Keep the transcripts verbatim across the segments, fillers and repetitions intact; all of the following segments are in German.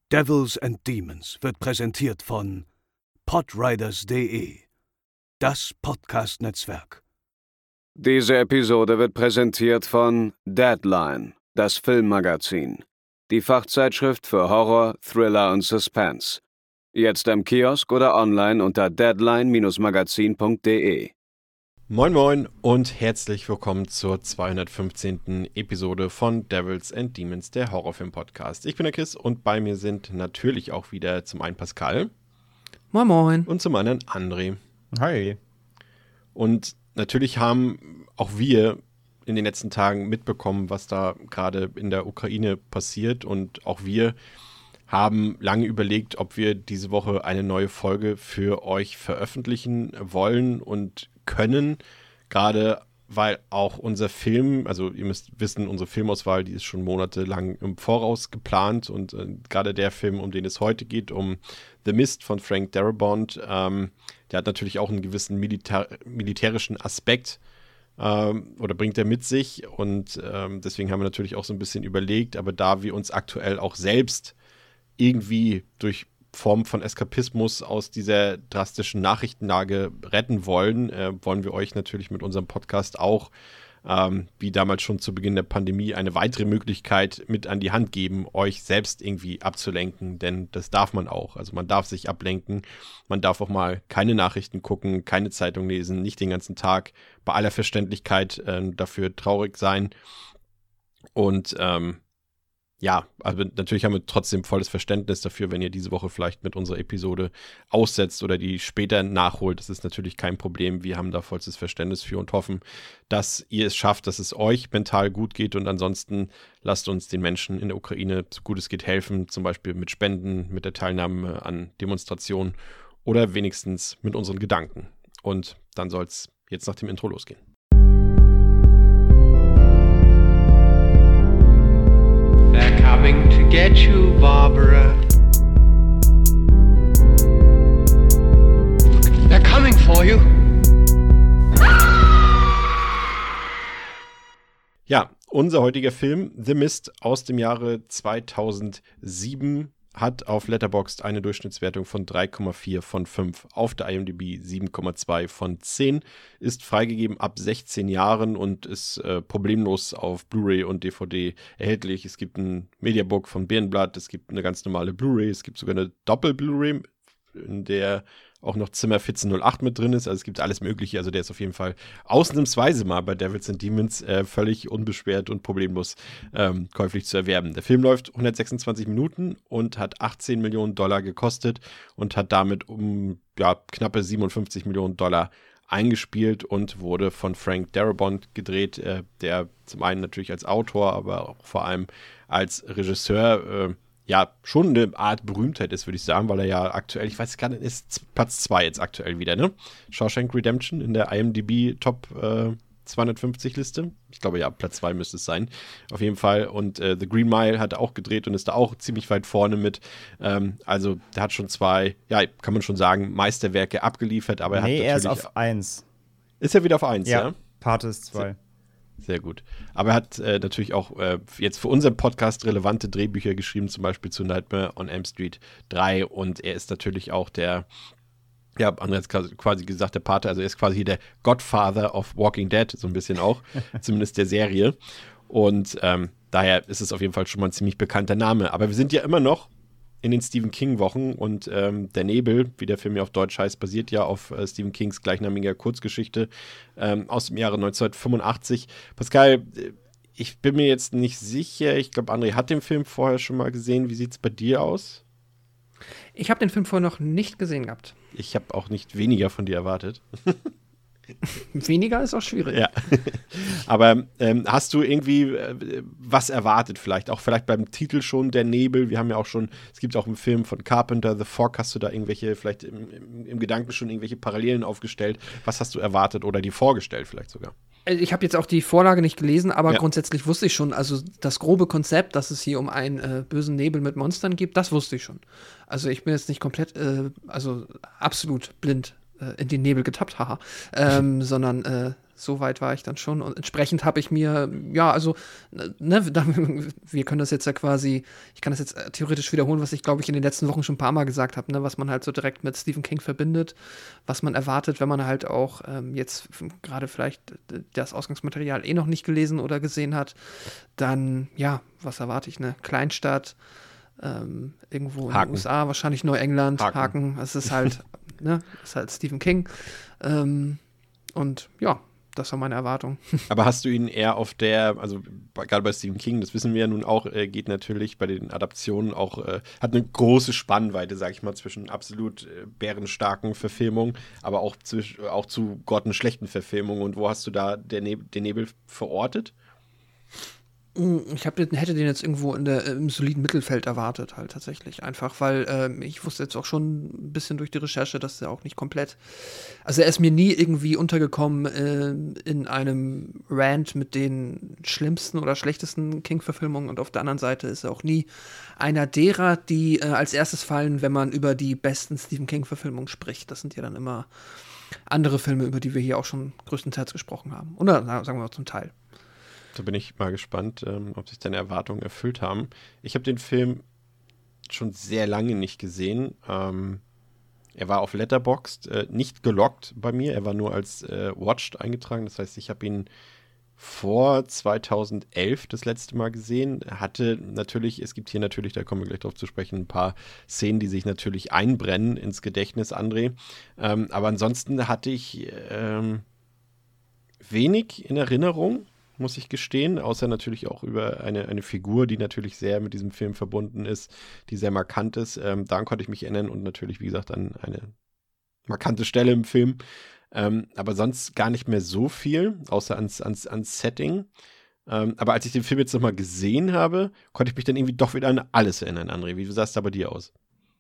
Devils and Demons wird präsentiert von podriders punkt de, das Podcast-Netzwerk. Diese Episode wird präsentiert von Deadline, das Filmmagazin, die Fachzeitschrift für Horror, Thriller und Suspense. Jetzt im Kiosk oder online unter deadline Bindestrich magazin punkt de. Moin Moin und herzlich willkommen zur zweihundertfünfzehnten Episode von Devils and Demons, der Horrorfilm-Podcast. Ich bin der Chris und bei mir sind natürlich auch wieder zum einen Pascal. Moin Moin. Und zum anderen André. Hi. Und natürlich haben auch wir in den letzten Tagen mitbekommen, was da gerade in der Ukraine passiert. Und auch wir haben lange überlegt, ob wir diese Woche eine neue Folge für euch veröffentlichen wollen und können. Gerade weil auch unser Film, also ihr müsst wissen, unsere Filmauswahl, die ist schon monatelang im Voraus geplant. Und äh, gerade der Film, um den es heute geht, um The Mist von Frank Darabont, ähm, der hat natürlich auch einen gewissen Militär, militärischen Aspekt ähm, oder bringt er mit sich. Und ähm, deswegen haben wir natürlich auch so ein bisschen überlegt, aber da wir uns aktuell auch selbst irgendwie durch Form von Eskapismus aus dieser drastischen Nachrichtenlage retten wollen, äh, wollen wir euch natürlich mit unserem Podcast auch, ähm, wie damals schon zu Beginn der Pandemie, eine weitere Möglichkeit mit an die Hand geben, euch selbst irgendwie abzulenken, denn das darf man auch. Also man darf sich ablenken, man darf auch mal keine Nachrichten gucken, keine Zeitung lesen, nicht den ganzen Tag bei aller Verständlichkeit äh, dafür traurig sein. Und ähm, ja, also natürlich haben wir trotzdem volles Verständnis dafür, wenn ihr diese Woche vielleicht mit unserer Episode aussetzt oder die später nachholt. Das ist natürlich kein Problem. Wir haben da vollstes Verständnis für und hoffen, dass ihr es schafft, dass es euch mental gut geht. Und ansonsten lasst uns den Menschen in der Ukraine, so gut es geht, helfen. Zum Beispiel mit Spenden, mit der Teilnahme an Demonstrationen oder wenigstens mit unseren Gedanken. Und dann soll es jetzt nach dem Intro losgehen. They're coming to get you, Barbara. They're coming for you. Ja, unser heutiger Film, The Mist aus dem Jahre zweitausendsieben, hat auf Letterboxd eine Durchschnittswertung von drei Komma vier von fünf, auf der IMDb sieben Komma zwei von zehn, ist freigegeben ab sechzehn Jahren und ist äh, problemlos auf Blu-ray und D V D erhältlich. Es gibt ein Mediabook von Birnblatt, es gibt eine ganz normale Blu-ray, es gibt sogar eine Doppel-Blu-ray, in der auch noch Zimmer vierzehn null acht mit drin ist, also es gibt alles Mögliche, also der ist auf jeden Fall ausnahmsweise mal bei Devils and Demons äh, völlig unbeschwert und problemlos ähm, käuflich zu erwerben. Der Film läuft hundertsechsundzwanzig Minuten und hat achtzehn Millionen Dollar gekostet und hat damit um ja, knappe siebenundfünfzig Millionen Dollar eingespielt und wurde von Frank Darabont gedreht, äh, der zum einen natürlich als Autor, aber auch vor allem als Regisseur äh, ja, schon eine Art Berühmtheit ist, würde ich sagen, weil er ja aktuell, ich weiß gar nicht, ist Platz zwei jetzt aktuell wieder, ne? Shawshank Redemption in der IMDb Top äh, zweihundertfünfzig Liste. Ich glaube, ja, Platz zwei müsste es sein. Auf jeden Fall. Und äh, The Green Mile hat er auch gedreht und ist da auch ziemlich weit vorne mit. Ähm, also, der hat schon zwei, ja, kann man schon sagen, Meisterwerke abgeliefert, aber er nee, hat er natürlich... ist auf eins. Ist er wieder auf eins, ja? Ja, Pate ist zwei. Sehr gut. Aber er hat äh, natürlich auch äh, jetzt für unseren Podcast relevante Drehbücher geschrieben, zum Beispiel zu Nightmare on Elm Street drei. Und er ist natürlich auch der, ja, André hat quasi gesagt, der Pate, also er ist quasi hier der Godfather of Walking Dead, so ein bisschen auch, zumindest der Serie. Und ähm, daher ist es auf jeden Fall schon mal ein ziemlich bekannter Name. Aber wir sind ja immer noch in den Stephen King-Wochen und ähm, Der Nebel, wie der Film ja auf Deutsch heißt, basiert ja auf äh, Stephen Kings gleichnamiger Kurzgeschichte ähm, aus dem Jahre neunzehnhundertfünfundachtzig. Pascal, ich bin mir jetzt nicht sicher, ich glaube, André hat den Film vorher schon mal gesehen. Wie sieht es bei dir aus? Ich habe den Film vorher noch nicht gesehen gehabt. Ich habe auch nicht weniger von dir erwartet. Weniger ist auch schwierig. Ja. Aber ähm, hast du irgendwie äh, was erwartet vielleicht? Auch vielleicht beim Titel schon, Der Nebel. Wir haben ja auch schon, es gibt auch einen Film von Carpenter, The Fog. Hast du da irgendwelche, vielleicht im, im, im Gedanken schon irgendwelche Parallelen aufgestellt? Was hast du erwartet oder dir vorgestellt vielleicht sogar? Ich habe jetzt auch die Vorlage nicht gelesen, aber ja. grundsätzlich wusste ich schon, also das grobe Konzept, dass es hier um einen äh, bösen Nebel mit Monstern geht, das wusste ich schon. Also ich bin jetzt nicht komplett, äh, also absolut blind äh, in den Nebel getappt, haha, ähm, sondern äh, so weit war ich dann schon. Und entsprechend habe ich mir, ja, also, ne, wir können das jetzt ja quasi, ich kann das jetzt theoretisch wiederholen, was ich, glaube ich, in den letzten Wochen schon ein paar Mal gesagt habe, ne, was man halt so direkt mit Stephen King verbindet, was man erwartet, wenn man halt auch ähm, jetzt gerade vielleicht das Ausgangsmaterial eh noch nicht gelesen oder gesehen hat, dann, ja, was erwarte ich, ne? Kleinstadt, ähm, irgendwo Haken. in den U S A, wahrscheinlich Neuengland, Haken. Haken, es ist halt, ne, ist halt Stephen King. Ähm, und ja, das war meine Erwartung. Aber hast du ihn eher auf der, also bei- gerade bei Stephen King, das wissen wir ja nun auch, äh, geht natürlich bei den Adaptionen auch, äh, hat eine große Spannweite, sag ich mal, zwischen absolut äh, bärenstarken Verfilmungen, aber auch, zwisch, auch zu grottenschlechten Verfilmungen. Und wo hast du da der ne den Nebel verortet? Ich hab, den- hätte den jetzt irgendwo in der, im soliden Mittelfeld erwartet, halt tatsächlich. Einfach, weil ähm, ich wusste jetzt auch schon ein bisschen durch die Recherche, dass er auch nicht komplett. Also, er ist mir nie irgendwie untergekommen äh, in einem Rant mit den schlimmsten oder schlechtesten King-Verfilmungen. Und auf der anderen Seite ist er auch nie einer derer, die äh, als erstes fallen, wenn man über die besten Stephen King-Verfilmungen spricht. Das sind ja dann immer andere Filme, über die wir hier auch schon größtenteils gesprochen haben. Oder na, sagen wir mal zum Teil. Da bin ich mal gespannt, ähm, ob sich deine Erwartungen erfüllt haben. Ich habe den Film schon sehr lange nicht gesehen. Ähm, er war auf Letterboxd äh, nicht gelockt bei mir. Er war nur als äh, Watched eingetragen. Das heißt, ich habe ihn vor zweitausendelf das letzte Mal gesehen. Er hatte natürlich, es gibt hier natürlich, da kommen wir gleich drauf zu sprechen, ein paar Szenen, die sich natürlich einbrennen ins Gedächtnis, André. Ähm, aber ansonsten hatte ich ähm, wenig in Erinnerung, muss ich gestehen, außer natürlich auch über eine, eine Figur, die natürlich sehr mit diesem Film verbunden ist, die sehr markant ist. Ähm, daran konnte ich mich erinnern und natürlich, wie gesagt, an eine markante Stelle im Film. Ähm, aber sonst gar nicht mehr so viel, außer ans, ans, ans Setting. Ähm, aber als ich den Film jetzt nochmal gesehen habe, konnte ich mich dann irgendwie doch wieder an alles erinnern, André. Wie sah es da bei dir aus?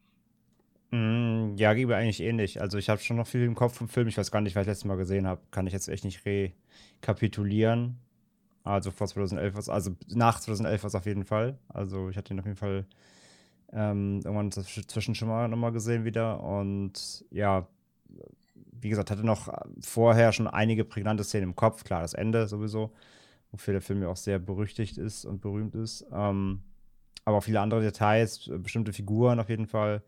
Mm, ja, geht mir eigentlich ähnlich. Also ich habe schon noch viel im Kopf vom Film. Ich weiß gar nicht, was ich letztes Mal gesehen habe. Kann ich jetzt echt nicht rekapitulieren. Also vor zweitausendelf, was- also nach zweitausendelf war es auf jeden Fall. Also ich hatte ihn auf jeden Fall ähm, irgendwann dazwischen schon mal nochmal gesehen wieder. Und ja, wie gesagt, hatte noch vorher schon einige prägnante Szenen im Kopf. Klar, das Ende sowieso, wofür der Film ja auch sehr berüchtigt ist und berühmt ist. Ähm, aber auch viele andere Details, äh, bestimmte Figuren auf jeden Fall.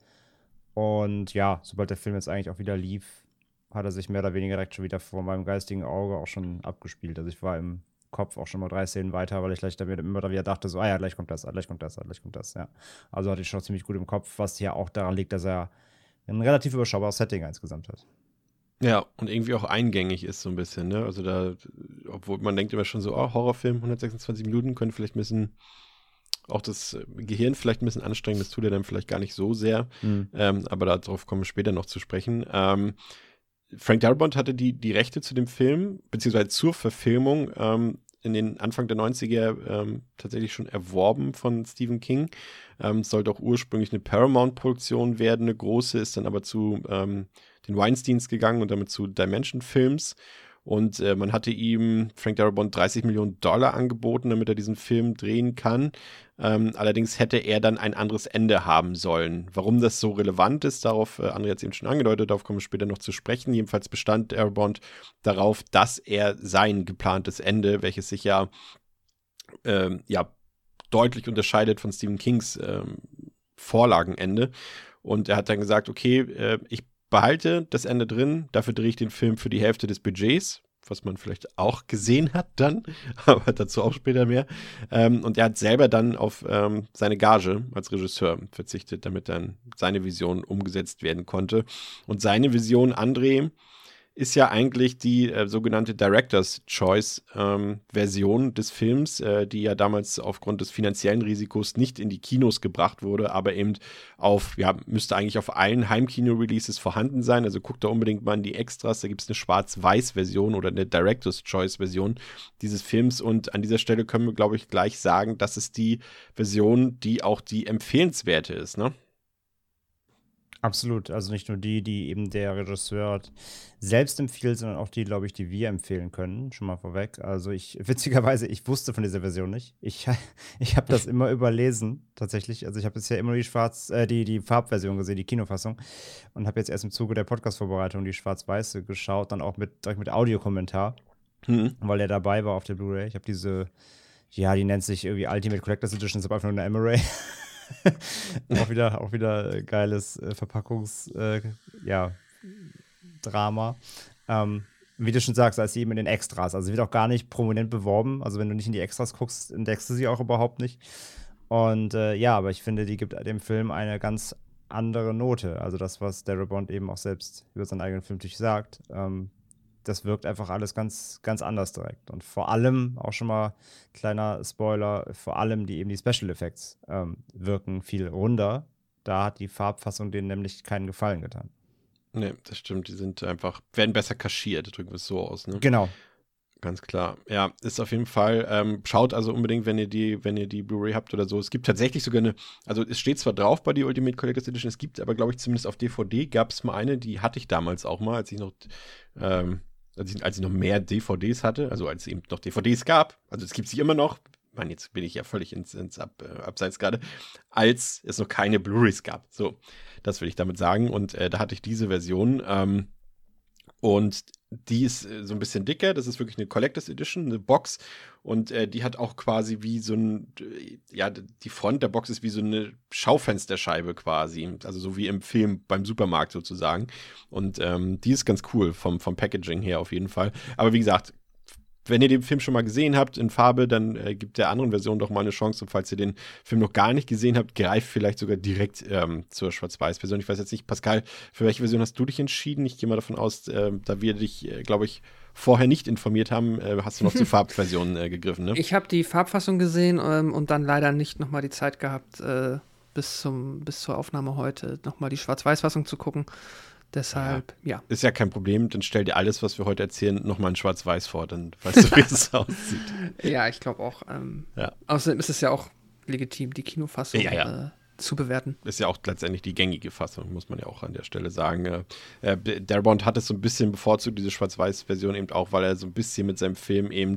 Und ja, sobald der Film jetzt eigentlich auch wieder lief, hat er sich mehr oder weniger direkt schon wieder vor meinem geistigen Auge auch schon abgespielt. Also ich war im Kopf auch schon mal drei Szenen weiter, weil ich gleich damit immer wieder dachte, so, ah ja, gleich kommt das, ah, gleich kommt das, ah, gleich kommt das, ja. Also hatte ich schon ziemlich gut im Kopf, was ja auch daran liegt, dass er ein relativ überschaubares Setting insgesamt hat. Ja, und irgendwie auch eingängig ist so ein bisschen, ne? Also da, obwohl man denkt immer schon so, oh, Horrorfilm, hundertsechsundzwanzig Minuten, können vielleicht ein bisschen auch das Gehirn vielleicht ein bisschen anstrengen, das tut er dann vielleicht gar nicht so sehr. Mhm. Ähm, aber darauf kommen wir später noch zu sprechen. Ähm, Frank Darabont hatte die, die Rechte zu dem Film, beziehungsweise zur Verfilmung, ähm, in den Anfang der neunziger ähm, tatsächlich schon erworben von Stephen King. Ähm, es sollte auch ursprünglich eine Paramount-Produktion werden, eine große, ist dann aber zu ähm, den Weinsteins gegangen und damit zu Dimension Films. Und äh, man hatte ihm, Frank Darabont, dreißig Millionen Dollar angeboten, damit er diesen Film drehen kann. Ähm, allerdings hätte er dann ein anderes Ende haben sollen. Warum das so relevant ist, darauf, äh, André hat es eben schon angedeutet, darauf kommen wir später noch zu sprechen. Jedenfalls bestand Darabont darauf, dass er sein geplantes Ende, welches sich ja, ähm, ja deutlich unterscheidet von Stephen Kings ähm, Vorlagenende. Und er hat dann gesagt, okay, äh, ich behalte das Ende drin, dafür drehe ich den Film für die Hälfte des Budgets, was man vielleicht auch gesehen hat dann, aber dazu auch später mehr. Ähm, und er hat selber dann auf ähm, seine Gage als Regisseur verzichtet, damit dann seine Vision umgesetzt werden konnte. Und seine Vision, André, ist ja eigentlich die äh, sogenannte Director's Choice ähm, Version des Films, äh, die ja damals aufgrund des finanziellen Risikos nicht in die Kinos gebracht wurde, aber eben auf, ja, müsste eigentlich auf allen Heimkino-Releases vorhanden sein. Also guckt da unbedingt mal in die Extras, da gibt es eine Schwarz-Weiß-Version oder eine Director's Choice-Version dieses Films. Und an dieser Stelle können wir, glaube ich, gleich sagen, das ist die Version, die auch die empfehlenswerte ist, ne? Absolut, also nicht nur die, die eben der Regisseur selbst empfiehlt, sondern auch die, glaube ich, die wir empfehlen können, schon mal vorweg. Also ich, witzigerweise, ich wusste von dieser Version nicht. Ich, ich habe das immer überlesen, tatsächlich. Also ich habe bisher immer nur die Schwarz, äh, die, die Farbversion gesehen, die Kinofassung, und habe jetzt erst im Zuge der Podcast-Vorbereitung die Schwarz-Weiße geschaut, dann auch mit, direkt mit Audiokommentar. Mhm. weil der dabei war auf der Blu-ray. Ich habe diese, ja, die nennt sich irgendwie Ultimate Collector's Edition, ist aber einfach nur eine M-Ray. auch wieder, auch wieder äh, geiles äh, Verpackungs, äh, ja, Drama. Ähm, wie du schon sagst, als sie eben in den Extras, also sie wird auch gar nicht prominent beworben. Also wenn du nicht in die Extras guckst, entdeckst du sie auch überhaupt nicht. Und äh, ja, aber ich finde, die gibt dem Film eine ganz andere Note. Also das, was Darabont eben auch selbst über seinen eigenen Filmtisch sagt, ähm, das wirkt einfach alles ganz, ganz anders direkt. Und vor allem, auch schon mal kleiner Spoiler, vor allem die eben die Special Effects ähm, wirken viel runder. Da hat die Farbfassung denen nämlich keinen Gefallen getan. Nee, das stimmt. Die sind einfach, werden besser kaschiert, drücken wir es so aus, ne? Genau. Ganz klar. Ja, ist auf jeden Fall, ähm, schaut also unbedingt, wenn ihr die, wenn ihr die Blu-ray habt oder so. Es gibt tatsächlich sogar eine, also es steht zwar drauf bei die Ultimate Collector's Edition, es gibt aber, glaube ich, zumindest auf D V D gab es mal eine, die hatte ich damals auch mal, als ich noch, ähm, als ich, als ich noch mehr D V Ds hatte, also als es eben noch D V Ds gab, also es gibt sie immer noch, ich meine, jetzt bin ich ja völlig ins, ins Ab, äh, Abseits gerade, als es noch keine Blu-rays gab. So, das will ich damit sagen. Und äh, da hatte ich diese Version, ähm, und die ist äh, so ein bisschen dicker. Das ist wirklich eine Collector's Edition, eine Box. Und äh, die hat auch quasi wie so ein, äh, ja, die Front der Box ist wie so eine Schaufensterscheibe quasi. Also so wie im Film beim Supermarkt sozusagen. Und ähm, die ist ganz cool vom, vom Packaging her auf jeden Fall. Aber wie gesagt, wenn ihr den Film schon mal gesehen habt in Farbe, dann äh, gibt der anderen Version doch mal eine Chance. Und falls ihr den Film noch gar nicht gesehen habt, greift vielleicht sogar direkt ähm, zur Schwarz-Weiß-Version. Ich weiß jetzt nicht, Pascal, für welche Version hast du dich entschieden? Ich gehe mal davon aus, äh, da wir dich, äh, glaube ich, vorher nicht informiert haben, äh, hast du noch zur Farbversion äh, gegriffen, ne? Ich habe die Farbfassung gesehen ähm, und dann leider nicht nochmal die Zeit gehabt, äh, bis, zum, bis zur Aufnahme heute nochmal die Schwarz-Weiß-Fassung zu gucken. Deshalb, ja. ja. Ist ja kein Problem, dann stell dir alles, was wir heute erzählen, nochmal in Schwarz-Weiß vor, dann weißt du, wie es aussieht. Ja, ich glaube auch. Ähm, ja. Außerdem ist es ja auch legitim, die Kinofassung ja, ja. Äh, zu bewerten. Ist ja auch letztendlich die gängige Fassung, muss man ja auch an der Stelle sagen. Äh, Darabont hat es so ein bisschen bevorzugt, diese Schwarz-Weiß-Version eben auch, weil er so ein bisschen mit seinem Film eben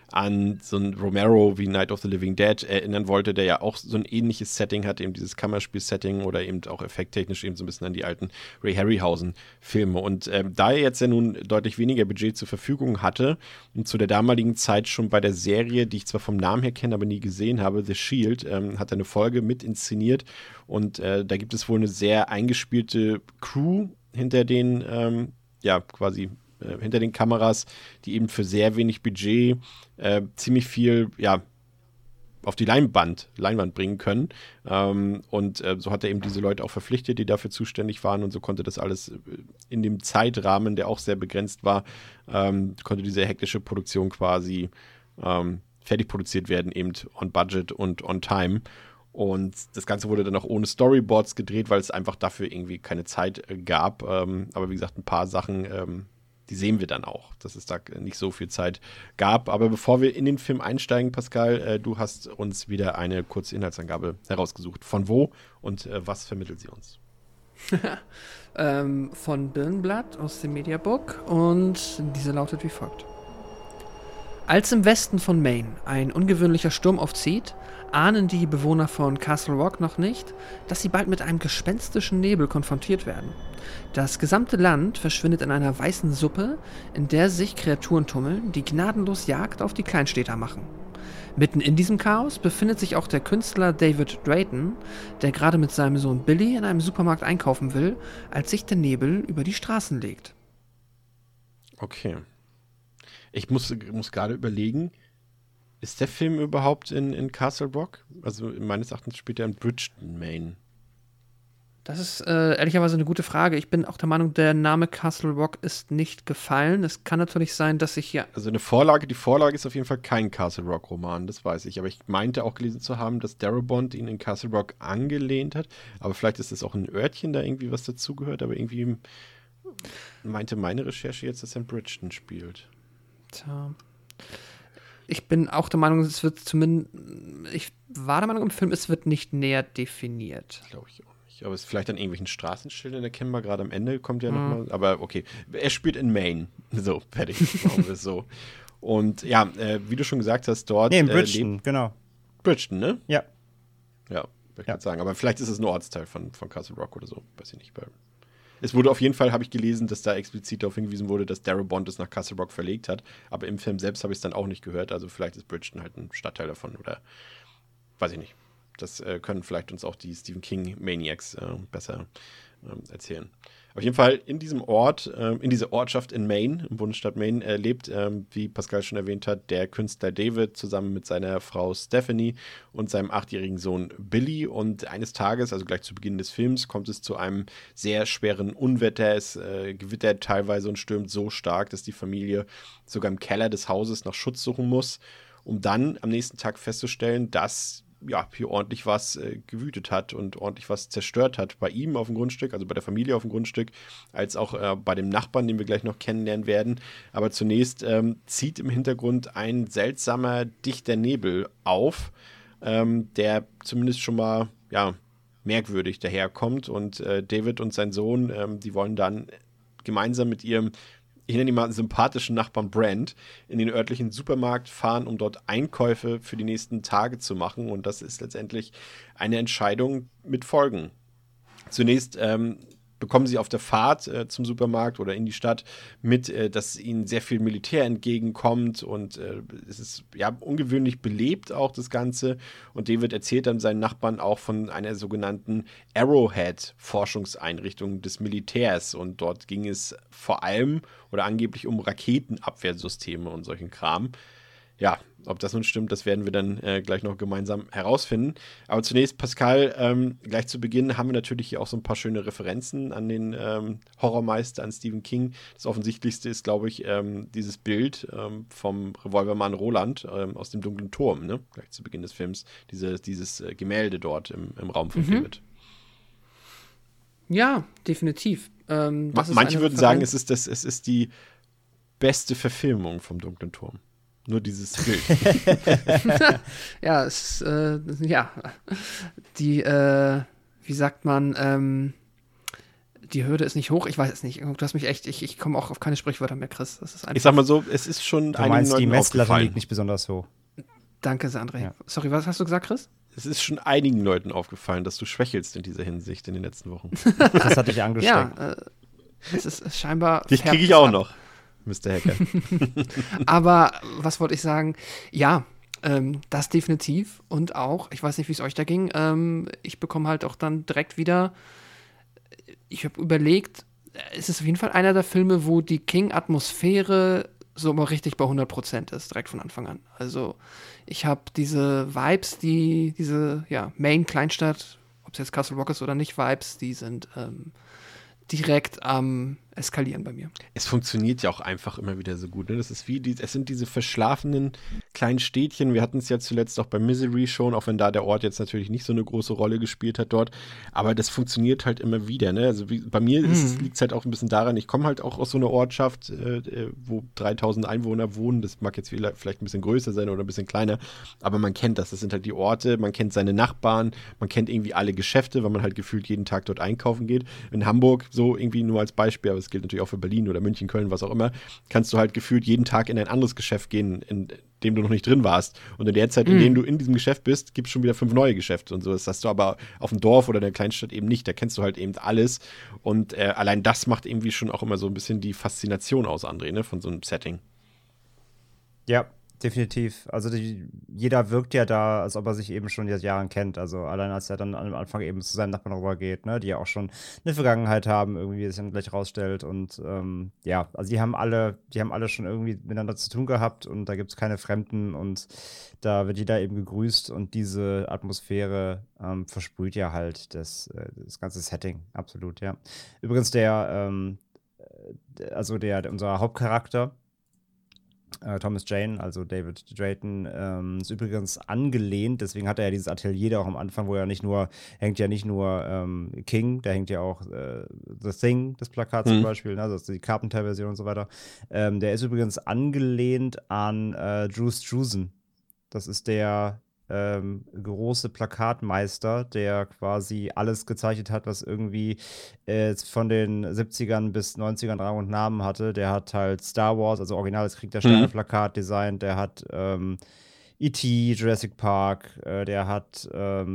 an so ein Romero wie Night of the Living Dead erinnern wollte, der ja auch so ein ähnliches Setting hat, eben dieses Kammerspiel-Setting oder eben auch effekttechnisch eben so ein bisschen an die alten Ray Harryhausen-Filme. Und ähm, da er jetzt ja nun deutlich weniger Budget zur Verfügung hatte und zu der damaligen Zeit schon bei der Serie, die ich zwar vom Namen her kenne, aber nie gesehen habe, The Shield, ähm, hat er eine Folge mit inszeniert und äh, da gibt es wohl eine sehr eingespielte Crew hinter den, ähm, ja, quasi äh, hinter den Kameras, die eben für sehr wenig Budget äh, ziemlich viel, ja, auf die Leinwand, Leinwand bringen können. Ähm, und äh, so hat er eben diese Leute auch verpflichtet, die dafür zuständig waren und so konnte das alles in dem Zeitrahmen, der auch sehr begrenzt war, ähm, konnte diese hektische Produktion quasi ähm, fertig produziert werden, eben on budget und on time. Und das Ganze wurde dann auch ohne Storyboards gedreht, weil es einfach dafür irgendwie keine Zeit äh, gab. Ähm, aber wie gesagt, ein paar Sachen, ähm, die sehen wir dann auch, dass es da nicht so viel Zeit gab. Aber bevor wir in den Film einsteigen, Pascal, äh, du hast uns wieder eine kurze Inhaltsangabe herausgesucht. Von wo und äh, was vermittelt sie uns? ähm, von Birnblatt aus dem Mediabook und diese lautet wie folgt. Als im Westen von Maine ein ungewöhnlicher Sturm aufzieht, ahnen die Bewohner von Castle Rock noch nicht, dass sie bald mit einem gespenstischen Nebel konfrontiert werden. Das gesamte Land verschwindet in einer weißen Suppe, in der sich Kreaturen tummeln, die gnadenlos Jagd auf die Kleinstädter machen. Mitten in diesem Chaos befindet sich auch der Künstler David Drayton, der gerade mit seinem Sohn Billy in einem Supermarkt einkaufen will, als sich der Nebel über die Straßen legt. Okay. Ich muss, muss gerade überlegen, ist der Film überhaupt in, in Castle Rock? Also meines Erachtens spielt er in Bridgeton, Maine. Das ist äh, ehrlicherweise eine gute Frage. Ich bin auch der Meinung, der Name Castle Rock ist nicht gefallen. Es kann natürlich sein, dass ich hier... Also eine Vorlage, die Vorlage ist auf jeden Fall kein Castle Rock-Roman, das weiß ich. Aber ich meinte auch gelesen zu haben, dass Darabont ihn in Castle Rock angelehnt hat. Aber vielleicht ist es auch ein Örtchen, da irgendwie was dazugehört. Aber irgendwie meinte meine Recherche jetzt, dass er in Bridgeton spielt. Tja. Ich bin auch der Meinung, es wird zumindest, ich war der Meinung im Film, es wird nicht näher definiert. Glaube ich auch nicht. Aber es ist vielleicht an irgendwelchen Straßenschildern erkennbar, gerade am Ende kommt ja mhm. nochmal. Aber okay, er spielt in Maine. So, fertig. Machen wir es so. Und ja, äh, wie du schon gesagt hast, dort. Nee, in äh, Bridgeton, lebt genau. Bridgeton, ne? Ja. Ja, würde ich ja. gerade sagen. Aber vielleicht ist es ein Ortsteil von, von Castle Rock oder so. Weiß ich nicht. Es wurde auf jeden Fall, habe ich gelesen, dass da explizit darauf hingewiesen wurde, dass Darrow Bond es nach Castle Rock verlegt hat. Aber im Film selbst habe ich es dann auch nicht gehört. Also vielleicht ist Bridgeton halt ein Stadtteil davon oder weiß ich nicht. Das äh, können vielleicht uns auch die Stephen King Maniacs äh, besser äh, erzählen. Auf jeden Fall in diesem Ort, äh, in dieser Ortschaft in Maine, im Bundesstaat Maine, äh, lebt, äh, wie Pascal schon erwähnt hat, der Künstler David zusammen mit seiner Frau Stephanie und seinem achtjährigen Sohn Billy. Und eines Tages, also gleich zu Beginn des Films, kommt es zu einem sehr schweren Unwetter. Es äh, gewittert teilweise und stürmt so stark, dass die Familie sogar im Keller des Hauses nach Schutz suchen muss, um dann am nächsten Tag festzustellen, dass ja, hier ordentlich was äh, gewütet hat und ordentlich was zerstört hat. Bei ihm auf dem Grundstück, also bei der Familie auf dem Grundstück, als auch äh, bei dem Nachbarn, den wir gleich noch kennenlernen werden. Aber zunächst ähm, zieht im Hintergrund ein seltsamer, dichter Nebel auf, ähm, der zumindest schon mal, ja, merkwürdig daherkommt. Und äh, David und sein Sohn, ähm, die wollen dann gemeinsam mit ihrem, ich nenne ihn mal sympathischen Nachbarn Brand, in den örtlichen Supermarkt fahren, um dort Einkäufe für die nächsten Tage zu machen. Und das ist letztendlich eine Entscheidung mit Folgen. Zunächst ähm, bekommen sie auf der Fahrt äh, zum Supermarkt oder in die Stadt mit, äh, dass ihnen sehr viel Militär entgegenkommt und äh, es ist ja ungewöhnlich belebt auch das Ganze. Und David erzählt dann seinen Nachbarn auch von einer sogenannten Arrowhead-Forschungseinrichtung des Militärs und dort ging es vor allem oder angeblich um Raketenabwehrsysteme und solchen Kram. Ja, ob das nun stimmt, das werden wir dann äh, gleich noch gemeinsam herausfinden. Aber zunächst, Pascal, ähm, gleich zu Beginn haben wir natürlich hier auch so ein paar schöne Referenzen an den ähm, Horrormeister, an Stephen King. Das Offensichtlichste ist, glaube ich, ähm, dieses Bild ähm, vom Revolvermann Roland ähm, aus dem dunklen Turm, ne? Gleich zu Beginn des Films. Diese, dieses äh, Gemälde dort im, im Raum von Mhm. David. Ja, definitiv. Ähm, das Ma- ist Manche eine würden sagen, Referenz- es ist, das, es ist die beste Verfilmung vom dunklen Turm. Nur dieses Bild. Ja, es, äh, ja, die, äh, wie sagt man, ähm, die Hürde ist nicht hoch. Ich weiß es nicht. Du hast mich echt, ich, ich komme auch auf keine Sprichwörter mehr, Chris. Das ist einfach. Ich sag mal so, es ist schon Du einigen meinst, die Leuten Messlatte aufgefallen. liegt nicht besonders hoch. Danke, Sandré. Ja. Sorry, was hast du gesagt, Chris? Es ist schon einigen Leuten aufgefallen, dass du schwächelst in dieser Hinsicht in den letzten Wochen. Das hat dich angesteckt. Ja, äh, es ist scheinbar. Dich färbt kriege ich es auch ab. noch, Mister Hacker. Aber was wollte ich sagen? Ja, ähm, das definitiv. Und auch, ich weiß nicht, wie es euch da ging, ähm, ich bekomme halt auch dann direkt wieder, ich habe überlegt, es ist auf jeden Fall einer der Filme, wo die King-Atmosphäre so mal richtig bei hundert Prozent ist, direkt von Anfang an. Also ich habe diese Vibes, die, diese, ja, Main-Kleinstadt, ob es jetzt Castle Rock ist oder nicht, Vibes, die sind ähm, direkt am Eskalieren bei mir. Es funktioniert ja auch einfach immer wieder so gut. Ne? Das ist wie, die, es sind diese verschlafenen kleinen Städtchen. Wir hatten es ja zuletzt auch bei Misery schon, auch wenn da der Ort jetzt natürlich nicht so eine große Rolle gespielt hat dort. Aber das funktioniert halt immer wieder. Ne? Also wie, bei mir Mhm. liegt es halt auch ein bisschen daran, ich komme halt auch aus so einer Ortschaft, äh, wo dreitausend Einwohner wohnen. Das mag jetzt vielleicht ein bisschen größer sein oder ein bisschen kleiner, aber man kennt das. Das sind halt die Orte, man kennt seine Nachbarn, man kennt irgendwie alle Geschäfte, weil man halt gefühlt jeden Tag dort einkaufen geht. In Hamburg, so irgendwie nur als Beispiel, aber es gilt natürlich auch für Berlin oder München, Köln, was auch immer, kannst du halt gefühlt jeden Tag in ein anderes Geschäft gehen, in dem du noch nicht drin warst. Und in der Zeit, in Mhm. der du in diesem Geschäft bist, gibt es schon wieder fünf neue Geschäfte und so. Das hast du aber auf dem Dorf oder in der Kleinstadt eben nicht. Da kennst du halt eben alles. Und äh, allein das macht irgendwie schon auch immer so ein bisschen die Faszination aus, André, ne, von so einem Setting. Ja, definitiv. Also die, jeder wirkt ja da, als ob er sich eben schon seit Jahren kennt. Also allein als er dann am Anfang eben zu seinem Nachbarn rübergeht, ne, die ja auch schon eine Vergangenheit haben, irgendwie, wie es dann gleich rausstellt. Und ähm, ja, also die haben alle, die haben alle schon irgendwie miteinander zu tun gehabt und da gibt es keine Fremden und da wird jeder eben gegrüßt und diese Atmosphäre ähm, versprüht ja halt das, äh, das ganze Setting, absolut, ja. Übrigens der, ähm, äh, also der, der unser Hauptcharakter, Äh, Thomas Jane, also David Drayton, ähm, ist übrigens angelehnt, deswegen hat er ja dieses Atelier da auch am Anfang, wo er nicht nur, hängt ja nicht nur ähm, King, da hängt ja auch äh, The Thing, das Plakat zum Mhm. Beispiel, ne, also die Carpenter-Version und so weiter. Ähm, der ist übrigens angelehnt an äh, Drew Struzan. Das ist der ähm, große Plakatmeister, der quasi alles gezeichnet hat, was irgendwie äh, von den siebzigern bis neunzigern Rang und Namen hatte. Der hat halt Star Wars, also originales Krieg der Sterne Mhm. Plakat designt, der hat ähm, E T, Jurassic Park, äh, der hat ähm,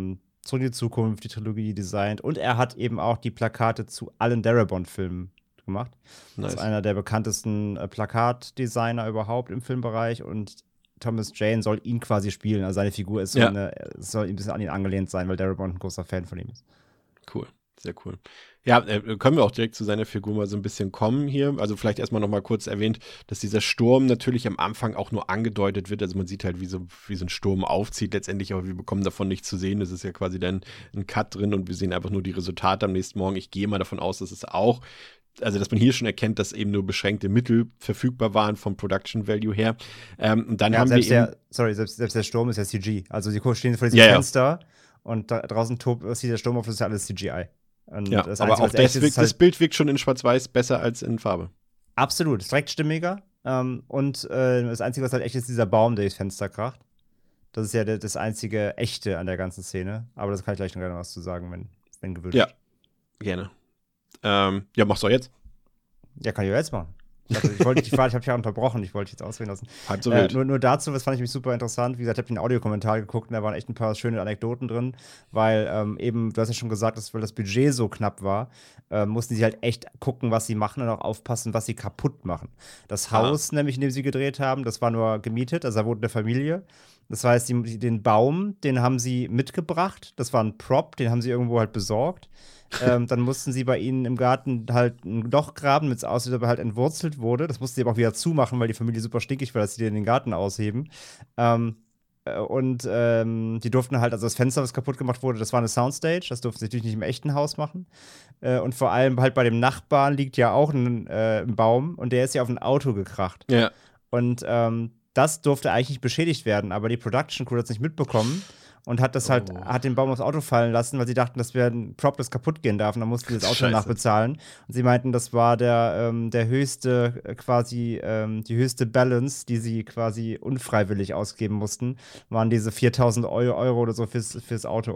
Zurück in die Zukunft, die Trilogie designt. Und er hat eben auch die Plakate zu allen Darabont-Filmen gemacht. Nice. Das ist einer der bekanntesten äh, Plakatdesigner überhaupt im Filmbereich. Und Thomas Jane soll ihn quasi spielen. Also seine Figur ist so ja. eine, soll ein bisschen an ihn angelehnt sein, weil Darabont ein großer Fan von ihm ist. Cool. Sehr cool. Ja, äh, können wir auch direkt zu seiner Figur mal so ein bisschen kommen hier. Also vielleicht erstmal noch mal kurz erwähnt, dass dieser Sturm natürlich am Anfang auch nur angedeutet wird. Also man sieht halt, wie so, wie so ein Sturm aufzieht letztendlich, aber wir bekommen davon nichts zu sehen. Es ist ja quasi dann ein Cut drin und wir sehen einfach nur die Resultate am nächsten Morgen. Ich gehe mal davon aus, dass es auch, also dass man hier schon erkennt, dass eben nur beschränkte Mittel verfügbar waren vom Production Value her. Ähm, und dann ja, haben selbst wir der, sorry, selbst, selbst der Sturm ist ja C G. Also sie stehen vor diesem ja, Fenster ja. und da draußen tobt, sieht der Sturm auf, das ist ja alles C G I. Und ja, das aber Einzige, auch das, wirkt, halt das Bild wirkt schon in Schwarz-Weiß besser als in Farbe. Absolut, ist direkt stimmiger. Ähm, und äh, das Einzige, was halt echt ist, ist dieser Baum, der durchs Fenster kracht. Das ist ja der, das einzige Echte an der ganzen Szene. Aber das kann ich gleich noch gerne was zu sagen, wenn, wenn gewünscht. Ja, gerne. Ähm, ja, mach's doch jetzt. Ja, kann ich auch jetzt machen. Also ich wollte die Frage, ich habe dich ja unterbrochen, ich wollte dich jetzt ausreden lassen. Halb so äh, wild. nur, nur dazu, was fand ich mich super interessant. Wie gesagt, ich habe den Audiokommentar geguckt und da waren echt ein paar schöne Anekdoten drin, weil ähm, eben, du hast ja schon gesagt, dass, weil das Budget so knapp war, äh, mussten sie halt echt gucken, was sie machen und auch aufpassen, was sie kaputt machen. Das Haus, ah. nämlich, in dem sie gedreht haben, das war nur gemietet, also da wohnt eine Familie. Das heißt, die, den Baum, den haben sie mitgebracht, das war ein Prop, den haben sie irgendwo halt besorgt. ähm, dann mussten sie bei ihnen im Garten halt ein Loch graben, damit es aussieht, aber halt entwurzelt wurde. Das mussten sie aber auch wieder zumachen, weil die Familie super stinkig war, dass sie den in den Garten ausheben. Ähm, äh, und ähm, die durften halt, also das Fenster, was kaputt gemacht wurde, das war eine Soundstage. Das durften sie natürlich nicht im echten Haus machen. Äh, und vor allem halt bei dem Nachbarn liegt ja auch ein, äh, ein Baum und der ist ja auf ein Auto gekracht. Ja. Und ähm, das durfte eigentlich nicht beschädigt werden, aber die Production Crew hat es nicht mitbekommen. Und hat das halt, oh. hat den Baum aufs Auto fallen lassen, weil sie dachten, das wäre ein Prop, das kaputt gehen darf. Und dann mussten sie das Auto Scheiße. nachbezahlen. Und sie meinten, das war der, ähm, der höchste, äh, quasi, ähm, die höchste Balance, die sie quasi unfreiwillig ausgeben mussten, waren diese viertausend Euro oder so fürs, fürs Auto.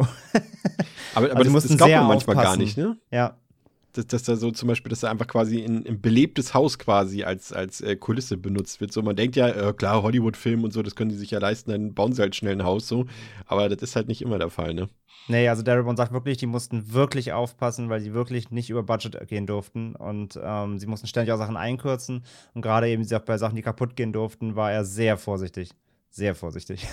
aber aber also das, das glaubt man manchmal gar nicht, ne? Ja. Dass, dass da so zum Beispiel, dass da einfach quasi in, ein belebtes Haus quasi als, als äh, Kulisse benutzt wird. So, man denkt ja, äh, klar, Hollywood-Film und so, das können die sich ja leisten, dann bauen sie halt schnell ein Haus so. Aber das ist halt nicht immer der Fall, ne? Nee, also Darabont sagt wirklich, die mussten wirklich aufpassen, weil die wirklich nicht über Budget gehen durften. Und ähm, sie mussten ständig auch Sachen einkürzen. Und gerade eben, wie gesagt, bei Sachen, die kaputt gehen durften, war er sehr vorsichtig. Sehr vorsichtig.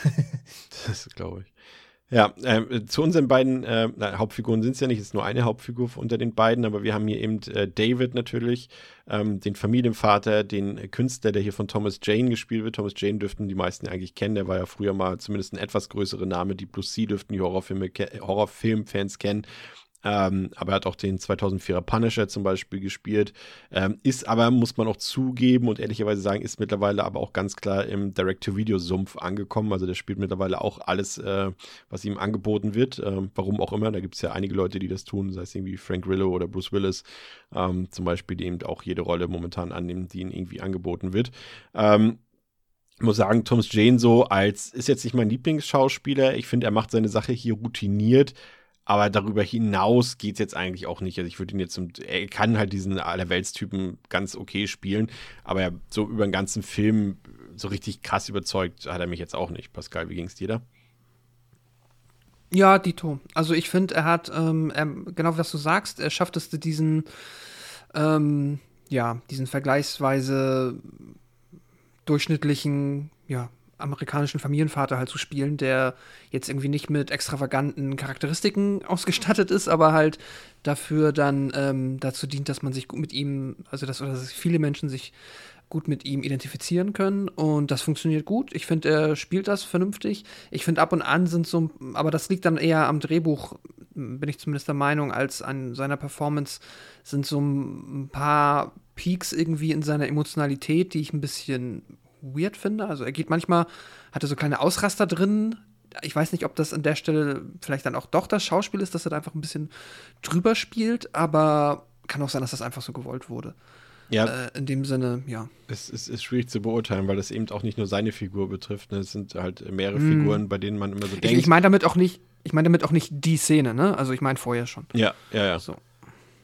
Das glaube ich. Ja, äh, zu unseren beiden äh, na, Hauptfiguren sind es ja nicht, es ist nur eine Hauptfigur unter den beiden, aber wir haben hier eben äh, David natürlich, ähm, den Familienvater, den Künstler, der hier von Thomas Jane gespielt wird. Thomas Jane dürften die meisten eigentlich kennen, der war ja früher mal zumindest ein etwas größerer Name, die Plus C dürften die Horrorfilme, ke- Horrorfilmfans kennen. Ähm, aber er hat auch den zweitausendvierer Punisher zum Beispiel gespielt, ähm, ist aber, muss man auch zugeben und ehrlicherweise sagen, ist mittlerweile aber auch ganz klar im Direct-to-Video-Sumpf angekommen, also der spielt mittlerweile auch alles, äh, was ihm angeboten wird, äh, warum auch immer, da gibt es ja einige Leute, die das tun, sei es irgendwie Frank Grillo oder Bruce Willis, ähm, zum Beispiel, die eben auch jede Rolle momentan annehmen, die ihnen irgendwie angeboten wird. Ähm, Ich muss sagen, Thomas Jane so als, ist jetzt nicht mein Lieblingsschauspieler, ich finde, er macht seine Sache hier routiniert, aber darüber hinaus geht es jetzt eigentlich auch nicht. Also ich würde ihn jetzt, er kann halt diesen Allerweltstypen ganz okay spielen, aber er, so über den ganzen Film so richtig krass überzeugt hat er mich jetzt auch nicht. Pascal, wie ging es dir da? Ja, Dito. Also ich finde, er hat, ähm, er, genau was du sagst, er schafft es diesen, ähm, ja, diesen vergleichsweise durchschnittlichen, ja, amerikanischen Familienvater halt zu spielen, der jetzt irgendwie nicht mit extravaganten Charakteristiken ausgestattet ist, aber halt dafür dann ähm, dazu dient, dass man sich gut mit ihm, also dass, oder dass viele Menschen sich gut mit ihm identifizieren können und das funktioniert gut. Ich finde, er spielt das vernünftig. Ich finde, ab und an sind so, aber das liegt dann eher am Drehbuch, bin ich zumindest der Meinung, als an seiner Performance sind so ein paar Peaks irgendwie in seiner Emotionalität, die ich ein bisschen weird finde. Also er geht manchmal, hat er so kleine Ausraster drin. Ich weiß nicht, ob das an der Stelle vielleicht dann auch doch das Schauspiel ist, dass er da einfach ein bisschen drüber spielt, aber kann auch sein, dass das einfach so gewollt wurde. Ja. Äh, in dem Sinne, ja. Es ist, ist schwierig zu beurteilen, weil das eben auch nicht nur seine Figur betrifft. Ne? Es sind halt mehrere mm. Figuren, bei denen man immer so denkt. Ich, ich meine damit auch nicht, ich meine damit auch nicht die Szene, ne? Also ich meine vorher schon. Ja, ja, ja. So.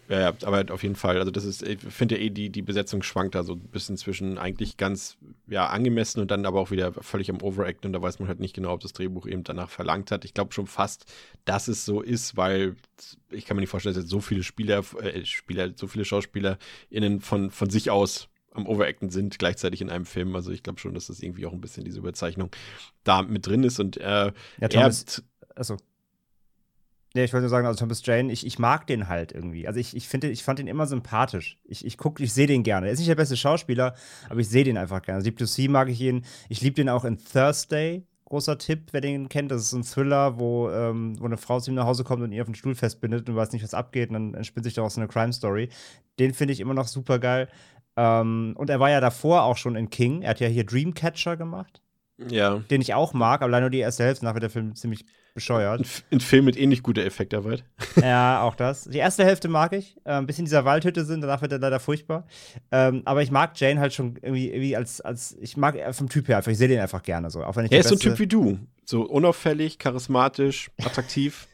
Ja, ja, aber auf jeden Fall. Also das ist, ich finde ja eh, die, die Besetzung schwankt da so ein bisschen zwischen eigentlich ganz ja, angemessen und dann aber auch wieder völlig am Overacten und da weiß man halt nicht genau, ob das Drehbuch eben danach verlangt hat. Ich glaube schon fast, dass es so ist, weil ich kann mir nicht vorstellen, dass jetzt so viele Spieler, äh, Spieler, so viele SchauspielerInnen von, von sich aus am Overacten sind, gleichzeitig in einem Film. Also ich glaube schon, dass das irgendwie auch ein bisschen diese Überzeichnung da mit drin ist und äh, ja, Thomas, also Ja, ich wollte nur sagen, also Thomas Jane, ich, ich mag den halt irgendwie. Also ich, ich finde, ich fand ihn immer sympathisch. Ich, ich gucke, ich sehe den gerne. Er ist nicht der beste Schauspieler, aber ich sehe den einfach gerne. Also Deep Blue Sea mag ich ihn. Ich liebe den auch in Thursday. Großer Tipp, wer den kennt. Das ist ein Thriller, wo, ähm, wo eine Frau zu ihm nach Hause kommt und ihn auf den Stuhl festbindet und weiß nicht, was abgeht. Und dann entspinnt sich daraus so eine Crime-Story. Den finde ich immer noch super geil. Ähm, und er war ja davor auch schon in King. Er hat ja hier Dreamcatcher gemacht. Ja. Den ich auch mag, aber leider nur die erste Hälfte. Nachher wird der Film ziemlich bescheuert. Ein, ein Film mit ähnlich guter Effektarbeit. Ja, auch das. Die erste Hälfte mag ich. Äh, ein bisschen in dieser Waldhütte sind, danach wird er leider furchtbar. Ähm, aber ich mag Jane halt schon irgendwie, irgendwie als, als, ich mag er vom Typ her einfach, ich sehe den einfach gerne so. Auch wenn ich er ist so ein Typ wie du. So unauffällig, charismatisch, attraktiv.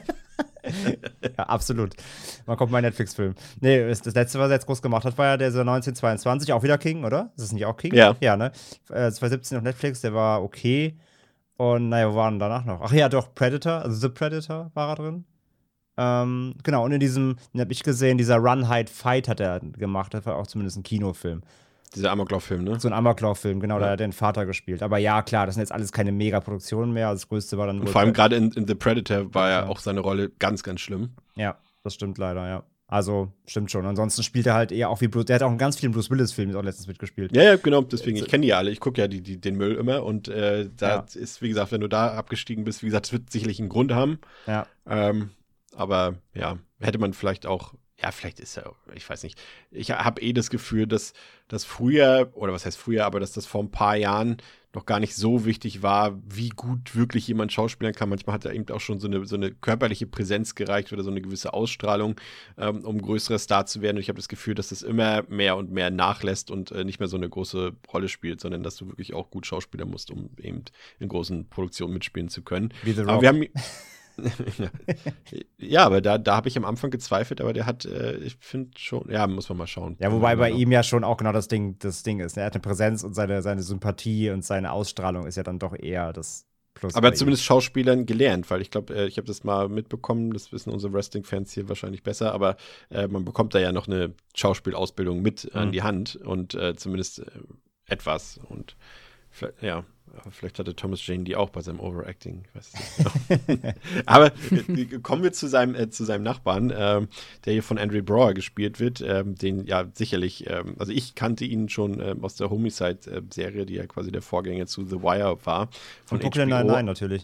Ja, absolut. Man kommt mal Netflix-Film. Nee, das letzte, was er jetzt groß gemacht hat, war ja der neunzehnhundertzweiundzwanzig, auch wieder King, oder? Ist das nicht auch King? Ja. Ja, ne? Äh, zwanzig siebzehn auf Netflix, der war okay. Und naja, wo waren danach noch? Ach ja, doch, Predator, also The Predator war er drin. Ähm, genau, und in diesem, den hab ich gesehen, dieser Run, Hide, Fight hat er gemacht. Das war auch zumindest ein Kinofilm. Dieser Amoklauf-Film, ne? So ein Amoklauf-Film, genau, ja. Da hat er den Vater gespielt. Aber ja, klar, das sind jetzt alles keine Megaproduktionen mehr. Das Größte war dann und vor allem gerade in, in The Predator war ja auch seine Rolle ganz, ganz schlimm. Ja, das stimmt leider, ja. Also, stimmt schon. Ansonsten spielt er halt eher auch wie Bruce. Der hat auch in ganz vielen Bruce Willis-Filmen auch letztens mitgespielt. Ja, ja, genau. Deswegen, ich kenne die ja alle. Ich gucke ja die, die, den Müll immer. Und äh, da ja. ist, wie gesagt, wenn du da abgestiegen bist, wie gesagt, das wird sicherlich einen Grund haben. Ja. Ähm, aber ja, hätte man vielleicht auch, ja, vielleicht ist er, ich weiß nicht. Ich habe eh das Gefühl, dass das früher, oder was heißt früher, aber dass das vor ein paar Jahren noch gar nicht so wichtig war, wie gut wirklich jemand schauspielern kann. Manchmal hat er eben auch schon so eine, so eine körperliche Präsenz gereicht oder so eine gewisse Ausstrahlung, ähm, um größerer Star zu werden. Und ich habe das Gefühl, dass das immer mehr und mehr nachlässt und äh, nicht mehr so eine große Rolle spielt, sondern dass du wirklich auch gut Schauspieler musst, um eben in großen Produktionen mitspielen zu können. Wie The Rock. Aber wir haben ja, aber da, da habe ich am Anfang gezweifelt, aber der hat, äh, ich finde schon, ja, muss man mal schauen. Ja, wobei bei ihm ja schon auch genau das Ding, das Ding ist. Er hat eine Präsenz und seine, seine Sympathie und seine Ausstrahlung ist ja dann doch eher das Plus. Aber zumindest Schauspielern gelernt, weil ich glaube, äh, ich habe das mal mitbekommen, das wissen unsere Wrestling-Fans hier wahrscheinlich besser, aber äh, man bekommt da ja noch eine Schauspielausbildung mit mhm. an die Hand und äh, zumindest äh, etwas und ja, vielleicht hatte Thomas Jane die auch bei seinem Overacting. Ich weiß es nicht. Aber äh, kommen wir zu seinem, äh, zu seinem Nachbarn, äh, der hier von Andre Braugher gespielt wird, äh, den ja sicherlich, äh, also ich kannte ihn schon äh, aus der Homicide-Serie, die ja quasi der Vorgänger zu The Wire war. Von Brooklyn Nine-Nine natürlich.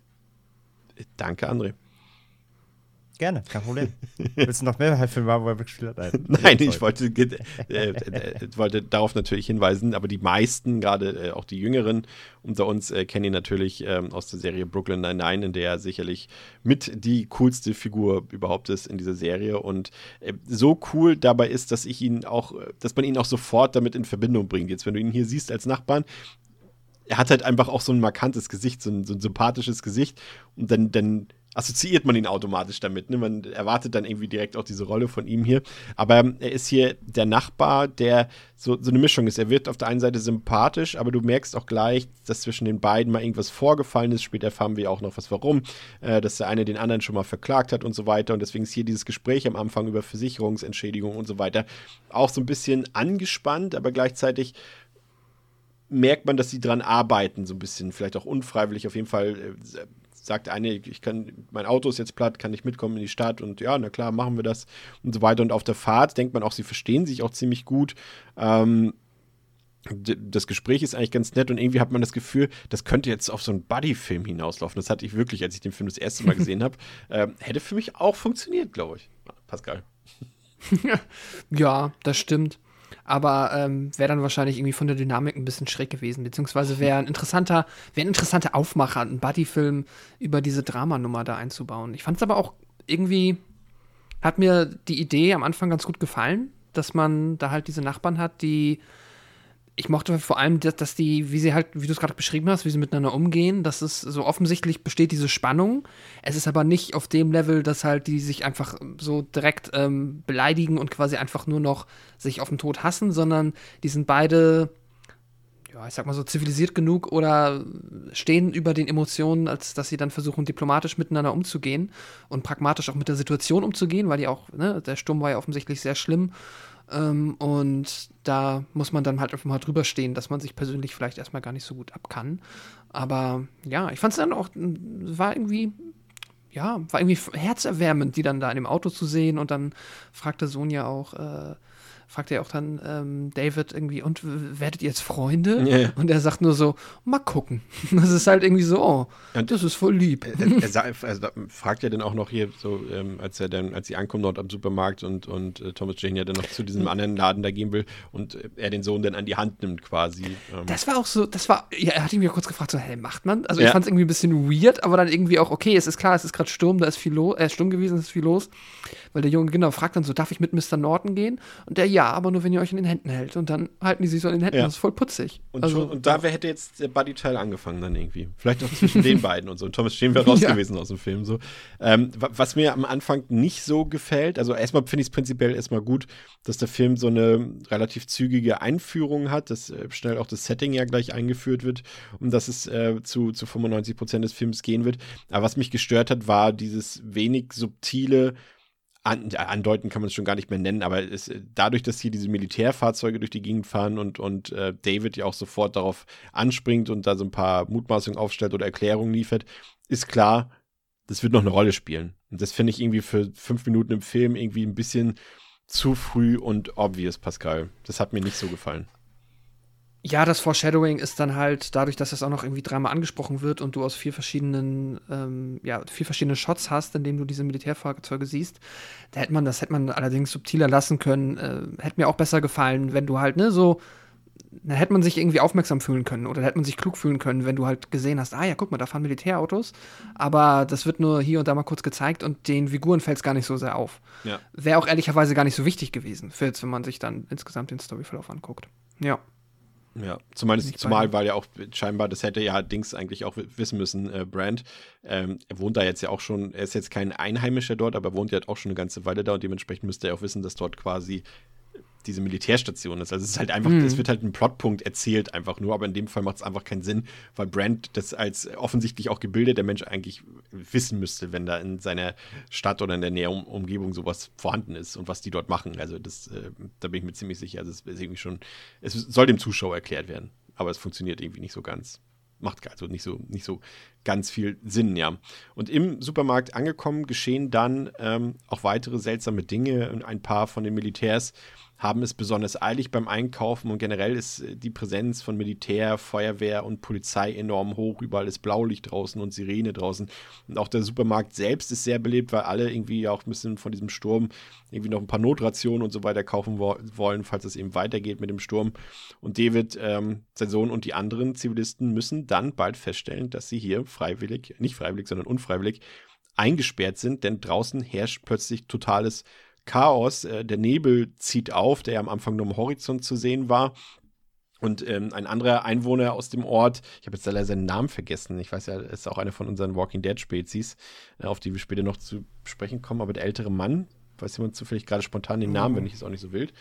Danke, André. Gerne, kein Problem. Willst du noch mehr Filme haben, wo er mitgespielt hat? Nein, Nein ich wollte, äh, äh, wollte darauf natürlich hinweisen, aber die meisten, gerade äh, auch die Jüngeren unter uns, äh, kennen ihn natürlich äh, aus der Serie Brooklyn Nine-Nine, in der er sicherlich mit die coolste Figur überhaupt ist in dieser Serie und äh, so cool dabei ist, dass ich ihn auch, dass man ihn auch sofort damit in Verbindung bringt. Jetzt, wenn du ihn hier siehst als Nachbarn, er hat halt einfach auch so ein markantes Gesicht, so ein, so ein sympathisches Gesicht und dann, dann assoziiert man ihn automatisch damit. Ne? Man erwartet dann irgendwie direkt auch diese Rolle von ihm hier. Aber er ist hier der Nachbar, der so, so eine Mischung ist. Er wird auf der einen Seite sympathisch, aber du merkst auch gleich, dass zwischen den beiden mal irgendwas vorgefallen ist. Später erfahren wir auch noch was, warum. Äh, dass der eine den anderen schon mal verklagt hat und so weiter. Und deswegen ist hier dieses Gespräch am Anfang über Versicherungsentschädigung und so weiter auch so ein bisschen angespannt, aber gleichzeitig merkt man, dass sie dran arbeiten, so ein bisschen, vielleicht auch unfreiwillig. Auf jeden Fall äh, sagt eine, ich kann, mein Auto ist jetzt platt, kann nicht mitkommen in die Stadt und ja, na klar, machen wir das und so weiter. Und auf der Fahrt denkt man auch, sie verstehen sich auch ziemlich gut. Ähm, d- das Gespräch ist eigentlich ganz nett und irgendwie hat man das Gefühl, das könnte jetzt auf so einen Buddy-Film hinauslaufen. Das hatte ich wirklich, als ich den Film das erste Mal gesehen habe. Ähm, hätte für mich auch funktioniert, glaube ich. Pascal. Ja, das stimmt. Aber ähm, wäre dann wahrscheinlich irgendwie von der Dynamik ein bisschen schräg gewesen, beziehungsweise wäre ein interessanter, wäre ein interessanter Aufmacher, einen Buddy-Film über diese Dramanummer da einzubauen. Ich fand es aber auch irgendwie, hat mir die Idee am Anfang ganz gut gefallen, dass man da halt diese Nachbarn hat, die ich mochte vor allem, dass, dass die, wie sie halt, wie du es gerade beschrieben hast, wie sie miteinander umgehen, dass es so offensichtlich besteht diese Spannung. Es ist aber nicht auf dem Level, dass halt die sich einfach so direkt ähm, beleidigen und quasi einfach nur noch sich auf den Tod hassen, sondern die sind beide, ja, ich sag mal so zivilisiert genug oder stehen über den Emotionen, als dass sie dann versuchen, diplomatisch miteinander umzugehen und pragmatisch auch mit der Situation umzugehen, weil die auch, ne, der Sturm war ja offensichtlich sehr schlimm. Ähm, und da muss man dann halt einfach mal drüber stehen, dass man sich persönlich vielleicht erstmal gar nicht so gut ab kann. Aber ja, ich fand es dann auch, war irgendwie, ja, war irgendwie herzerwärmend, die dann da in dem Auto zu sehen. Und dann fragte Sonja auch, äh, fragt er auch dann ähm, David irgendwie, und w- werdet ihr jetzt Freunde? Yeah. Und er sagt nur so, mal gucken. Das ist halt irgendwie so, oh, Und das ist voll lieb. Er, er, sa- also, fragt ja dann auch noch hier so, ähm, als er dann, als sie ankommen dort am Supermarkt und, und äh, Thomas Jane ja dann noch zu diesem anderen Laden da gehen will und äh, er den Sohn dann an die Hand nimmt quasi. Ähm. Das war auch so, das war, ja, er hat ihn mir kurz gefragt, so, hey, macht man? Also Ja. ich fand es irgendwie ein bisschen weird, aber dann irgendwie auch, okay, es ist klar, es ist gerade Sturm, da ist viel los, äh, Sturm gewesen, es ist viel los. Weil der Junge genau fragt dann so, darf ich mit Mister Norton gehen? Und der, ja, aber nur wenn ihr euch in den Händen hält. Und dann halten die sich so in den Händen, Ja. das ist voll putzig. Und, also, schon, und da wär, hätte jetzt der Buddy-Teil angefangen dann irgendwie. Vielleicht auch zwischen den beiden und so. Und Thomas Jane wäre raus Ja. gewesen aus dem Film. So. Ähm, wa- was mir am Anfang nicht so gefällt, also erstmal finde ich es prinzipiell erstmal gut, dass der Film so eine relativ zügige Einführung hat, dass äh, schnell auch das Setting ja gleich eingeführt wird und dass es äh, zu, zu fünfundneunzig Prozent des Films gehen wird. Aber was mich gestört hat, war dieses wenig subtile An, andeuten kann man es schon gar nicht mehr nennen, aber es, dadurch, dass hier diese Militärfahrzeuge durch die Gegend fahren und, und äh, David ja auch sofort darauf anspringt und da so ein paar Mutmaßungen aufstellt oder Erklärungen liefert, ist klar, das wird noch eine Rolle spielen. Und das finde ich irgendwie für fünf Minuten im Film irgendwie ein bisschen zu früh und obvious, Pascal. Das hat mir nicht so gefallen. ja, das Foreshadowing ist dann halt dadurch, dass das auch noch irgendwie dreimal angesprochen wird und du aus vier verschiedenen, ähm, ja, vier verschiedene Shots hast, in denen du diese Militärfahrzeuge siehst. Da hätte man, das hätte man allerdings subtiler lassen können. Äh, hätte mir auch besser gefallen, wenn du halt, ne, so, da hätte man sich irgendwie aufmerksam fühlen können oder da hätte man sich klug fühlen können, wenn du halt gesehen hast, ah ja, guck mal, da fahren Militärautos, aber das wird nur hier und da mal kurz gezeigt und den Figuren fällt es gar nicht so sehr auf. Ja. Wäre auch ehrlicherweise gar nicht so wichtig gewesen, für jetzt, wenn man sich dann insgesamt den Storyverlauf anguckt. Ja. Ja, zumindest, Nicht bei zumal, mir. weil ja auch scheinbar, das hätte ja Dings eigentlich auch w- wissen müssen, äh, Brand. Ähm, er wohnt da jetzt ja auch schon, er ist jetzt kein Einheimischer dort, aber er wohnt ja auch schon eine ganze Weile da und dementsprechend müsste er auch wissen, dass dort quasi diese Militärstation ist. Also es ist halt einfach, Mhm. es wird halt ein Plotpunkt erzählt einfach nur, aber in dem Fall macht es einfach keinen Sinn, weil Brand das als offensichtlich auch gebildeter Mensch eigentlich wissen müsste, wenn da in seiner Stadt oder in der näheren Umgebung sowas vorhanden ist und was die dort machen. Also das, äh, da bin ich mir ziemlich sicher, also es ist irgendwie schon, es soll dem Zuschauer erklärt werden, aber es funktioniert irgendwie nicht so ganz. Macht also nicht so, nicht so ganz viel Sinn, ja. Und im Supermarkt angekommen geschehen dann ähm, auch weitere seltsame Dinge und ein paar von den Militärs haben es besonders eilig beim Einkaufen und generell ist äh, die Präsenz von Militär, Feuerwehr und Polizei enorm hoch. Überall ist Blaulicht draußen und Sirene draußen. Und auch der Supermarkt selbst ist sehr belebt, weil alle irgendwie auch ein bisschen von diesem Sturm irgendwie noch ein paar Notrationen und so weiter kaufen wo- wollen, falls es eben weitergeht mit dem Sturm. Und David, ähm, sein Sohn und die anderen Zivilisten müssen dann bald feststellen, dass sie hier freiwillig, nicht freiwillig, sondern unfreiwillig eingesperrt sind, denn draußen herrscht plötzlich totales Chaos. Äh, der Nebel zieht auf, der ja am Anfang nur am Horizont zu sehen war. Und ähm, ein anderer Einwohner aus dem Ort, ich habe jetzt leider seinen Namen vergessen, ich weiß ja, er ist auch einer von unseren Walking Dead-Spezies, äh, auf die wir später noch zu sprechen kommen, aber der ältere Mann, weiß jemand zufällig gerade spontan den Namen, wenn nicht, ist auch nicht so wild.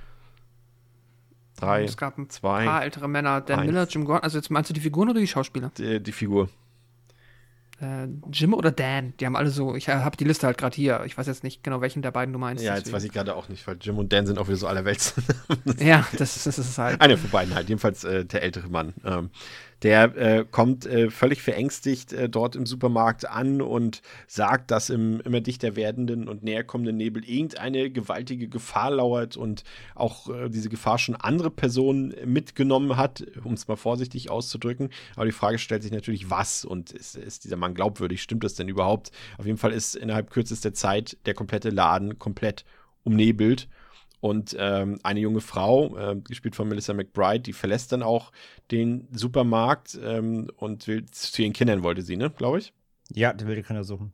Drei, Es gab ein zwei, paar ältere Männer, Dan eins. Miller, Jim Gordon, also jetzt meinst du die Figuren oder die Schauspieler? die, die Figur. Äh, Jim oder Dan, die haben alle so, ich habe die Liste halt gerade hier, ich weiß jetzt nicht genau, welchen der beiden du meinst. Ja, jetzt deswegen. weiß ich gerade auch nicht, weil Jim und Dan sind auch wieder so allerwelts. Ja, das ist, das ist halt. Einer von beiden halt, jedenfalls äh, der ältere Mann. Ähm, der äh, kommt äh, völlig verängstigt äh, dort im Supermarkt an und sagt, dass im immer dichter werdenden und näher kommenden Nebel irgendeine gewaltige Gefahr lauert und auch äh, diese Gefahr schon andere Personen mitgenommen hat, um es mal vorsichtig auszudrücken. Aber die Frage stellt sich natürlich, was und ist, ist dieser Mann glaubwürdig? Stimmt das denn überhaupt? Auf jeden Fall ist innerhalb kürzester Zeit der komplette Laden komplett umnebelt. Und ähm, eine junge Frau, äh, gespielt von Melissa McBride, die verlässt dann auch den Supermarkt ähm, und will zu ihren Kindern, wollte sie, ne, glaube ich. Ja, der will die Kinder suchen.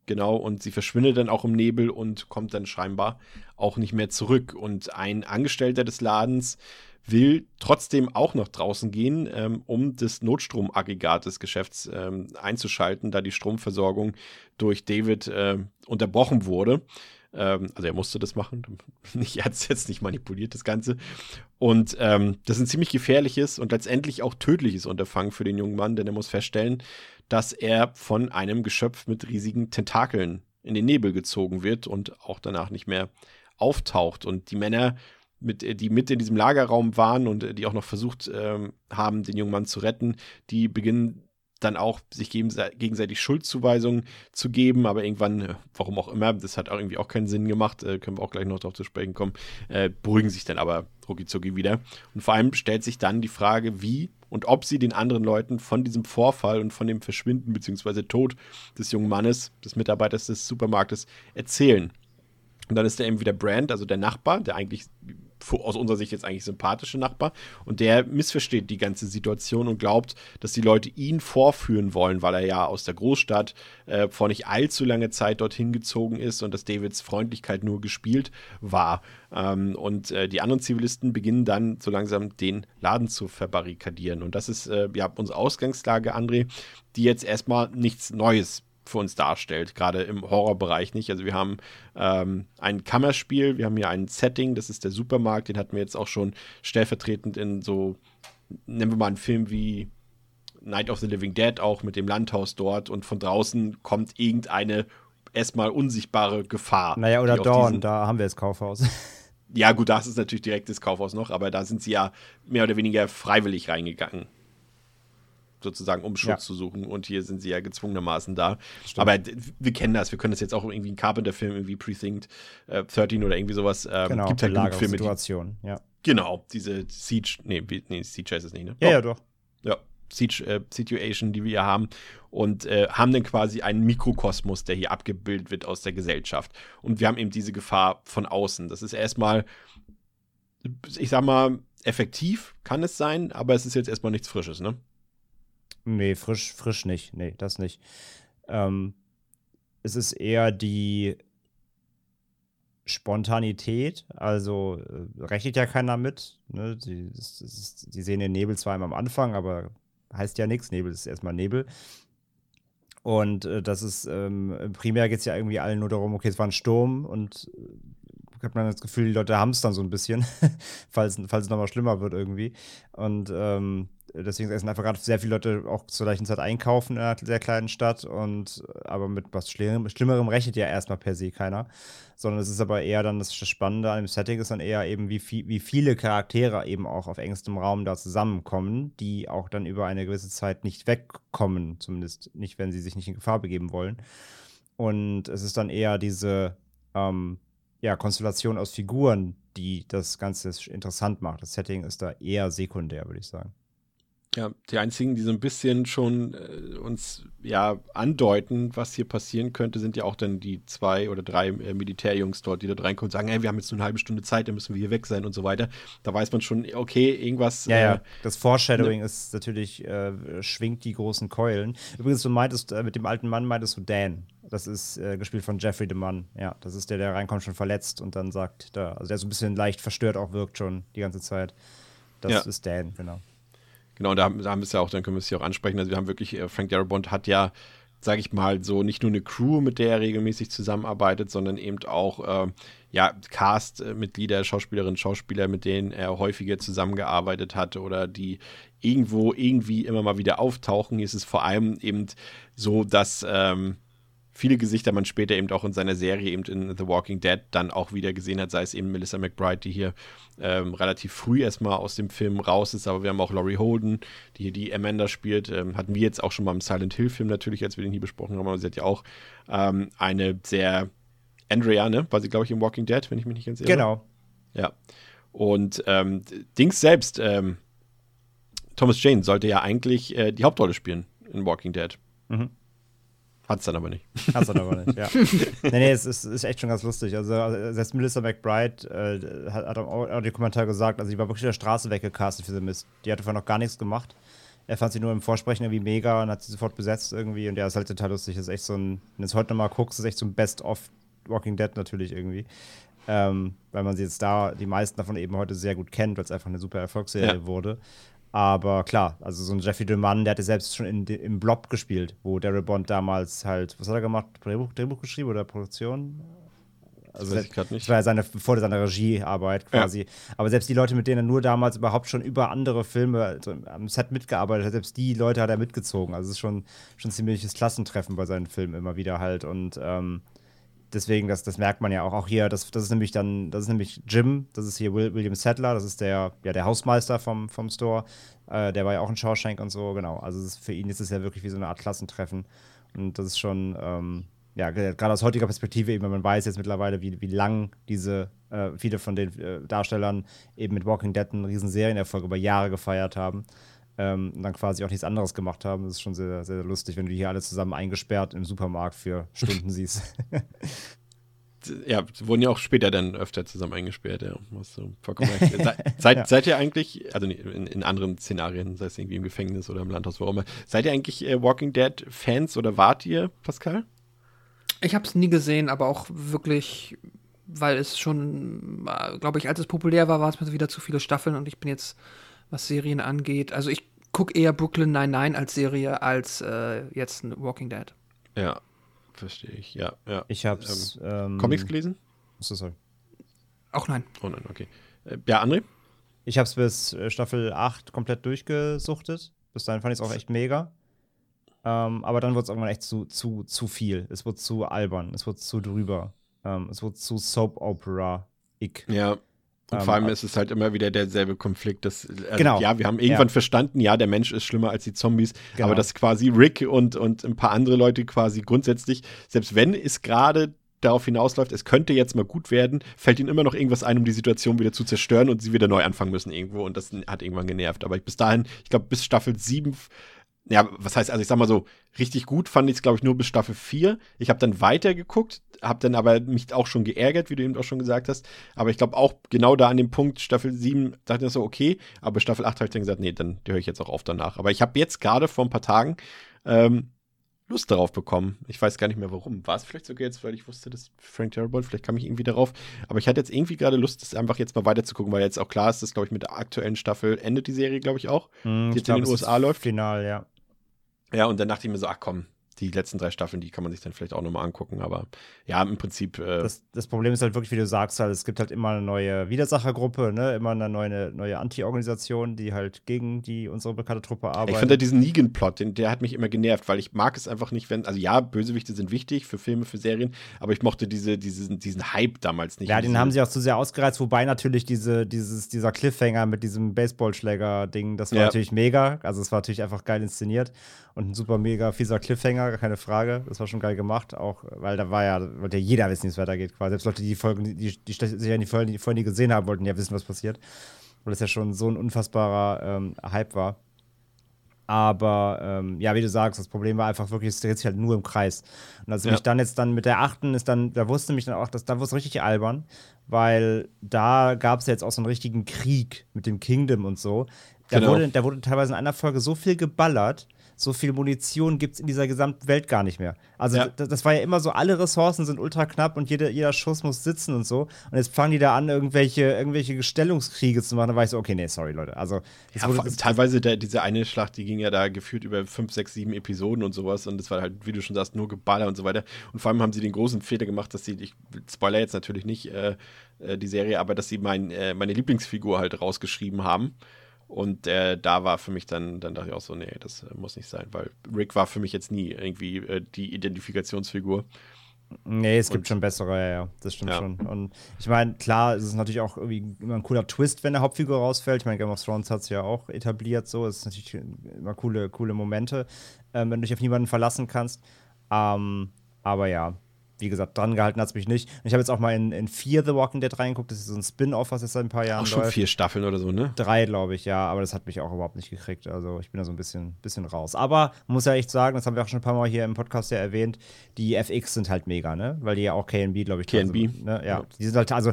Genau, und sie verschwindet dann auch im Nebel und kommt dann scheinbar auch nicht mehr zurück. Und ein Angestellter des Ladens will trotzdem auch nach draußen gehen, ähm, um das Notstromaggregat des Geschäfts ähm, einzuschalten, da die Stromversorgung durch David äh, unterbrochen wurde. Ähm, also er musste das machen, er hat es jetzt nicht manipuliert, das Ganze. Und ähm, das ist ein ziemlich gefährliches und letztendlich auch tödliches Unterfangen für den jungen Mann, denn er muss feststellen, dass er von einem Geschöpf mit riesigen Tentakeln in den Nebel gezogen wird und auch danach nicht mehr auftaucht. Und die Männer, mit, die mit in diesem Lagerraum waren und die auch noch versucht ähm, haben, den jungen Mann zu retten, die beginnen dann auch sich gegenseitig Schuldzuweisungen zu geben, aber irgendwann, warum auch immer, das hat auch irgendwie auch keinen Sinn gemacht, äh, können wir auch gleich noch darauf zu sprechen kommen, äh, beruhigen sich dann aber rucki wieder. Und vor allem stellt sich dann die Frage, wie und ob sie den anderen Leuten von diesem Vorfall und von dem Verschwinden bzw. Tod des jungen Mannes, des Mitarbeiters des Supermarktes, erzählen. Und dann ist da eben wieder Brand, also der Nachbar, der eigentlich aus unserer Sicht jetzt eigentlich sympathische Nachbar, und der missversteht die ganze Situation und glaubt, dass die Leute ihn vorführen wollen, weil er ja aus der Großstadt äh, vor nicht allzu langer Zeit dorthin gezogen ist und dass Davids Freundlichkeit nur gespielt war. Ähm, und äh, die anderen Zivilisten beginnen dann so langsam den Laden zu verbarrikadieren. Und das ist äh, ja unsere Ausgangslage, André, die jetzt erstmal nichts Neues für uns darstellt, gerade im Horrorbereich nicht. Also wir haben ähm, ein Kammerspiel, wir haben hier ein Setting, das ist der Supermarkt, den hatten wir jetzt auch schon stellvertretend in so, nennen wir mal einen Film wie Night of the Living Dead auch mit dem Landhaus dort, und von draußen kommt irgendeine erstmal unsichtbare Gefahr. Naja, oder Dawn, da haben wir das Kaufhaus. Ja gut, das ist natürlich direkt das Kaufhaus noch, aber da sind sie ja mehr oder weniger freiwillig reingegangen, sozusagen, um Schutz ja. zu suchen. Und hier sind sie ja gezwungenermaßen da. Stimmt. Aber wir kennen das. Wir können das jetzt auch irgendwie einen Carpenter-Film, irgendwie Precinct äh, dreizehn oder irgendwie sowas. Ähm, genau, gibt halt genug Filme. Situation, ja. Genau, diese Siege, nee, nee, Siege heißt es nicht, ne? Ja, oh. ja, doch. Ja, Siege äh, Situation, die wir hier haben. Und äh, haben dann quasi einen Mikrokosmos, der hier abgebildet wird aus der Gesellschaft. Und wir haben eben diese Gefahr von außen. Das ist erstmal, ich sag mal, effektiv kann es sein, aber es ist jetzt erstmal nichts Frisches, ne? Nee, frisch, frisch nicht. Nee, das nicht. Ähm, es ist eher die Spontanität, also äh, rechnet ja keiner mit. Ne? Die, das, das, die sehen den Nebel zwar einmal am Anfang, aber heißt ja nichts. Nebel ist erstmal Nebel. Und äh, das ist, ähm, primär geht es ja irgendwie allen nur darum, okay, es war ein Sturm, und äh, hat man das Gefühl, die Leute haben es dann so ein bisschen, falls, falls es nochmal schlimmer wird irgendwie. Und ähm, deswegen essen einfach gerade sehr viele Leute auch zur gleichen Zeit einkaufen in einer sehr kleinen Stadt, und aber mit was Schlimmerem, Schlimmerem rechnet ja erstmal per se keiner, sondern es ist aber eher dann das Spannende an dem Setting ist dann eher eben, wie, viel, wie viele Charaktere eben auch auf engstem Raum da zusammenkommen, die auch dann über eine gewisse Zeit nicht wegkommen, zumindest nicht, wenn sie sich nicht in Gefahr begeben wollen. Und es ist dann eher diese ähm, ja, Konstellation aus Figuren, die das Ganze interessant macht. Das Setting ist da eher sekundär, würde ich sagen. Ja, die einzigen, die so ein bisschen schon äh, uns ja andeuten, was hier passieren könnte, sind ja auch dann die zwei oder drei äh, Militärjungs dort, die dort reinkommen und sagen, hey, wir haben jetzt nur eine halbe Stunde Zeit, dann müssen wir hier weg sein und so weiter. Da weiß man schon, okay, irgendwas. Ja, äh, ja, das Foreshadowing ne? ist natürlich, äh, schwingt die großen Keulen. Übrigens, du meintest, äh, mit dem alten Mann meintest du Dan. Das ist äh, gespielt von Jeffrey DeMunn. Ja, das ist der, der reinkommt, schon verletzt und dann sagt, da, also der so ein bisschen leicht verstört auch wirkt schon die ganze Zeit. Das ja. ist Dan, genau. Genau, da, da haben wir es ja auch, dann können wir es hier auch ansprechen. Also wir haben wirklich, äh, Frank Darabont hat ja, sage ich mal, so nicht nur eine Crew, mit der er regelmäßig zusammenarbeitet, sondern eben auch äh, ja, Cast-Mitglieder, Schauspielerinnen, Schauspieler, mit denen er häufiger zusammengearbeitet hat oder die irgendwo irgendwie immer mal wieder auftauchen. Hier ist es vor allem eben so, dass ähm, viele Gesichter man später eben auch in seiner Serie eben in The Walking Dead dann auch wieder gesehen hat, sei es eben Melissa McBride, die hier ähm, relativ früh erstmal aus dem Film raus ist, aber wir haben auch Laurie Holden, die hier die Amanda spielt, ähm, hatten wir jetzt auch schon mal im Silent Hill Film natürlich, als wir den hier besprochen haben, aber sie hat ja auch ähm, eine sehr, Andrea, ne, war sie glaube ich im Walking Dead, wenn ich mich nicht ganz irre. Genau. Ja, und ähm, Dings selbst, ähm, Thomas Jane sollte ja eigentlich äh, die Hauptrolle spielen in Walking Dead. Mhm. Hat's dann aber nicht. Hat's dann aber nicht, ja. nee, nee, es ist, ist echt schon ganz lustig. Also, selbst Melissa McBride äh, hat, hat auch den Kommentar gesagt, also die war wirklich der Straße weggecastet für The Mist. Die hatte vorher noch gar nichts gemacht Er fand sie nur im Vorsprechen irgendwie mega und hat sie sofort besetzt irgendwie. Und der ist halt total lustig. Das ist echt so ein, wenn du es heute nochmal guckst, ist echt so ein Best-of Walking Dead natürlich irgendwie. Ähm, weil man sie jetzt da, die meisten davon eben heute sehr gut kennt, weil es einfach eine super Erfolgsserie Ja. wurde. Aber klar, also so ein Jeffrey DeMunn, der hatte selbst schon in, im Blob gespielt, wo Daryl Bond damals halt, was hat er gemacht? Drehbuch, Drehbuch geschrieben oder Produktion? Also weiß ich grad nicht. Das war ja seine, vor seiner Regiearbeit quasi. Ja. Aber selbst die Leute, mit denen er nur damals überhaupt schon über andere Filme also am Set mitgearbeitet hat, selbst die Leute hat er mitgezogen. Also es ist schon, schon ein ziemliches Klassentreffen bei seinen Filmen immer wieder halt. Und ähm, deswegen, das, das merkt man ja auch, auch hier, das, das ist nämlich dann, das ist nämlich Jim, das ist hier Will, William Sadler, das ist der, ja, der Hausmeister vom, vom Store, äh, der war ja auch in Shawshank und so, genau. Also ist, für ihn ist es ja wirklich wie so eine Art Klassentreffen. Und das ist schon, ähm, ja, gerade aus heutiger Perspektive eben, wenn man weiß jetzt mittlerweile, wie, wie lang diese, äh, viele von den äh, Darstellern eben mit Walking Dead einen riesen Serienerfolg über Jahre gefeiert haben. Ähm, und dann quasi auch nichts anderes gemacht haben. Das ist schon sehr, sehr lustig, wenn du die hier alle zusammen eingesperrt im Supermarkt für Stunden siehst. Ja, sie wurden ja auch später dann öfter zusammen eingesperrt, ja. Hast du vollkommen recht. Se, seid, ja. seid ihr eigentlich, also in, in anderen Szenarien, sei es irgendwie im Gefängnis oder im Landhaus, wo auch immer, seid ihr eigentlich äh, Walking Dead-Fans oder wart ihr, Pascal? Ich habe es nie gesehen, aber auch wirklich, weil es schon, glaube ich, als es populär war, war es mir wieder zu viele Staffeln und ich bin jetzt, was Serien angeht, also ich gucke eher Brooklyn Nine-Nine als Serie als äh, jetzt Walking Dead. Ja, verstehe ich, ja. ja. Ich hab's ähm, ähm, Comics gelesen? So, sorry. Auch nein. Oh nein, okay. Äh, ja, André? Ich hab's bis äh, Staffel acht komplett durchgesuchtet. Bis dahin fand ich es auch echt mega. Ähm, aber dann wurde es irgendwann echt zu, zu, zu viel. Es wurde zu albern, es wurde zu drüber. Ähm, es wurde zu Soap-Opera-ig. Ja. Und Ähm, vor allem ist es halt immer wieder derselbe Konflikt. Dass, also, genau. Ja, wir haben irgendwann Ja. verstanden, ja, der Mensch ist schlimmer als die Zombies, Genau. aber dass quasi Rick und, und ein paar andere Leute quasi grundsätzlich, selbst wenn es gerade darauf hinausläuft, es könnte jetzt mal gut werden, fällt ihnen immer noch irgendwas ein, um die Situation wieder zu zerstören und sie wieder neu anfangen müssen irgendwo und das hat irgendwann genervt. Aber bis dahin, ich glaube, bis Staffel sieben, ja, was heißt, also ich sag mal so, richtig gut fand ich es, glaube ich, nur bis Staffel vier. Ich habe dann weitergeguckt, habe dann aber mich auch schon geärgert, wie du eben auch schon gesagt hast. Aber ich glaube auch genau da an dem Punkt, Staffel sieben, dachte ich so, okay. Aber Staffel acht habe ich dann gesagt, nee, dann höre ich jetzt auch auf danach. Aber ich habe jetzt gerade vor ein paar Tagen ähm, Lust darauf bekommen. Ich weiß gar nicht mehr warum. War es vielleicht sogar jetzt, weil ich wusste, dass Frank Darabont, vielleicht kam ich irgendwie darauf. Aber ich hatte jetzt irgendwie gerade Lust, das einfach jetzt mal weiterzugucken, weil jetzt auch klar ist, dass, glaube ich, mit der aktuellen Staffel endet die Serie, glaube ich, auch. Hm, die ich jetzt in glaub, den es U S A ist läuft. Final, ja. Ja, und dann dachte ich mir so, ach komm, die letzten drei Staffeln, die kann man sich dann vielleicht auch nochmal angucken. Aber ja, im Prinzip. Äh, Das, das Problem ist halt wirklich, wie du sagst, halt, es gibt halt immer eine neue Widersachergruppe, ne? Immer eine neue, neue Anti-Organisation, die halt gegen die unsere bekannte Truppe arbeitet. Ich finde halt diesen Negan-Plot, den, der hat mich immer genervt, weil ich mag es einfach nicht, wenn, also ja, Bösewichte sind wichtig für Filme, für Serien, aber ich mochte diese, diesen, diesen Hype damals nicht. Ja, den diese, haben sie auch zu sehr ausgereizt, wobei natürlich diese, dieses, dieser Cliffhanger mit diesem Baseballschläger-Ding, das war Ja. natürlich mega. Also es war natürlich einfach geil inszeniert und ein super mega fieser Cliffhanger, gar keine Frage. Das war schon geil gemacht, auch weil da war ja, wollte ja jeder wissen, wie es weitergeht quasi. Selbst Leute, die die Folgen, die, die, die sich ja die Folgen, die vorher nie gesehen haben, wollten ja wissen, was passiert. Weil das ja schon so ein unfassbarer ähm, Hype war. Aber ähm, ja, wie du sagst, das Problem war einfach wirklich, es dreht sich halt nur im Kreis. Und als Ja. mich dann jetzt dann mit der achten ist dann, da wusste mich dann auch, dass da wurde es richtig albern, weil da gab es ja jetzt auch so einen richtigen Krieg mit dem Kingdom und so. Da, Genau. wurde, da wurde teilweise in einer Folge so viel geballert, so viel Munition gibt es in dieser gesamten Welt gar nicht mehr. Also Ja. das, das war ja immer so, alle Ressourcen sind ultra knapp und jeder, jeder Schuss muss sitzen und so. Und jetzt fangen die da an, irgendwelche, irgendwelche Stellungskriege zu machen. Da war ich so, okay, nee, sorry, Leute. Also das ja, wurde, vor- das, teilweise der, diese eine Schlacht, die ging ja da gefühlt über fünf, sechs, sieben Episoden und sowas und das war halt, wie du schon sagst, nur Geballer und so weiter. Und vor allem haben sie den großen Fehler gemacht, dass sie, ich spoiler jetzt natürlich nicht äh, äh, die Serie, aber dass sie mein, äh, meine Lieblingsfigur halt rausgeschrieben haben. Und äh, da war für mich dann, dann dachte ich auch so, nee, das äh, muss nicht sein, weil Rick war für mich jetzt nie irgendwie äh, die Identifikationsfigur. Nee, es gibt Und- schon bessere, ja, ja, das stimmt Ja. schon. Und ich meine, klar, es ist natürlich auch irgendwie immer ein cooler Twist, wenn der Hauptfigur rausfällt. Ich meine, Game of Thrones hat es ja auch etabliert, so. Es ist natürlich immer coole, coole Momente, ähm, wenn du dich auf niemanden verlassen kannst. Ähm, aber ja, wie gesagt, dran gehalten hat es mich nicht. Und ich habe jetzt auch mal in, in Fear the Walking Dead reingeguckt. Das ist so ein Spin-off, was jetzt seit ein paar Jahren Auch schon läuft. vier Staffeln oder so, ne? Drei, glaube ich, ja, aber das hat mich auch überhaupt nicht gekriegt. Also ich bin da so ein bisschen, bisschen raus. Aber man muss ja echt sagen, das haben wir auch schon ein paar Mal hier im Podcast ja erwähnt, die F X sind halt mega, ne? Weil die ja auch K N B, glaube ich, K N B. drin sind, ne? Ja, die sind halt, also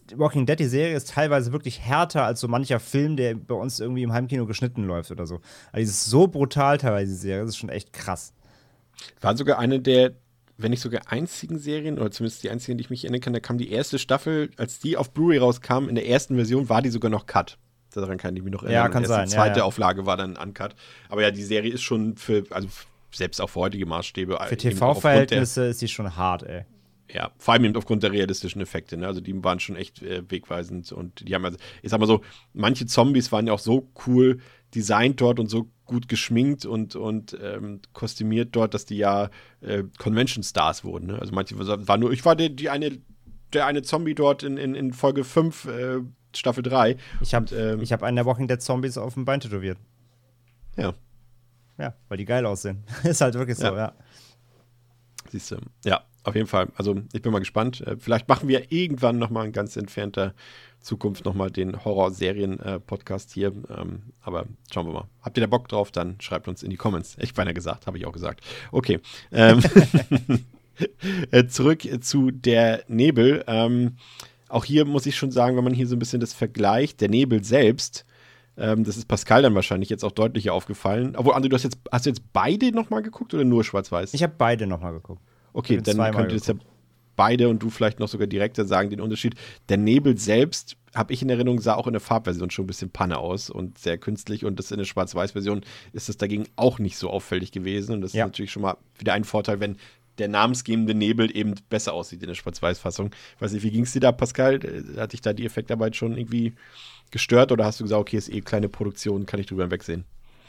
Walking Dead, die Serie, ist teilweise wirklich härter als so mancher Film, der bei uns irgendwie im Heimkino geschnitten läuft oder so. Also die ist so brutal teilweise, die Serie, das ist schon echt krass. War sogar eine der, wenn nicht sogar einzigen Serien, oder zumindest die einzigen, die ich mich erinnern kann, da kam die erste Staffel, als die auf Blu-ray rauskam, in der ersten Version war die sogar noch cut. Daran kann ich mich noch erinnern. Ja, kann Erst sein. Die zweite ja, ja. Auflage war dann uncut. Aber ja, die Serie ist schon für, also selbst auch für heutige Maßstäbe. Für T V-Verhältnisse ist die schon hart, ey. Ja, vor allem eben aufgrund der realistischen Effekte, ne? Also die waren schon echt äh, wegweisend und die haben also, ich sag mal so, manche Zombies waren ja auch so cool designt dort und so gut geschminkt und, und ähm, kostümiert dort, dass die ja äh, Convention-Stars wurden, ne? Also manche waren nur, ich war der, die eine, der eine Zombie dort in, in, in Folge fünf, äh, Staffel drei. Ich habe ähm, hab einen der Walking Dead Zombies auf dem Bein tätowiert. Ja. Ja, weil die geil aussehen. Ist halt wirklich so, Ja. ja. Siehst du, ja, auf jeden Fall. Also ich bin mal gespannt. Äh, vielleicht machen wir irgendwann noch mal in ganz entfernter Zukunft noch mal den Horror-Serien-Podcast hier. Ähm, aber schauen wir mal. Habt ihr da Bock drauf? Dann schreibt uns in die Comments. Ich beinahe gesagt, habe ich auch gesagt. Okay. Ähm, äh, zurück zu der Nebel. Ähm, auch hier muss ich schon sagen, wenn man hier so ein bisschen das vergleicht, der Nebel selbst, ähm, das ist Pascal dann wahrscheinlich jetzt auch deutlicher aufgefallen. Obwohl, André, du hast jetzt, hast du jetzt beide nochmal geguckt oder nur schwarz-weiß? Ich habe beide nochmal geguckt. Okay, dann könnt ihr es ja beide und du vielleicht noch sogar direkter sagen, den Unterschied. Der Nebel selbst, habe ich in Erinnerung, sah auch in der Farbversion schon ein bisschen Panne aus und sehr künstlich und das in der Schwarz-Weiß-Version ist es dagegen auch nicht so auffällig gewesen und das Ja. ist natürlich schon mal wieder ein Vorteil, wenn der namensgebende Nebel eben besser aussieht in der Schwarz-Weiß-Fassung. Weiß nicht, wie ging es dir da, Pascal? Hat dich da die Effektarbeit schon irgendwie gestört oder hast du gesagt, okay, ist eh kleine Produktion, kann ich drüber hinwegsehen?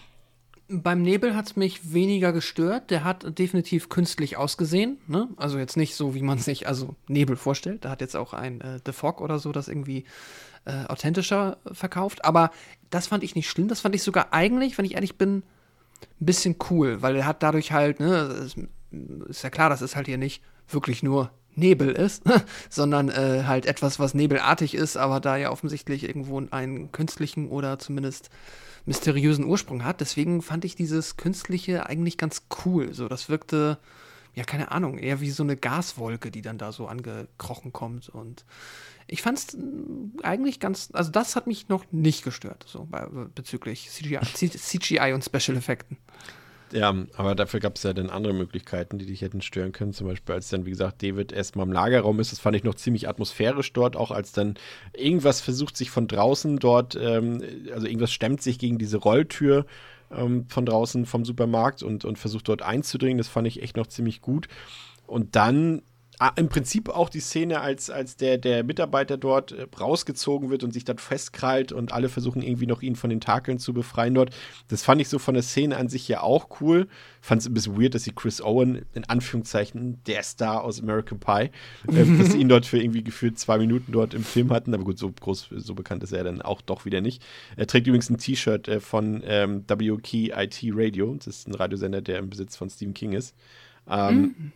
Beim Nebel hat es mich weniger gestört. Der hat definitiv künstlich ausgesehen. Ne? Also jetzt nicht so, wie man sich also Nebel vorstellt. Da hat jetzt auch ein äh, The Fog oder so das irgendwie äh, authentischer verkauft. Aber das fand ich nicht schlimm. Das fand ich sogar eigentlich, wenn ich ehrlich bin, ein bisschen cool. Weil er hat dadurch halt, ne, ist, ist ja klar, dass es halt hier nicht wirklich nur Nebel ist, sondern äh, halt etwas, was nebelartig ist, aber da ja offensichtlich irgendwo einen künstlichen oder zumindest mysteriösen Ursprung hat. Deswegen fand ich dieses Künstliche eigentlich ganz cool. So, das wirkte, ja, keine Ahnung, eher wie so eine Gaswolke, die dann da so angekrochen kommt. Und ich fand es eigentlich ganz, also das hat mich noch nicht gestört, so bei, bezüglich C G I, C G I und Special Effekten. Ja, aber dafür gab es ja dann andere Möglichkeiten, die dich hätten stören können. Zum Beispiel, als dann, wie gesagt, David erstmal im Lagerraum ist, das fand ich noch ziemlich atmosphärisch dort, auch als dann irgendwas versucht, sich von draußen dort, ähm, also irgendwas stemmt sich gegen diese Rolltür ähm, von draußen vom Supermarkt und, und versucht dort einzudringen. Das fand ich echt noch ziemlich gut. Und dann ah, im Prinzip auch die Szene, als, als der, der Mitarbeiter dort äh, rausgezogen wird und sich dann festkrallt und alle versuchen irgendwie noch ihn von den Takeln zu befreien dort. Das fand ich so von der Szene an sich ja auch cool. Fand es ein bisschen weird, dass sie Chris Owen, in Anführungszeichen, der Star aus American Pie, äh, dass sie ihn dort für irgendwie gefühlt zwei Minuten dort im Film hatten. Aber gut, so groß, so bekannt ist er dann auch doch wieder nicht. Er trägt übrigens ein T-Shirt äh, von ähm, W K I T Radio. Das ist ein Radiosender, der im Besitz von Stephen King ist. Ähm, mhm.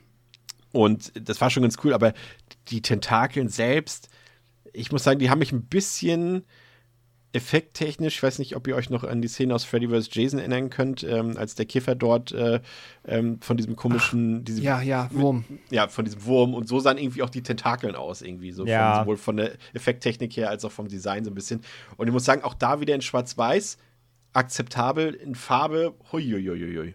Und das war schon ganz cool, aber die Tentakeln selbst, ich muss sagen, die haben mich ein bisschen effekttechnisch, ich weiß nicht, ob ihr euch noch an die Szene aus Freddy versus. Jason erinnern könnt, ähm, als der Kiffer dort äh, ähm, von diesem komischen, Ach, diesem, ja, ja, Wurm. Ja, von diesem Wurm und so sahen irgendwie auch die Tentakeln aus irgendwie, so ja. von, sowohl von der Effekttechnik her als auch vom Design so ein bisschen. Und ich muss sagen, auch da wieder in Schwarz-Weiß, akzeptabel, in Farbe, huiuiuiui.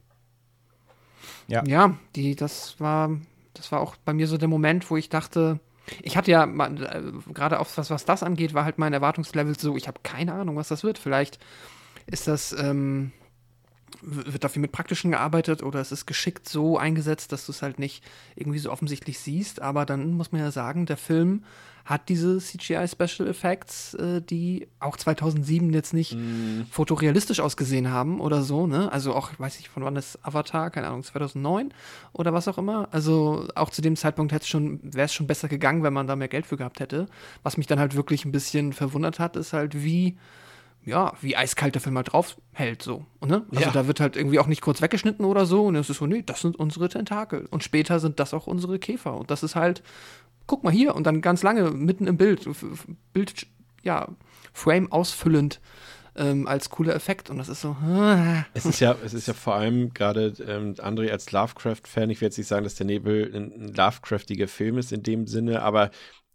Ja, ja die, das war Das war auch bei mir so der Moment, wo ich dachte, ich hatte ja, äh, gerade auf was, was das angeht, war halt mein Erwartungslevel so, ich habe keine Ahnung, was das wird. Vielleicht ist das, ähm, wird dafür mit Praktischen gearbeitet oder es ist geschickt so eingesetzt, dass du es halt nicht irgendwie so offensichtlich siehst. Aber dann muss man ja sagen, der Film hat diese C G I-Special Effects, äh, die auch zweitausendsieben jetzt nicht mm. fotorealistisch ausgesehen haben oder so, ne? Also auch, ich weiß nicht, von wann ist Avatar, keine Ahnung, zweitausendneun oder was auch immer. Also auch zu dem Zeitpunkt hätte es schon, wäre es schon besser gegangen, wenn man da mehr Geld für gehabt hätte. Was mich dann halt wirklich ein bisschen verwundert hat, ist halt, wie ja, wie eiskalt der Film halt drauf hält, so. Ne? Also ja. Da wird halt irgendwie auch nicht kurz weggeschnitten oder so. Und es ist so, nee, das sind unsere Tentakel. Und später sind das auch unsere Käfer. Und das ist halt, guck mal hier. Und dann ganz lange mitten im Bild, Bild, ja, Frame ausfüllend ähm, als cooler Effekt. Und das ist so, ah. Es ist ja, es ist ja vor allem gerade ähm, André als Lovecraft-Fan, ich will jetzt nicht sagen, dass der Nebel ein, ein Lovecraftiger Film ist in dem Sinne, aber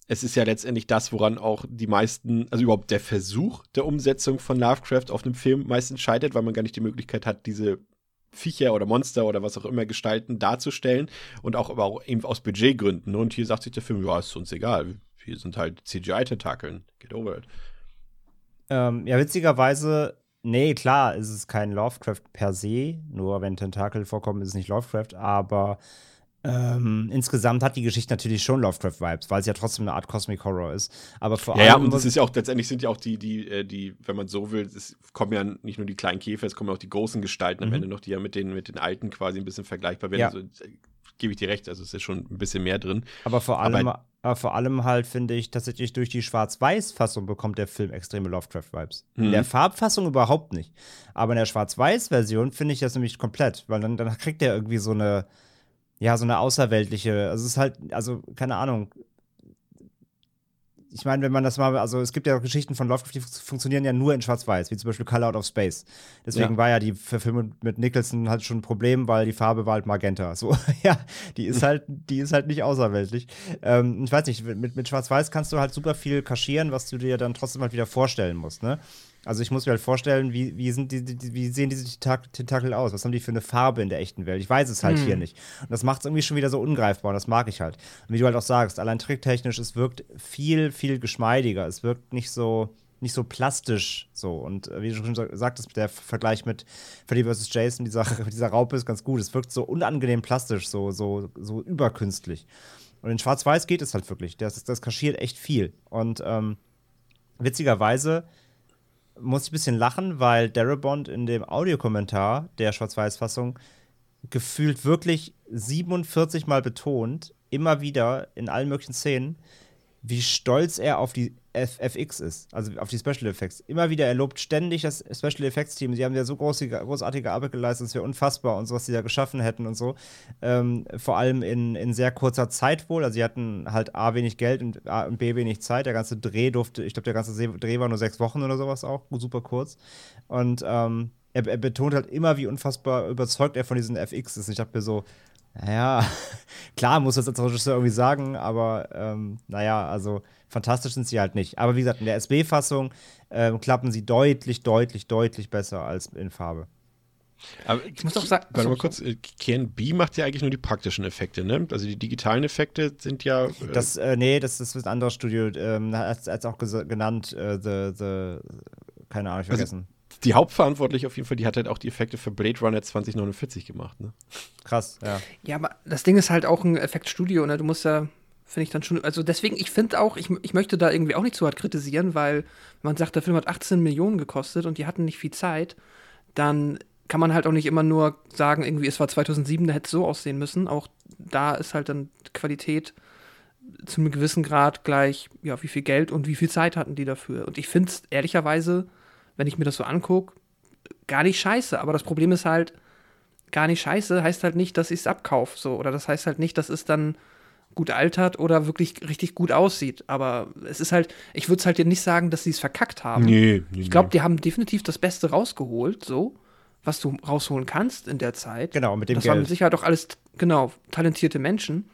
es ist ja letztendlich das, woran auch die meisten, also überhaupt der Versuch der Umsetzung von Lovecraft auf einem Film meistens scheitert, weil man gar nicht die Möglichkeit hat, diese Viecher oder Monster oder was auch immer Gestalten darzustellen und auch aber auch eben aus Budgetgründen. Und hier sagt sich der Film, ja, ist uns egal. Hier sind halt C G I-Tentakeln. Get over it. Ähm, ja, witzigerweise, nee, klar, ist es kein Lovecraft per se, nur wenn Tentakel vorkommen, ist es nicht Lovecraft, aber ähm, insgesamt hat die Geschichte natürlich schon Lovecraft-Vibes, weil es ja trotzdem eine Art Cosmic Horror ist. Aber vor Ja, allem. ja, und es ist ja auch, letztendlich sind ja auch die, die, äh, die, wenn man so will, es kommen ja nicht nur die kleinen Käfer, es kommen ja auch die großen Gestalten Mhm. am Ende noch, die ja mit den, mit den alten quasi ein bisschen vergleichbar werden. Ja. Also, äh, gebe ich dir recht, also es ist schon ein bisschen mehr drin. Aber vor allem, Aber- aber vor allem halt, finde ich, tatsächlich durch die Schwarz-Weiß-Fassung bekommt der Film extreme Lovecraft-Vibes. In Mhm. der Farbfassung überhaupt nicht. Aber in der Schwarz-Weiß-Version finde ich das nämlich komplett, weil dann, dann kriegt er irgendwie so eine, ja, so eine außerweltliche, also es ist halt, also, keine Ahnung. Ich meine, wenn man das mal, also es gibt ja auch Geschichten von Lovecraft, die funktionieren ja nur in Schwarz-Weiß, wie zum Beispiel Color Out of Space. Deswegen Ja. war ja die Verfilmung mit Nicholson halt schon ein Problem, weil die Farbe war halt Magenta. So, ja, die ist halt, die ist halt nicht außerweltlich. Ähm, ich weiß nicht, mit, mit Schwarz-Weiß kannst du halt super viel kaschieren, was du dir dann trotzdem halt wieder vorstellen musst, ne? Also ich muss mir halt vorstellen, wie, wie, sind die, die, wie sehen diese Tentak- Tentakel aus? Was haben die für eine Farbe in der echten Welt? Ich weiß es halt Hm. hier nicht. Und das macht es irgendwie schon wieder so ungreifbar und das mag ich halt. Und wie du halt auch sagst, allein tricktechnisch, es wirkt viel, viel geschmeidiger. Es wirkt nicht so, nicht so plastisch so. Und äh, wie du schon sa- sagtest, der Vergleich mit Freddy versus. Jason, dieser, dieser Raupe ist ganz gut. Es wirkt so unangenehm plastisch, so, so, so überkünstlich. Und in Schwarz-Weiß geht es halt wirklich. Das, das kaschiert echt viel. Und ähm, witzigerweise muss ich ein bisschen lachen, weil Darabont in dem Audiokommentar der Schwarz-Weiß-Fassung gefühlt wirklich siebenundvierzig Mal betont, immer wieder in allen möglichen Szenen, wie stolz er auf die F FX ist, also auf die Special Effects. Immer wieder, er lobt ständig das Special Effects Team. Sie haben ja so große, großartige Arbeit geleistet, es wäre unfassbar und so, was sie da geschaffen hätten und so. Ähm, vor allem in, in sehr kurzer Zeit wohl. Also sie hatten halt A, wenig Geld und, A, und B, wenig Zeit. Der ganze Dreh durfte, ich glaube, der ganze Dreh war nur sechs Wochen oder sowas auch, super kurz. Und ähm, er, er betont halt immer, wie unfassbar überzeugt er von diesen F X ist. Ich dachte mir so, naja, klar, muss das als Regisseur irgendwie sagen, aber ähm, naja, also fantastisch sind sie halt nicht. Aber wie gesagt, in der S B-Fassung ähm, klappen sie deutlich, deutlich, deutlich besser als in Farbe. Aber Ich muss auch sagen- warte mal so, kurz, äh, K N B macht ja eigentlich nur die praktischen Effekte, ne? Also die digitalen Effekte sind ja. Äh, Das, äh, nee, das, das ist ein anderes Studio, ähm, hat es auch ges- genannt, äh, the, the, keine Ahnung, ich Also- vergessen. die Hauptverantwortliche auf jeden Fall, die hat halt auch die Effekte für Blade Runner zwanzig neunundvierzig gemacht, ne? Krass, ja. Ja, aber das Ding ist halt auch ein Effektstudio, ne? Du musst ja, finde ich dann schon, also deswegen, ich finde auch, ich, ich möchte da irgendwie auch nicht zu hart kritisieren, weil man sagt, der Film hat achtzehn Millionen gekostet und die hatten nicht viel Zeit, dann kann man halt auch nicht immer nur sagen, irgendwie, es war zweitausendsieben, da hätte es so aussehen müssen. Auch da ist halt dann Qualität zu einem gewissen Grad gleich, ja, wie viel Geld und wie viel Zeit hatten die dafür. Und ich finde es ehrlicherweise, wenn ich mir das so angucke, gar nicht scheiße. Aber das Problem ist halt, gar nicht scheiße heißt halt nicht, dass ich es abkaufe. So. Oder das heißt halt nicht, dass es dann gut altert oder wirklich richtig gut aussieht. Aber es ist halt, ich würde es halt dir nicht sagen, dass sie es verkackt haben. Nee, nee, Ich glaube, die haben definitiv das Beste rausgeholt, so, was du rausholen kannst in der Zeit. Genau, mit dem Das waren Geld. mit Sicherheit auch alles, genau, talentierte Menschen.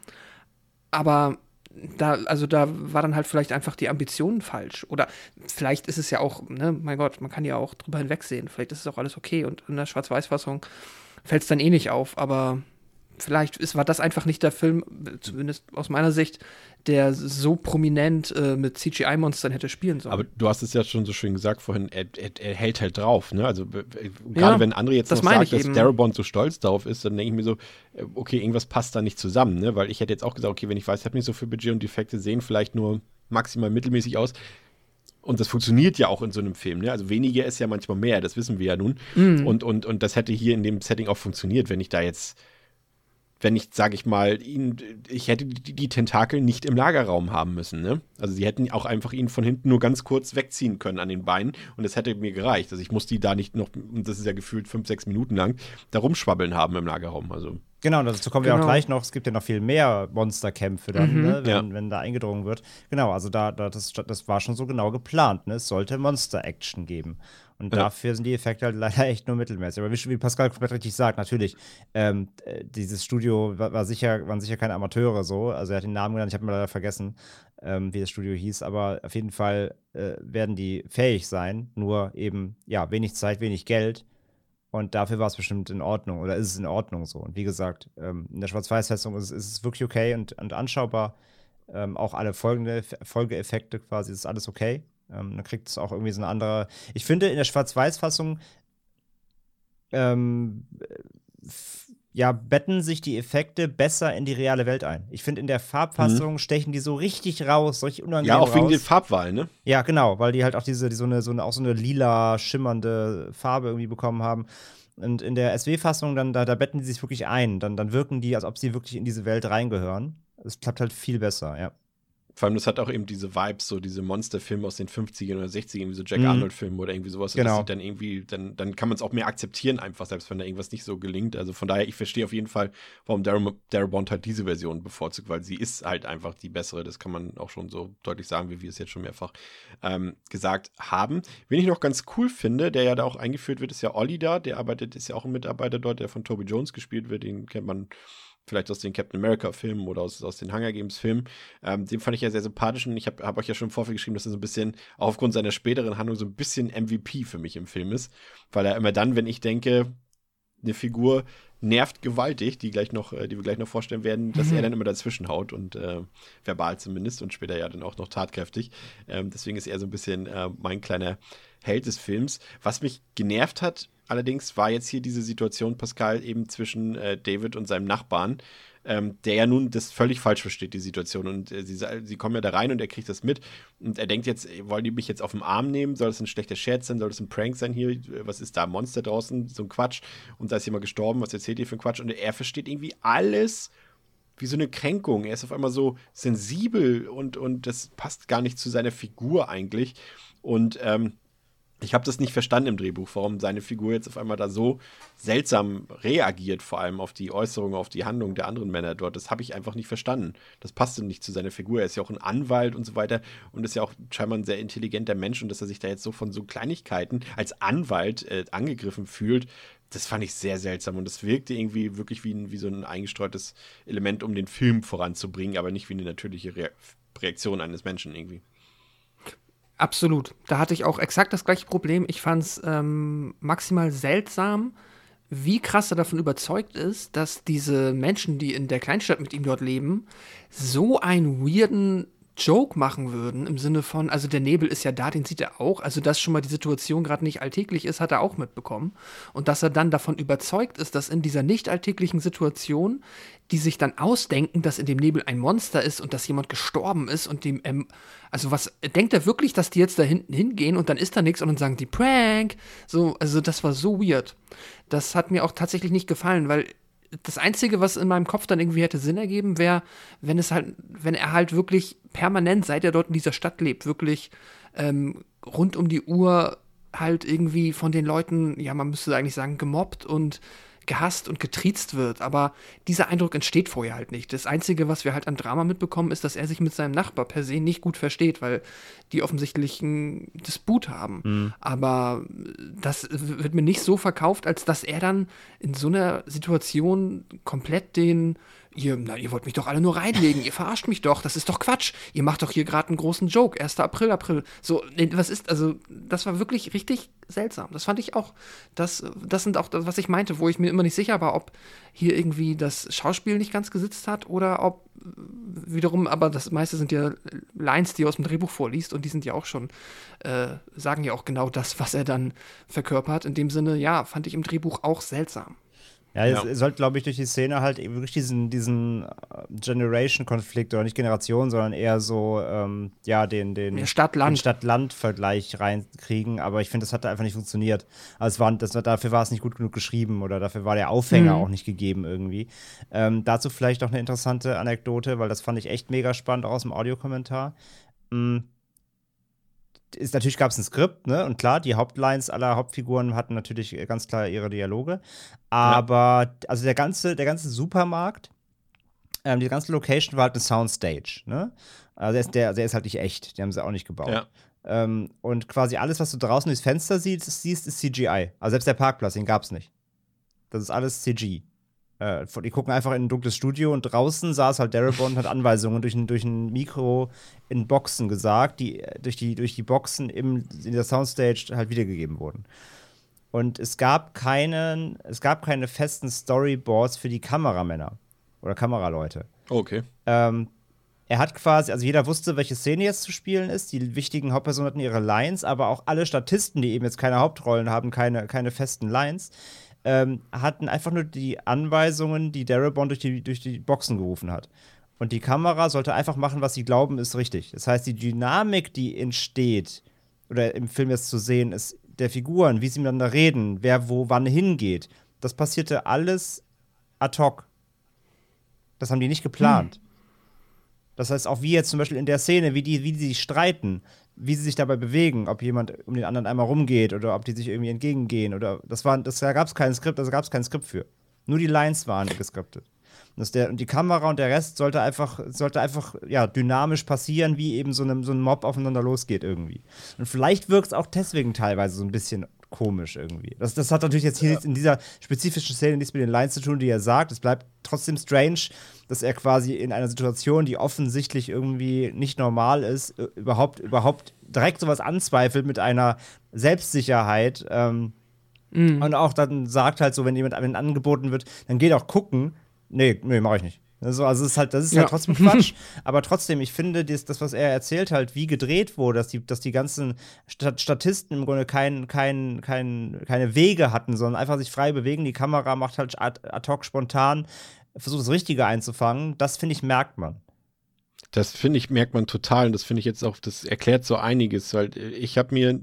Aber da, also da war dann halt vielleicht einfach die Ambition falsch. Oder vielleicht ist es ja auch, ne, mein Gott, man kann ja auch drüber hinwegsehen. Vielleicht ist es auch alles okay und in der Schwarz-Weiß-Fassung fällt es dann eh nicht auf. Aber vielleicht ist, war das einfach nicht der Film, zumindest aus meiner Sicht, der so prominent äh, mit C G I-Monstern hätte spielen sollen. Aber du hast es ja schon so schön gesagt vorhin, er, er, er hält halt drauf, ne? Also äh, gerade Ja, wenn André jetzt das noch meine sagt, ich dass eben. Darabont so stolz darauf ist, dann denke ich mir so, äh, okay, irgendwas passt da nicht zusammen, ne? Weil ich hätte jetzt auch gesagt, okay, wenn ich weiß, ich habe nicht so viel Budget und die Effekte sehen vielleicht nur maximal mittelmäßig aus. Und das funktioniert ja auch in so einem Film, ne? Also weniger ist ja manchmal mehr, das wissen wir ja nun. Mhm. Und, und, und das hätte hier in dem Setting auch funktioniert, wenn ich da jetzt wenn ich, sage ich mal, ihn, ich hätte die, die Tentakel nicht im Lagerraum haben müssen, ne? Also sie hätten auch einfach ihn von hinten nur ganz kurz wegziehen können an den Beinen und das hätte mir gereicht. Also ich muss die da nicht noch, und das ist ja gefühlt fünf, sechs Minuten lang, da rumschwabbeln haben im Lagerraum. Also Genau, dazu kommen wir Genau. auch gleich noch. Es gibt ja noch viel mehr Monsterkämpfe dann, Mhm. ne, wenn, Ja. wenn da eingedrungen wird. Genau, also da, da das, das war schon so genau geplant. Ne? Es sollte Monster-Action geben. Und Ja. dafür sind die Effekte halt leider echt nur mittelmäßig. Aber wie, wie Pascal komplett richtig sagt, natürlich, ähm, äh, dieses Studio war, war sicher, waren sicher keine Amateure so. Also er hat den Namen genannt, ich habe mir leider vergessen, ähm, wie das Studio hieß. Aber auf jeden Fall äh, werden die fähig sein. Nur eben, ja, wenig Zeit, wenig Geld. Und dafür war es bestimmt in Ordnung oder ist es in Ordnung so. Und wie gesagt, ähm, in der Schwarz-Weiß-Fassung ist, ist es wirklich okay und, und anschaubar. Ähm, auch alle folgende Folgeeffekte quasi, ist alles okay. Ähm, dann kriegt es auch irgendwie so eine andere. Ich finde, in der Schwarz-Weiß-Fassung ähm, f- ja, betten sich die Effekte besser in die reale Welt ein. Ich finde, in der Farbfassung stechen die so richtig raus, so richtig unangenehm Ja, auch wegen raus. den Farbwahlen, ne? Ja, genau, weil die halt auch diese, die so eine, so eine, auch so eine lila, schimmernde Farbe irgendwie bekommen haben. Und in der S W-Fassung, dann, da, da betten die sich wirklich ein. Dann, dann wirken die, als ob sie wirklich in diese Welt reingehören. Es klappt halt viel besser, ja. Vor allem, das hat auch eben diese Vibes, so diese Monsterfilme aus den fünfzigern oder sechzigern, wie so Jack Mhm. Arnold-Filme oder irgendwie sowas. Und Genau. Das sieht dann irgendwie, dann, dann kann man es auch mehr akzeptieren, einfach, selbst wenn da irgendwas nicht so gelingt. Also von daher, ich verstehe auf jeden Fall, warum Darren Darabont halt diese Version bevorzugt, weil sie ist halt einfach die bessere. Das kann man auch schon so deutlich sagen, wie wir es jetzt schon mehrfach ähm, gesagt haben. Wen ich noch ganz cool finde, der ja da auch eingeführt wird, ist ja Olli da. Der arbeitet, ist ja auch ein Mitarbeiter dort, der von Toby Jones gespielt wird. Den kennt man vielleicht aus den Captain America-Filmen oder aus, aus den Hunger Games-Filmen. Ähm, den fand ich ja sehr sympathisch und ich habe hab euch ja schon im Vorfeld geschrieben, dass er so ein bisschen, auch aufgrund seiner späteren Handlung, so ein bisschen M V P für mich im Film ist. Weil er immer dann, wenn ich denke, eine Figur nervt gewaltig, die gleich noch, äh, die wir gleich noch vorstellen werden, dass Mhm. er dann immer dazwischen haut und äh, verbal zumindest und später ja dann auch noch tatkräftig. Ähm, deswegen ist er so ein bisschen äh, mein kleiner Held des Films. Was mich genervt hat, allerdings, war jetzt hier diese Situation, Pascal, eben zwischen äh, David und seinem Nachbarn, ähm, der ja nun das völlig falsch versteht, die Situation. Und äh, sie, sa- sie kommen ja da rein und er kriegt das mit. Und er denkt jetzt, äh, wollen die mich jetzt auf den Arm nehmen? Soll das ein schlechter Scherz sein? Soll das ein Prank sein hier? Äh, Was ist da? Ein Monster draußen? So ein Quatsch. Und da ist jemand gestorben. Was erzählt ihr für ein Quatsch? Und er versteht irgendwie alles wie so eine Kränkung. Er ist auf einmal so sensibel und, und das passt gar nicht zu seiner Figur eigentlich. Und ähm, ich habe das nicht verstanden im Drehbuch, warum seine Figur jetzt auf einmal da so seltsam reagiert, vor allem auf die Äußerungen, auf die Handlungen der anderen Männer dort. Das habe ich einfach nicht verstanden. Das passte nicht zu seiner Figur. Er ist ja auch ein Anwalt und so weiter und ist ja auch scheinbar ein sehr intelligenter Mensch und dass er sich da jetzt so von so Kleinigkeiten als Anwalt äh, angegriffen fühlt, das fand ich sehr seltsam und das wirkte irgendwie wirklich wie, ein, wie so ein eingestreutes Element, um den Film voranzubringen, aber nicht wie eine natürliche Re- Reaktion eines Menschen irgendwie. Absolut. Da hatte ich auch exakt das gleiche Problem. Ich fand es ähm, maximal seltsam, wie krass er davon überzeugt ist, dass diese Menschen, die in der Kleinstadt mit ihm dort leben, so einen weirden Joke machen würden, im Sinne von, also der Nebel ist ja da, den sieht er auch, also dass schon mal die Situation gerade nicht alltäglich ist, hat er auch mitbekommen. Und dass er dann davon überzeugt ist, dass in dieser nicht alltäglichen Situation, die sich dann ausdenken, dass in dem Nebel ein Monster ist und dass jemand gestorben ist und dem, ähm, also was, denkt er wirklich, dass die jetzt da hinten hingehen und dann ist da nichts und dann sagen die Prank, so, also das war so weird. Das hat mir auch tatsächlich nicht gefallen, weil das Einzige, was in meinem Kopf dann irgendwie hätte Sinn ergeben, wäre, wenn es halt, wenn er halt wirklich permanent, seit er dort in dieser Stadt lebt, wirklich ähm, rund um die Uhr halt irgendwie von den Leuten, ja, man müsste eigentlich sagen, gemobbt und gehasst und getriezt wird. Aber dieser Eindruck entsteht vorher halt nicht. Das Einzige, was wir halt an Drama mitbekommen, ist, dass er sich mit seinem Nachbar per se nicht gut versteht, weil die offensichtlich einen Disput haben. Mhm. Aber das wird mir nicht so verkauft, als dass er dann in so einer Situation komplett den Ihr, na, ihr wollt mich doch alle nur reinlegen, ihr verarscht mich doch, das ist doch Quatsch. Ihr macht doch hier gerade einen großen Joke, erster April, April. So, nee, was ist, also, das war wirklich richtig seltsam. Das fand ich auch, das, das sind auch das, was ich meinte, wo ich mir immer nicht sicher war, ob hier irgendwie das Schauspiel nicht ganz gesitzt hat oder ob wiederum, aber das meiste sind ja Lines, die er aus dem Drehbuch vorliest und die sind ja auch schon, äh, sagen ja auch genau das, was er dann verkörpert. In dem Sinne, ja, fand ich im Drehbuch auch seltsam. Ja, Ja. es sollte, glaube ich, durch die Szene halt eben wirklich diesen, diesen äh, Generation-Konflikt oder nicht Generation, sondern eher so, ähm, ja, den, den, Ja, Stadt-Land. den Stadt-Land-Vergleich reinkriegen. Aber ich finde, das hat einfach nicht funktioniert. Also es war, das, dafür war es nicht gut genug geschrieben oder dafür war der Aufhänger Mhm. auch nicht gegeben irgendwie. Ähm, dazu vielleicht noch eine interessante Anekdote, weil das fand ich echt mega spannend auch aus dem Audiokommentar. Mm. ist, natürlich gab es ein Skript, ne? Und klar, die Hauptlines aller Hauptfiguren hatten natürlich ganz klar ihre Dialoge. Aber ja. also der ganze, der ganze Supermarkt, ähm, die ganze Location war halt eine Soundstage, ne? Also der ist, der, der ist halt nicht echt, die haben sie auch nicht gebaut. Ja. Ähm, und quasi alles, was du draußen durchs Fenster siehst, siehst, ist C G I. Also selbst der Parkplatz, den gab's nicht. Das ist alles C G. Äh, die gucken einfach in ein dunkles Studio und draußen saß halt Darabont und hat Anweisungen durch ein, durch ein Mikro in Boxen gesagt, die durch die, durch die Boxen im, in der Soundstage halt wiedergegeben wurden. Und es gab keinen, es gab keine festen Storyboards für die Kameramänner oder Kameraleute. Okay. Ähm, er hat quasi, also jeder wusste, welche Szene jetzt zu spielen ist. Die wichtigen Hauptpersonen hatten ihre Lines, aber auch alle Statisten, die eben jetzt keine Hauptrollen haben, keine, keine festen Lines. Ähm, hatten einfach nur die Anweisungen, die Darabont durch die, durch die Boxen gerufen hat. Und die Kamera sollte einfach machen, was sie glauben, ist richtig. Das heißt, die Dynamik, die entsteht, oder im Film jetzt zu sehen ist, der Figuren, wie sie miteinander reden, wer wo wann hingeht, das passierte alles ad hoc. Das haben die nicht geplant. Hm. Das heißt, auch wie jetzt zum Beispiel in der Szene, wie die, wie die sich streiten, wie sie sich dabei bewegen, ob jemand um den anderen einmal rumgeht oder ob die sich irgendwie entgegengehen oder das war, das, da gab es kein Skript, also gab es kein Skript für. Nur die Lines waren geskriptet. Und, das der, und die Kamera und der Rest sollte einfach, sollte einfach ja, dynamisch passieren, wie eben so, ne, so ein Mob aufeinander losgeht irgendwie. Und vielleicht wirkt es auch deswegen teilweise so ein bisschen komisch irgendwie. Das, das hat natürlich jetzt hier ja. in dieser spezifischen Szene nichts mit den Lines zu tun, die er sagt. Es bleibt trotzdem strange, dass er quasi in einer Situation, die offensichtlich irgendwie nicht normal ist, überhaupt, überhaupt direkt sowas anzweifelt mit einer Selbstsicherheit. Ähm, mhm. Und auch dann sagt halt so, wenn jemand einem angeboten wird, dann geht auch gucken. Nee, nee, mach ich nicht. Also, also es ist halt, das ist ja. halt trotzdem Quatsch, aber trotzdem, ich finde, das, das, was er erzählt halt, wie gedreht wurde, dass die, dass die ganzen Stat- Statisten im Grunde kein, kein, kein, keine Wege hatten, sondern einfach sich frei bewegen, die Kamera macht halt ad, ad hoc spontan, versucht das Richtige einzufangen, das finde ich, merkt man. Das finde ich, merkt man total und das finde ich jetzt auch, das erklärt so einiges, weil ich habe mir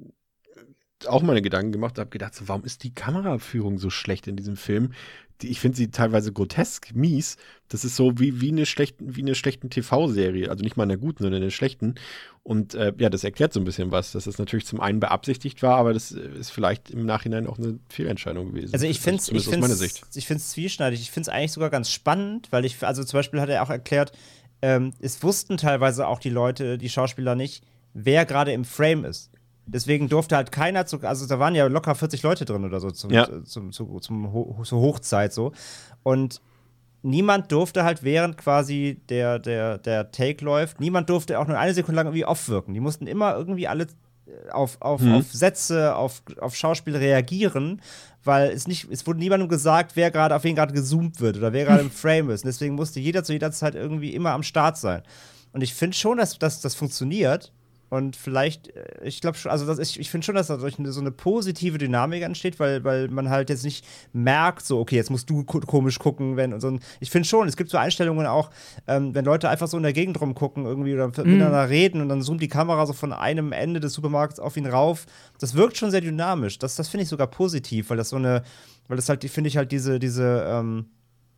auch meine Gedanken gemacht, habe gedacht, so, warum ist die Kameraführung so schlecht in diesem Film? Die, ich finde sie teilweise grotesk, mies. Das ist so wie, wie eine schlechten, wie eine schlechten T V-Serie. Also nicht mal in der guten, sondern in der schlechten. Und äh, ja, das erklärt so ein bisschen was, dass es natürlich zum einen beabsichtigt war, aber das ist vielleicht im Nachhinein auch eine Fehlentscheidung gewesen. Also ich finde es ich find's, ich find's zwieschneidig. Ich finde es eigentlich sogar ganz spannend, weil ich, also zum Beispiel hat er auch erklärt, ähm, es wussten teilweise auch die Leute, die Schauspieler nicht, wer gerade im Frame ist. Deswegen durfte halt keiner zu, also da waren ja locker vierzig Leute drin oder so zum, ja. zum, zum, zum Ho- zur Hochzeit so. Und niemand durfte halt während quasi der, der, der Take läuft, niemand durfte auch nur eine Sekunde lang irgendwie off wirken. Die mussten immer irgendwie alle auf, auf, mhm. auf Sätze, auf, auf Schauspiel reagieren, weil es nicht, es wurde niemandem gesagt, wer gerade, auf wen gerade gezoomt wird oder wer gerade im Frame ist. Und deswegen musste jeder zu jeder Zeit irgendwie immer am Start sein. Und ich finde schon, dass, dass das funktioniert. Und vielleicht, ich glaube schon, also das, ich, ich finde schon, dass dadurch so eine positive Dynamik entsteht, weil, weil man halt jetzt nicht merkt, so, okay, jetzt musst du ko- komisch gucken, wenn und so. Ich finde schon, es gibt so Einstellungen auch, ähm, wenn Leute einfach so in der Gegend rumgucken irgendwie oder mm. miteinander reden und dann zoomt die Kamera so von einem Ende des Supermarkts auf ihn rauf. Das wirkt schon sehr dynamisch. Das, das finde ich sogar positiv, weil das so eine, weil das halt, finde ich halt diese, diese, ähm,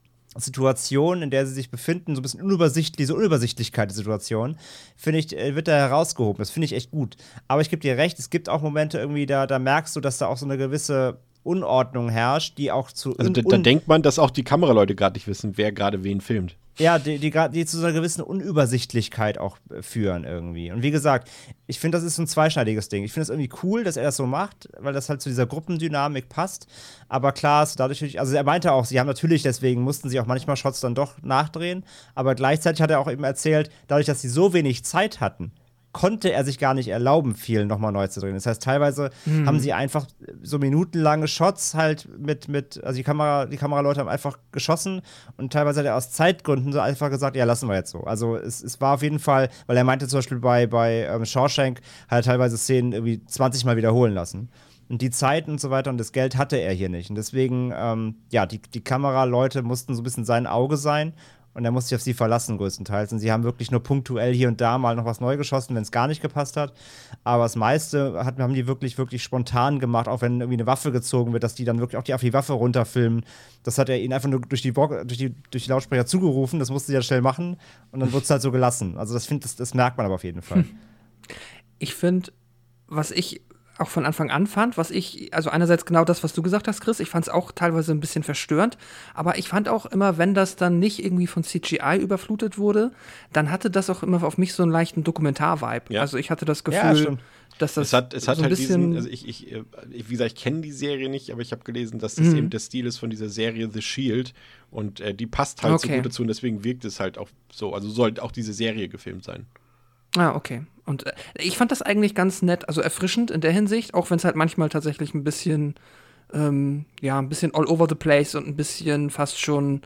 Situation, in der sie sich befinden, so ein bisschen unübersichtlich, diese Unübersichtlichkeit der Situation, finde ich, wird da herausgehoben. Das finde ich echt gut. Aber ich gebe dir recht, es gibt auch Momente irgendwie, da, da merkst du, dass da auch so eine gewisse Unordnung herrscht, die auch zu. Also da, da denkt man, dass auch die Kameraleute gerade nicht wissen, wer gerade wen filmt. Ja, die, die, die zu so einer gewissen Unübersichtlichkeit auch führen irgendwie. Und wie gesagt, ich finde, das ist so ein zweischneidiges Ding. Ich finde es irgendwie cool, dass er das so macht, weil das halt zu dieser Gruppendynamik passt. Aber klar, ist dadurch, also er meinte auch, sie haben natürlich, deswegen mussten sie auch manchmal Shots dann doch nachdrehen. Aber gleichzeitig hat er auch eben erzählt, dadurch, dass sie so wenig Zeit hatten, konnte er sich gar nicht erlauben, viel nochmal neu zu drehen. Das heißt, teilweise mhm. haben sie einfach so minutenlange Shots halt mit, mit also die Kamera, die Kameraleute haben einfach geschossen und teilweise hat er aus Zeitgründen so einfach gesagt, ja, lassen wir jetzt so. Also es, es war auf jeden Fall, weil er meinte zum Beispiel bei, bei ähm, Shawshank hat er teilweise Szenen irgendwie zwanzig Mal wiederholen lassen. Und die Zeit und so weiter und das Geld hatte er hier nicht. Und deswegen, ähm, ja, die, die Kameraleute mussten so ein bisschen sein Auge sein. Und er musste sich auf sie verlassen, größtenteils. Und sie haben wirklich nur punktuell hier und da mal noch was neu geschossen, wenn es gar nicht gepasst hat. Aber das meiste hat, haben die wirklich, wirklich spontan gemacht, auch wenn irgendwie eine Waffe gezogen wird, dass die dann wirklich auch die, auf die Waffe runterfilmen. Das hat er ihnen einfach nur durch die, Bo- durch die, durch die Lautsprecher zugerufen. Das musste sie ja schnell machen. Und dann wurde es halt so gelassen. Also das, find, das, das merkt man aber auf jeden Fall. Ich finde, was ich auch von Anfang an fand, was ich, also einerseits genau das, was du gesagt hast, Chris, ich fand es auch teilweise ein bisschen verstörend, aber ich fand auch immer, wenn das dann nicht irgendwie von C G I überflutet wurde, dann hatte das auch immer auf mich so einen leichten Dokumentar-Vibe. Ja. Also ich hatte das Ja, Gefühl, stimmt. dass das Es hat, es hat so ein halt bisschen diesen, also ich, ich, ich, wie gesagt, ich kenne die Serie nicht, aber ich habe gelesen, dass das Mhm. eben der Stil ist von dieser Serie The Shield und äh, die passt halt so Okay. gut dazu und deswegen wirkt es halt auch so, also soll auch diese Serie gefilmt sein. Ah, okay. Und äh, ich fand das eigentlich ganz nett, also erfrischend in der Hinsicht, auch wenn es halt manchmal tatsächlich ein bisschen, ähm, ja, ein bisschen all over the place und ein bisschen fast schon,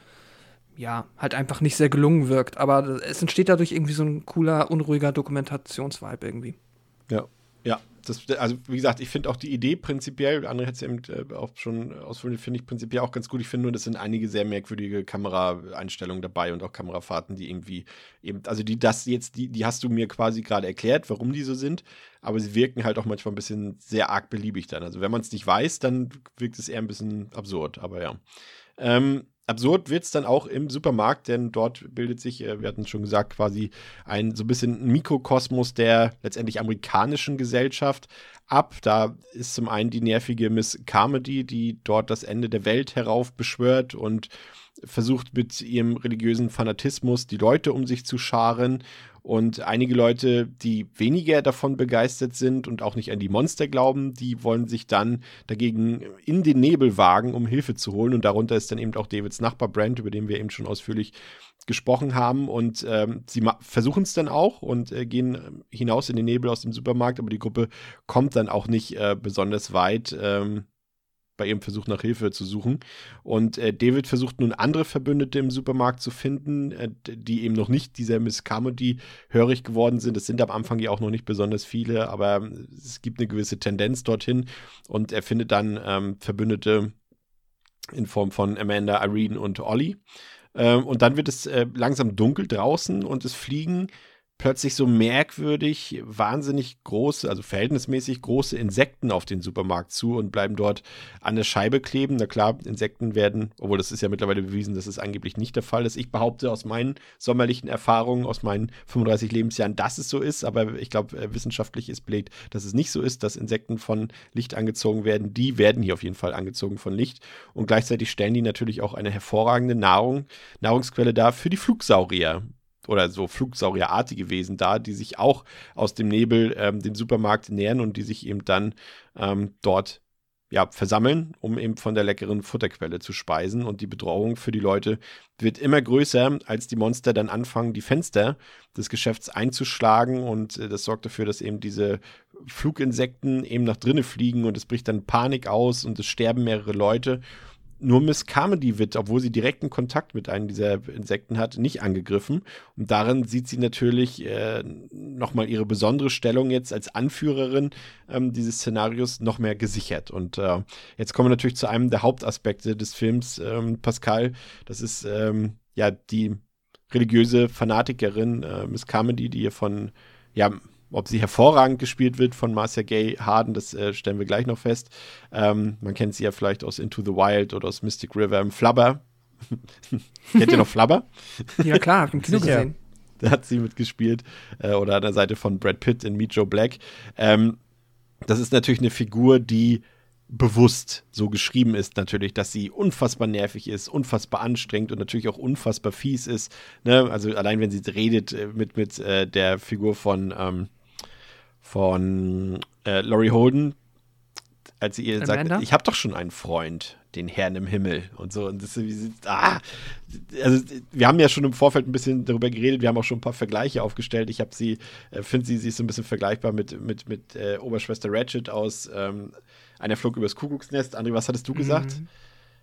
ja, halt einfach nicht sehr gelungen wirkt. Aber es entsteht dadurch irgendwie so ein cooler, unruhiger Dokumentationsvibe irgendwie. Ja. Ja, das, also wie gesagt, ich finde auch die Idee prinzipiell, André hat es ja eben äh, auch schon ausführlich, finde ich prinzipiell auch ganz gut. Ich finde nur, das sind einige sehr merkwürdige Kameraeinstellungen dabei und auch Kamerafahrten, die irgendwie eben, also die das jetzt, die, die hast du mir quasi gerade erklärt, warum die so sind, aber sie wirken halt auch manchmal ein bisschen sehr arg beliebig dann. Also wenn man es nicht weiß, dann wirkt es eher ein bisschen absurd, aber ja. Ähm, Absurd wird es dann auch im Supermarkt, denn dort bildet sich, äh, wir hatten es schon gesagt, quasi ein so ein bisschen Mikrokosmos der letztendlich amerikanischen Gesellschaft ab. Da ist zum einen die nervige Miss Carmody, die dort das Ende der Welt heraufbeschwört und versucht mit ihrem religiösen Fanatismus die Leute um sich zu scharen. Und einige Leute, die weniger davon begeistert sind und auch nicht an die Monster glauben, die wollen sich dann dagegen in den Nebel wagen, um Hilfe zu holen. Und darunter ist dann eben auch Davids Nachbar Brent, über den wir eben schon ausführlich gesprochen haben. Und ähm, sie versuchen es dann auch und äh, gehen hinaus in den Nebel aus dem Supermarkt, aber die Gruppe kommt dann auch nicht äh, besonders weit. Ähm, bei ihrem Versuch nach Hilfe zu suchen. Und äh, David versucht nun andere Verbündete im Supermarkt zu finden, äh, die eben noch nicht dieser Miss Carmody hörig geworden sind. Es sind am Anfang ja auch noch nicht besonders viele, aber es gibt eine gewisse Tendenz dorthin und er findet dann ähm, Verbündete in Form von Amanda, Irene und Ollie. Ähm, und dann wird es äh, langsam dunkel draußen und es fliegen plötzlich so merkwürdig, wahnsinnig große, also verhältnismäßig große Insekten auf den Supermarkt zu und bleiben dort an der Scheibe kleben. Na klar, Insekten werden, obwohl das ist ja mittlerweile bewiesen, dass es angeblich nicht der Fall ist. Ich behaupte aus meinen sommerlichen Erfahrungen, aus meinen fünfunddreißig Lebensjahren, dass es so ist, aber ich glaube, wissenschaftlich ist belegt, dass es nicht so ist, dass Insekten von Licht angezogen werden. Die werden hier auf jeden Fall angezogen von Licht und gleichzeitig stellen die natürlich auch eine hervorragende Nahrung, Nahrungsquelle dar für die Flugsaurier. Oder so flugsaurierartige Wesen da, die sich auch aus dem Nebel ähm, den Supermarkt nähern und die sich eben dann ähm, dort ja, versammeln, um eben von der leckeren Futterquelle zu speisen. Und die Bedrohung für die Leute wird immer größer, als die Monster dann anfangen, die Fenster des Geschäfts einzuschlagen. Und äh, das sorgt dafür, dass eben diese Fluginsekten eben nach drinnen fliegen und es bricht dann Panik aus und es sterben mehrere Leute. Nur Miss Carmody wird, obwohl sie direkten Kontakt mit einem dieser Insekten hat, nicht angegriffen. Und darin sieht sie natürlich äh, nochmal ihre besondere Stellung jetzt als Anführerin ähm, dieses Szenarios noch mehr gesichert. Und äh, jetzt kommen wir natürlich zu einem der Hauptaspekte des Films, ähm, Pascal. Das ist ähm, ja die religiöse Fanatikerin äh, Miss Carmody, die hier von, ja, ob sie hervorragend gespielt wird von Marcia Gay Harden, das äh, stellen wir gleich noch fest. Ähm, man kennt sie ja vielleicht aus Into the Wild oder aus Mystic River im Flubber. Kennt ihr noch Flubber? Ja klar, hab ich im Kino Sicher. gesehen. Da hat sie mitgespielt. Äh, oder an der Seite von Brad Pitt in Meet Joe Black. Ähm, das ist natürlich eine Figur, die bewusst so geschrieben ist natürlich, dass sie unfassbar nervig ist, unfassbar anstrengend und natürlich auch unfassbar fies ist. Ne? Also allein wenn sie redet äh, mit, mit äh, der Figur von ähm, von äh, Laurie Holden, als sie ihr Amanda? sagt, ich habe doch schon einen Freund, den Herrn im Himmel und so. Und das, wie sie, ah, also wir haben ja schon im Vorfeld ein bisschen darüber geredet, wir haben auch schon ein paar Vergleiche aufgestellt. Ich habe sie, äh, finde sie, sie ist so ein bisschen vergleichbar mit, mit, mit äh, Oberschwester Ratched aus ähm, Einer Flug übers Kuckucksnest. André, was hattest du gesagt? Mhm.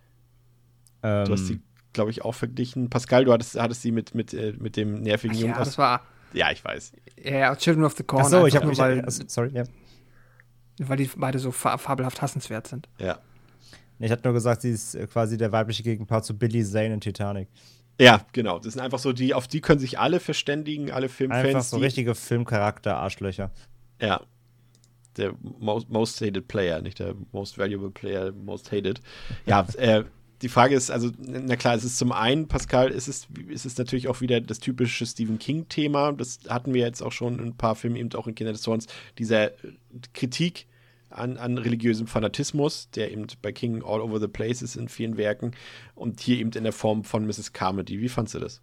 Ähm, Du hast sie, glaube ich, auch verglichen. Pascal, du hattest, hattest sie mit, mit, äh, mit dem nervigen Ach Jungen ja, aus. das war Ja, ich weiß. ja, ja, Children of the Corn. Ach so, ich einfach habe nur, weil, weil, also, sorry, ja. weil die beide so fa fabelhaft hassenswert sind. Ja. Ich hatte nur gesagt, sie ist äh, quasi der weibliche Gegenpart zu Billy Zane in Titanic. Ja, genau. Das sind einfach so die, auf die können sich alle verständigen, alle Filmfans. Einfach so die, richtige Filmcharakter-Arschlöcher. Ja. Der most, most hated Player, nicht der most valuable Player, most hated. Ja, äh, die Frage ist, also, na klar, es ist zum einen, Pascal, ist es, ist es natürlich auch wieder das typische Stephen King-Thema. Das hatten wir jetzt auch schon in ein paar Filmen, eben auch in Kinder des Zorns, dieser Kritik an, an religiösem Fanatismus, der eben bei King all over the place ist in vielen Werken und hier eben in der Form von Misses Carmody. Wie fandst du das?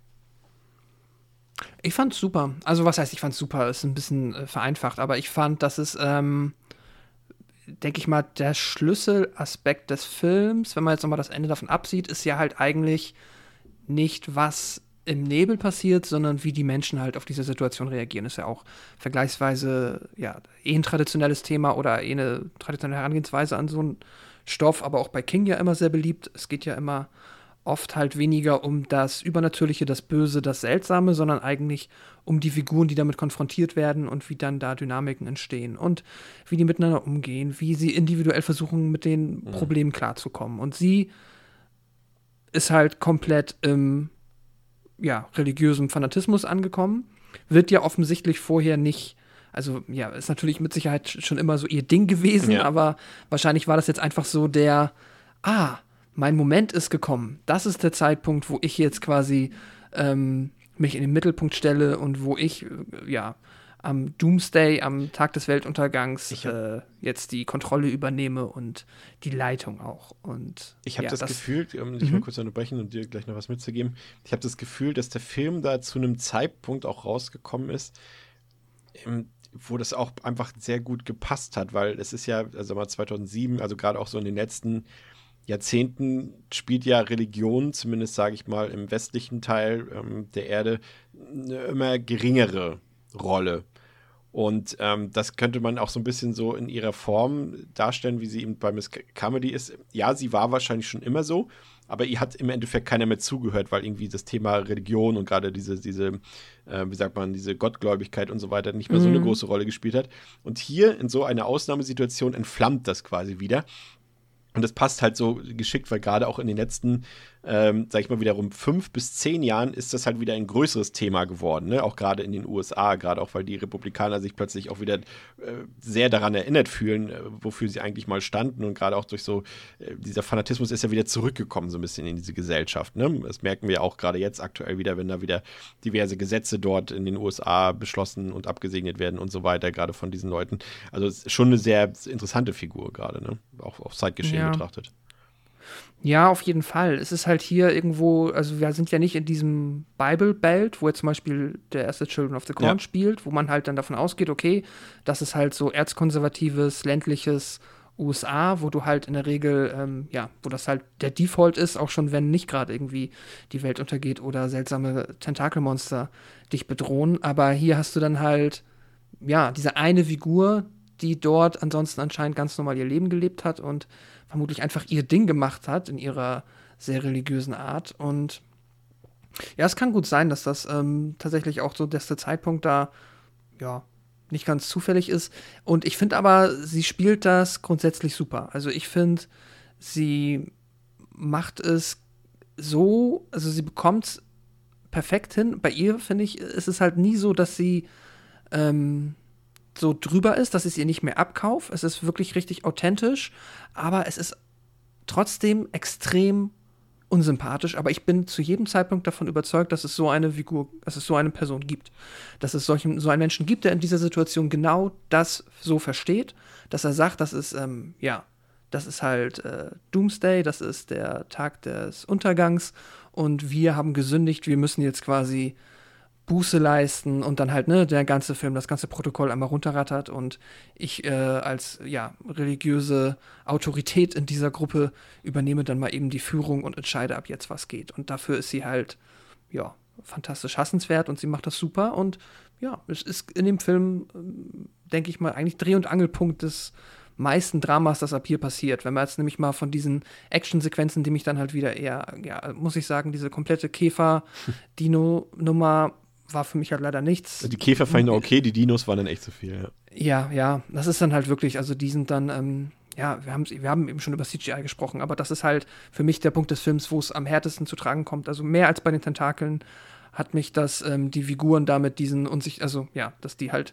Ich fand's super. Also was heißt, ich fand's super, ist ein bisschen äh, vereinfacht, aber ich fand, dass es, ähm, denke ich mal, der Schlüsselaspekt des Films, wenn man jetzt nochmal das Ende davon absieht, ist ja halt eigentlich nicht, was im Nebel passiert, sondern wie die Menschen halt auf diese Situation reagieren. Ist ja auch vergleichsweise, ja, eh ein traditionelles Thema oder eh eine traditionelle Herangehensweise an so einen Stoff, aber auch bei King ja immer sehr beliebt. Es geht ja immer oft halt weniger um das Übernatürliche, das Böse, das Seltsame, sondern eigentlich um die Figuren, die damit konfrontiert werden und wie dann da Dynamiken entstehen und wie die miteinander umgehen, wie sie individuell versuchen, mit den mhm. Problemen klarzukommen. Und sie ist halt komplett im ja, religiösen Fanatismus angekommen, wird ja offensichtlich vorher nicht, also ja, ist natürlich mit Sicherheit schon immer so ihr Ding gewesen, ja. aber wahrscheinlich war das jetzt einfach so der, ah, mein Moment ist gekommen. Das ist der Zeitpunkt, wo ich jetzt quasi ähm, mich in den Mittelpunkt stelle und wo ich, äh, ja, am Doomsday, am Tag des Weltuntergangs äh, jetzt die Kontrolle übernehme und die Leitung auch. Und ich habe ja, das, das Gefühl, um dich mhm. mal kurz unterbrechen und dir gleich noch was mitzugeben, ich habe das Gefühl, dass der Film da zu einem Zeitpunkt auch rausgekommen ist, im, wo das auch einfach sehr gut gepasst hat, weil es ist ja, also mal zweitausendsieben, also gerade auch so in den letzten Jahrzehnten spielt ja Religion, zumindest sage ich mal im westlichen Teil ähm, der Erde, eine immer geringere Rolle. Und ähm, das könnte man auch so ein bisschen so in ihrer Form darstellen, wie sie eben bei Miss Carmody ist. Ja, sie war wahrscheinlich schon immer so, aber ihr hat im Endeffekt keiner mehr zugehört, weil irgendwie das Thema Religion und gerade diese, diese äh, wie sagt man, diese Gottgläubigkeit und so weiter nicht mehr mhm. so eine große Rolle gespielt hat. Und hier in so einer Ausnahmesituation entflammt das quasi wieder. Und das passt halt so geschickt, weil gerade auch in den letzten, ähm, sag ich mal, wiederum fünf bis zehn Jahren ist das halt wieder ein größeres Thema geworden, ne? Auch gerade in den U S A, gerade auch, weil die Republikaner sich plötzlich auch wieder äh, sehr daran erinnert fühlen, äh, wofür sie eigentlich mal standen. Und gerade auch durch so, äh, dieser Fanatismus ist ja wieder zurückgekommen, so ein bisschen in diese Gesellschaft, ne? Das merken wir auch gerade jetzt aktuell wieder, wenn da wieder diverse Gesetze dort in den U S A beschlossen und abgesegnet werden und so weiter, gerade von diesen Leuten. Also es ist schon eine sehr interessante Figur gerade, ne? Auch auf Zeitgeschehen ja. betrachtet. Ja, auf jeden Fall. Es ist halt hier irgendwo, also wir sind ja nicht in diesem Bible Belt, wo jetzt zum Beispiel der erste Children of the Corn ja. spielt, wo man halt dann davon ausgeht, okay, das ist halt so erzkonservatives, ländliches U S A, wo du halt in der Regel, ähm, ja, wo das halt der Default ist, auch schon wenn nicht gerade irgendwie die Welt untergeht oder seltsame Tentakelmonster dich bedrohen. Aber hier hast du dann halt, ja, diese eine Figur, die dort ansonsten anscheinend ganz normal ihr Leben gelebt hat und vermutlich einfach ihr Ding gemacht hat in ihrer sehr religiösen Art. Und ja, es kann gut sein, dass das ähm, tatsächlich auch so, dass der Zeitpunkt da, ja, nicht ganz zufällig ist. Und ich finde aber, sie spielt das grundsätzlich super. Also ich finde, sie macht es so, also sie bekommt es perfekt hin. Bei ihr, finde ich, ist es halt nie so, dass sie ähm, so drüber ist, dass ich es ihr nicht mehr abkaufe. Es ist wirklich richtig authentisch, aber es ist trotzdem extrem unsympathisch. Aber ich bin zu jedem Zeitpunkt davon überzeugt, dass es so eine Figur, dass es so eine Person gibt. Dass es solchen, so einen Menschen gibt, der in dieser Situation genau das so versteht, dass er sagt, das ist, ähm, ja, das ist halt äh, Doomsday, das ist der Tag des Untergangs und wir haben gesündigt, wir müssen jetzt quasi Buße leisten und dann halt, ne, der ganze Film, das ganze Protokoll einmal runterrattert und ich äh, als, ja, religiöse Autorität in dieser Gruppe übernehme dann mal eben die Führung und entscheide ab jetzt, was geht. Und dafür ist sie halt, ja, fantastisch hassenswert und sie macht das super und ja, es ist in dem Film, denke ich mal, eigentlich Dreh- und Angelpunkt des meisten Dramas, das ab hier passiert. Wenn man jetzt nämlich mal von diesen Actionsequenzen, die mich dann halt wieder eher, ja, muss ich sagen, diese komplette Käfer-Dino-Nummer war für mich halt leider nichts. Die Käfer fand ich noch okay, die Dinos waren dann echt zu viel, ja. Ja, ja, das ist dann halt wirklich, also die sind dann, ähm, ja, wir haben, wir haben eben schon über C G I gesprochen, aber das ist halt für mich der Punkt des Films, wo es am härtesten zu tragen kommt. Also mehr als bei den Tentakeln hat mich das, ähm, die Figuren damit diesen unsicht, also ja, dass die halt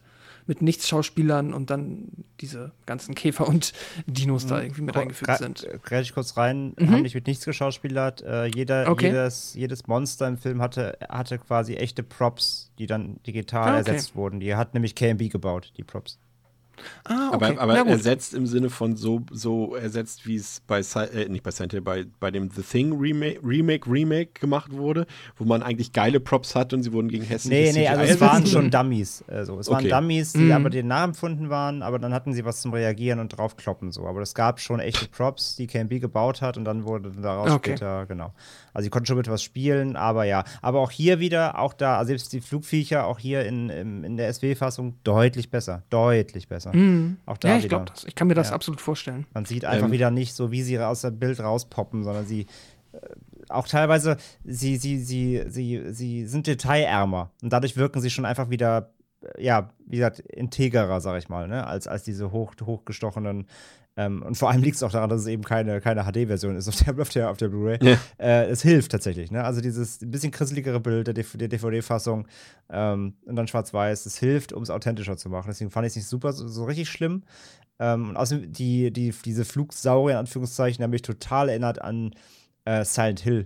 mit Nichts-Schauspielern und dann diese ganzen Käfer und Dinos da irgendwie mit Ko- eingefügt gra- sind. Grätsch ich kurz rein, Mhm. haben nicht mit nichts geschauspielert. Äh, jeder, Okay. jedes, jedes Monster im Film hatte, hatte quasi echte Props, die dann digital Ah, okay. ersetzt wurden. Die hat nämlich K M B gebaut, die Props. Ah, okay. Aber, aber Na gut. ersetzt im Sinne von so, so ersetzt, wie es bei, Si- äh, nicht bei Silent Hill, bei, bei dem The Thing Remake, Remake, Remake gemacht wurde, wo man eigentlich geile Props hat und sie wurden gegen hässliches Nee, nee, C G I also es waren ersetzt. schon Dummies. Also es waren Okay. Dummies, die Mhm. aber den nachempfunden waren, aber dann hatten sie was zum Reagieren und draufkloppen. So. Aber es gab schon echte Props, die K M B gebaut hat und dann wurde daraus Okay. später, genau. Also sie konnten schon mit was spielen, aber ja. Aber auch hier wieder, auch da, also selbst die Flugviecher, auch hier in, in, in der S W-Fassung deutlich besser. Deutlich besser. Mhm. Auch da Ja, ich wieder. glaube das. Ich kann mir das Ja. absolut vorstellen. Man sieht einfach Ähm. wieder nicht so, wie sie aus dem Bild rauspoppen, sondern sie äh, auch teilweise, sie, sie, sie, sie, sie sind detailärmer und dadurch wirken sie schon einfach wieder, äh, ja, wie gesagt, integerer, sag ich mal, ne, als, als diese hoch, hochgestochenen. Ähm, und vor allem liegt es auch daran, dass es eben keine, keine H D-Version ist auf der, auf der, auf der Blu-ray. Ja. Äh, es hilft tatsächlich, ne? Also dieses ein bisschen krisseligere Bild der, D V D-Fassung ähm, und dann schwarz-weiß, es hilft, um es authentischer zu machen. Deswegen fand ich es nicht super, so, so richtig schlimm. Ähm, und außerdem, die, die, diese Flugsaurier, in Anführungszeichen, haben mich total erinnert an äh, Silent Hill.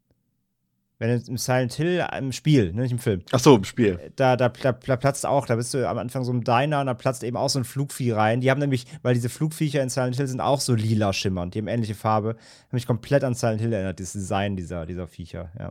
Wenn du im Silent Hill im Spiel, ne, nicht im Film, Ach so, im Spiel. da, da, da, da platzt auch, da bist du am Anfang so im Diner und da platzt eben auch so ein Flugvieh rein. Die haben nämlich, weil diese Flugviecher in Silent Hill sind auch so lila schimmernd, die haben ähnliche Farbe, haben mich komplett an Silent Hill erinnert, das Design dieser, dieser Viecher, ja.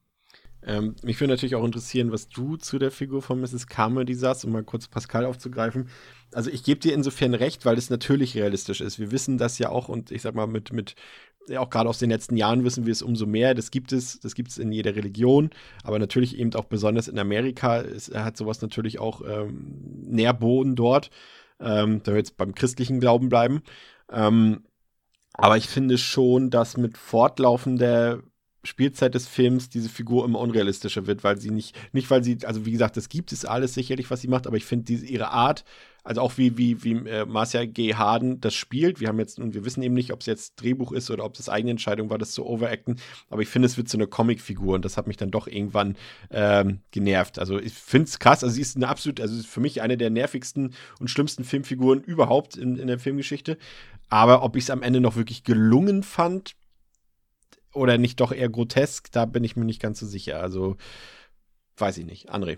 Ähm, mich würde natürlich auch interessieren, was du zu der Figur von Misses Carmody sagst, um mal kurz Pascal aufzugreifen. Also ich gebe dir insofern recht, weil es natürlich realistisch ist. Wir wissen das ja auch und ich sag mal mit, mit ja, auch gerade aus den letzten Jahren wissen wir es umso mehr. Das gibt es, das gibt es in jeder Religion, aber natürlich eben auch besonders in Amerika. Es hat sowas natürlich auch ähm, Nährboden dort. Ähm, da wir jetzt beim christlichen Glauben bleiben. Ähm, aber ich finde schon, dass mit fortlaufender Spielzeit des Films diese Figur immer unrealistischer wird, weil sie nicht, nicht weil sie, also wie gesagt, das gibt es alles sicherlich, was sie macht, aber ich finde diese ihre Art, also auch wie, wie, wie äh, Marcia Gay Harden das spielt, wir haben jetzt, und wir wissen eben nicht, ob es jetzt Drehbuch ist oder ob es eigene Entscheidung war, das zu overacten, aber ich finde, es wird so eine Comicfigur und das hat mich dann doch irgendwann ähm, genervt. Also ich finde es krass, also sie ist eine absolut, also ist für mich eine der nervigsten und schlimmsten Filmfiguren überhaupt in, in der Filmgeschichte, aber ob ich es am Ende noch wirklich gelungen fand, oder nicht doch eher grotesk, da bin ich mir nicht ganz so sicher. Also, weiß ich nicht. André.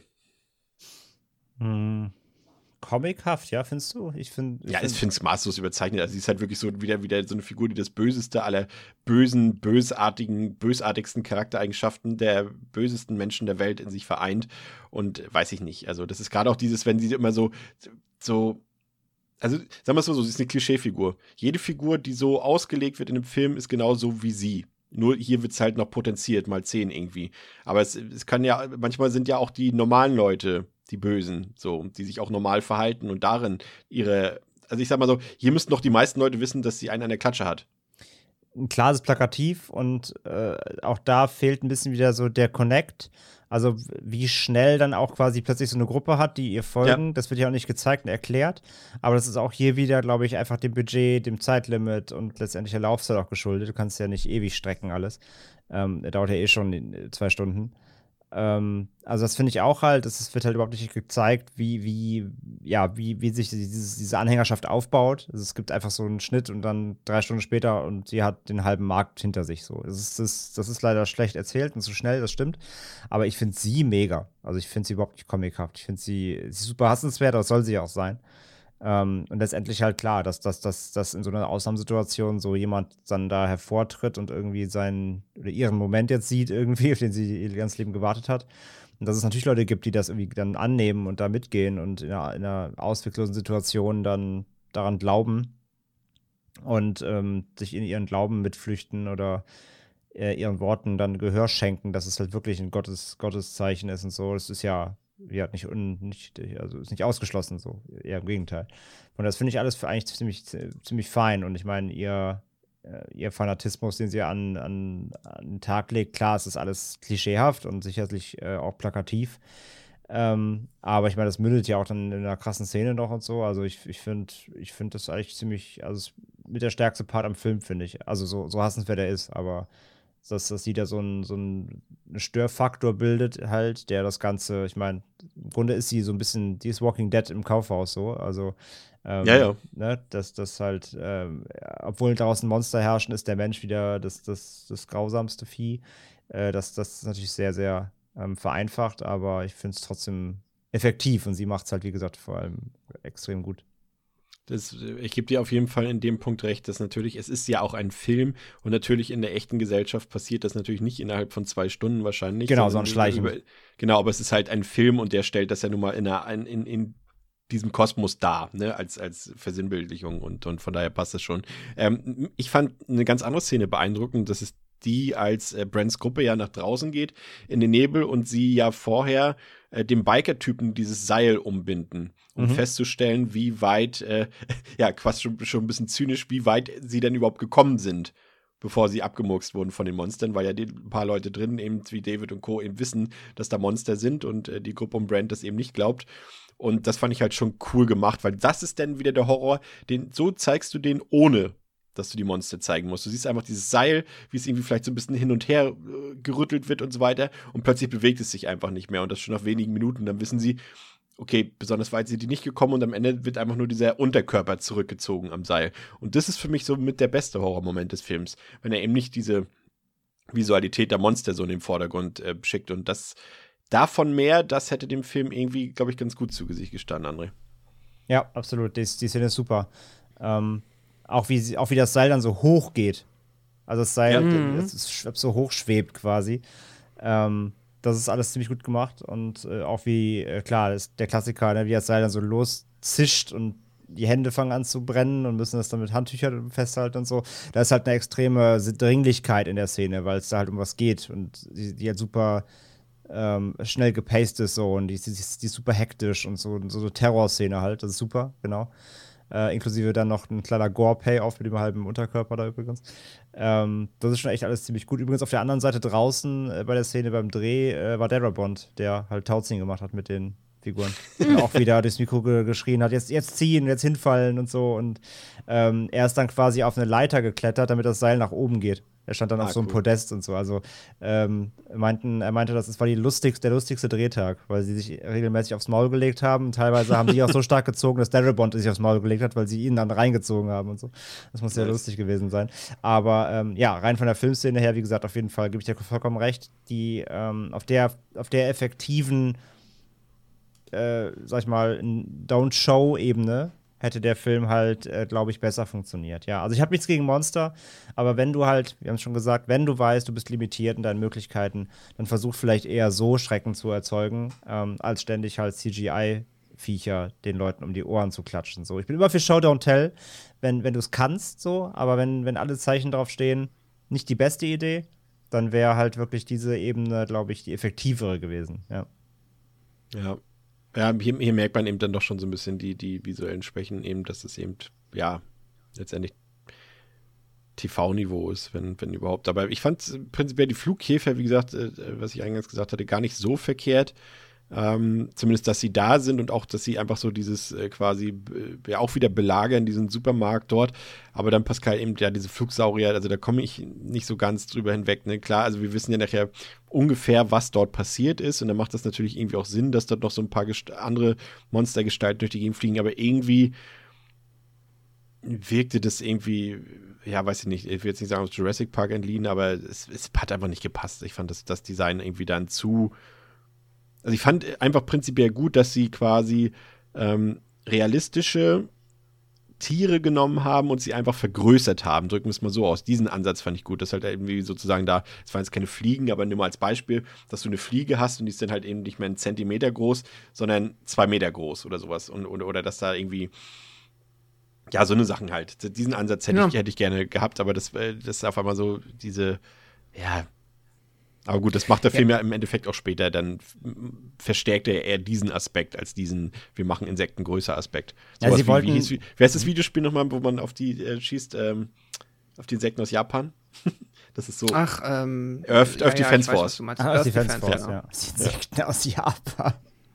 Hm. Comichaft, ja, findest du? Ich finde. Ja, ich finde es maßlos überzeichnet. Also, sie ist halt wirklich so wieder, wieder so eine Figur, die das Böseste aller bösen, bösartigen, bösartigsten Charaktereigenschaften der bösesten Menschen der Welt in sich vereint. Und weiß ich nicht. Also, das ist gerade auch dieses, wenn sie immer so, so. Also, sagen wir es mal so, sie ist eine Klischeefigur. Jede Figur, die so ausgelegt wird in einem Film, ist genauso wie sie. Nur hier wird es halt noch potenziert, mal zehn irgendwie. Aber es, es kann ja, manchmal sind ja auch die normalen Leute die Bösen, so, die sich auch normal verhalten und darin ihre, also ich sag mal so, hier müssten doch die meisten Leute wissen, dass sie einen an der Klatsche hat. Klar, es ist plakativ und äh, auch da fehlt ein bisschen wieder so der Connect. Also wie schnell dann auch quasi plötzlich so eine Gruppe hat, die ihr folgen. Ja. Das wird ja auch nicht gezeigt und erklärt. Aber das ist auch hier wieder, glaube ich, einfach dem Budget, dem Zeitlimit und letztendlich der Laufzeit auch geschuldet. Du kannst ja nicht ewig strecken alles. Ähm, der dauert ja eh schon zwei Stunden. Ähm, also das finde ich auch halt, es wird halt überhaupt nicht gezeigt, wie, wie, ja, wie, wie sich dieses, diese Anhängerschaft aufbaut. Also es gibt einfach so einen Schnitt und dann drei Stunden später und sie hat den halben Markt hinter sich. So. Das ist, das, das ist leider schlecht erzählt und zu schnell, das stimmt. Aber ich finde sie mega. Also ich finde sie überhaupt nicht comichaft. Ich finde sie, sie ist super hassenswert, das soll sie auch sein. Ähm, und letztendlich halt klar, dass, dass, dass, dass in so einer Ausnahmesituation so jemand dann da hervortritt und irgendwie seinen oder ihren Moment jetzt sieht, irgendwie, auf den sie ihr ganzes Leben gewartet hat. Und dass es natürlich Leute gibt, die das irgendwie dann annehmen und da mitgehen und in einer, in einer ausweglosen Situation dann daran glauben und ähm, sich in ihren Glauben mitflüchten oder äh, ihren Worten dann Gehör schenken, dass es halt wirklich ein Gottes, Gotteszeichen ist und so. Das ist ja Ja, nicht, un, nicht, also ist nicht ausgeschlossen, so, eher im Gegenteil. Und das finde ich alles für eigentlich ziemlich, ziemlich fein. Und ich meine, ihr, ihr Fanatismus, den sie an, an, an den Tag legt, klar, es ist alles klischeehaft und sicherlich äh, auch plakativ. Ähm, aber ich meine, das mündet ja auch dann in einer krassen Szene noch und so. Also ich, ich finde ich find das eigentlich ziemlich, also mit der stärkste Part am Film, finde ich. Also so, so hassenswert er ist, aber dass das wieder so ein, so ein Störfaktor bildet halt, der das Ganze, ich meine, im Grunde ist sie so ein bisschen, die ist Walking Dead im Kaufhaus so, also ähm, Ja, ja. Ne, dass das halt, ähm, obwohl draußen Monster herrschen, ist der Mensch wieder das, das, das grausamste Vieh. Äh, das, das ist natürlich sehr, sehr ähm, vereinfacht, aber ich finde es trotzdem effektiv und sie macht es halt, wie gesagt, vor allem extrem gut. Das, ich gebe dir auf jeden Fall in dem Punkt recht, dass natürlich, es ist ja auch ein Film und natürlich in der echten Gesellschaft passiert das natürlich nicht innerhalb von zwei Stunden wahrscheinlich. Genau, so ein Schleichen. Über, genau, aber es ist halt ein Film und der stellt das ja nun mal in, einer, in, in diesem Kosmos dar, ne, als, als Versinnbildlichung und, und von daher passt das schon. Ähm, ich fand eine ganz andere Szene beeindruckend, das ist die, als äh, Brents Gruppe ja nach draußen geht in den Nebel und sie ja vorher äh, dem Biker-Typen dieses Seil umbinden, um mhm. festzustellen, wie weit, äh, ja, quasi schon, schon ein bisschen zynisch, wie weit sie denn überhaupt gekommen sind, bevor sie abgemurkst wurden von den Monstern, weil ja die, ein paar Leute drin, eben wie David und Co. eben wissen, dass da Monster sind und äh, die Gruppe um Brent das eben nicht glaubt. Und das fand ich halt schon cool gemacht, weil das ist dann wieder der Horror, den so zeigst du den, ohne dass du die Monster zeigen musst. Du siehst einfach dieses Seil, wie es irgendwie vielleicht so ein bisschen hin und her äh, gerüttelt wird und so weiter und plötzlich bewegt es sich einfach nicht mehr und das schon nach wenigen Minuten. Dann wissen sie, okay, besonders weit sind die nicht gekommen und am Ende wird einfach nur dieser Unterkörper zurückgezogen am Seil. Und das ist für mich so mit der beste Horrormoment des Films, wenn er eben nicht diese Visualität der Monster so in den Vordergrund äh, schickt und das davon mehr, das hätte dem Film irgendwie, glaube ich, ganz gut zu Gesicht gestanden, André. Ja, absolut. Die, die Szene ist super. Ähm, auch, wie sie, auch wie das Seil dann so hoch geht. Also das Seil, ja. das ist, so hoch schwebt quasi. Ähm, das ist alles ziemlich gut gemacht. Und äh, auch wie, äh, klar, das ist der Klassiker, ne, wie das Seil dann so loszischt und die Hände fangen an zu brennen und müssen das dann mit Handtüchern festhalten und so. Da ist halt eine extreme Dringlichkeit in der Szene, weil es da halt um was geht. Und die, die halt super Ähm, schnell gepaced ist so und die, die, die ist super hektisch und so, so eine Terrorszene halt, das ist super, genau. Äh, inklusive dann noch ein kleiner Gore-Payoff mit dem halben Unterkörper da übrigens. Ähm, das ist schon echt alles ziemlich gut. Übrigens auf der anderen Seite draußen äh, bei der Szene beim Dreh äh, war Darabont, der halt Tauziehen gemacht hat mit den Figuren. Und auch wieder durchs Mikro ge- geschrien hat, jetzt, jetzt ziehen, jetzt hinfallen und so. Und ähm, er ist dann quasi auf eine Leiter geklettert, damit das Seil nach oben geht. Er stand dann ah, auf so einem cool. Podest und so. Also ähm, meinten, er meinte, das war die lustigste, der lustigste Drehtag, weil sie sich regelmäßig aufs Maul gelegt haben. Teilweise haben sie auch so stark gezogen, dass Darabont sich aufs Maul gelegt hat, weil sie ihn dann reingezogen haben und so. Das muss sehr nice. lustig gewesen sein. Aber ähm, ja, rein von der Filmszene her, wie gesagt, auf jeden Fall gebe ich dir vollkommen recht. Die ähm, auf der auf der effektiven äh, sag ich mal, Don't-Show-Ebene hätte der Film halt, äh, glaube ich, besser funktioniert. Ja, also ich habe nichts gegen Monster, aber wenn du halt, wir haben es schon gesagt, wenn du weißt, du bist limitiert in deinen Möglichkeiten, dann versuch vielleicht eher so Schrecken zu erzeugen, ähm, als ständig halt C G I-Viecher den Leuten um die Ohren zu klatschen. So, ich bin immer für Show, Don't Tell, wenn, wenn du es kannst, so, aber wenn, wenn alle Zeichen drauf stehen, nicht die beste Idee, dann wäre halt wirklich diese Ebene, glaube ich, die effektivere gewesen, ja. Ja. Ja, hier, hier merkt man eben dann doch schon so ein bisschen die, die visuellen Schwächen, eben, dass es eben, ja, letztendlich T V-Niveau ist, wenn, wenn überhaupt. Aber ich fand prinzipiell die Flughäfer, wie gesagt, äh, was ich eingangs gesagt hatte, gar nicht so verkehrt. Ähm, zumindest, dass sie da sind und auch, dass sie einfach so dieses äh, quasi äh, ja auch wieder belagern, diesen Supermarkt dort. Aber dann Pascal eben, ja, diese Flugsaurier, also da komme ich nicht so ganz drüber hinweg. Ne? Klar, also wir wissen ja nachher ungefähr, was dort passiert ist. Und dann macht das natürlich irgendwie auch Sinn, dass dort noch so ein paar gest- andere Monstergestalten durch die Gegend fliegen. Aber irgendwie wirkte das irgendwie, ja, weiß ich nicht, ich will jetzt nicht sagen, aus Jurassic Park entliehen, aber es, es hat einfach nicht gepasst. Ich fand das, das Design irgendwie dann zu. Also ich fand einfach prinzipiell gut, dass sie quasi ähm, realistische Tiere genommen haben und sie einfach vergrößert haben. Drücken wir es mal so aus. Diesen Ansatz fand ich gut. Das halt irgendwie sozusagen da, es waren jetzt keine Fliegen, aber nur mal als Beispiel, dass du eine Fliege hast und die ist dann halt eben nicht mehr einen Zentimeter groß, sondern zwei Meter groß oder sowas. Und, oder, oder dass da irgendwie, ja, so eine Sachen halt. Diesen Ansatz hätte, ja. ich, hätte ich gerne gehabt, aber das, das ist auf einmal so diese, ja, aber gut, das macht der Film ja. ja im Endeffekt auch später, dann verstärkt er eher diesen Aspekt als diesen, wir machen Insekten größer Aspekt. So ja, sie wie, wollten, wie hieß, wie, wer ist das Videospiel nochmal, wo man auf die äh, schießt, ähm, auf die Insekten aus Japan? Das ist so. Ach, ähm. Earth, ja, Earth ja, Defense weiß, Force. Ah, Earth Defense Force, ja. ja. Die Insekten aus Japan.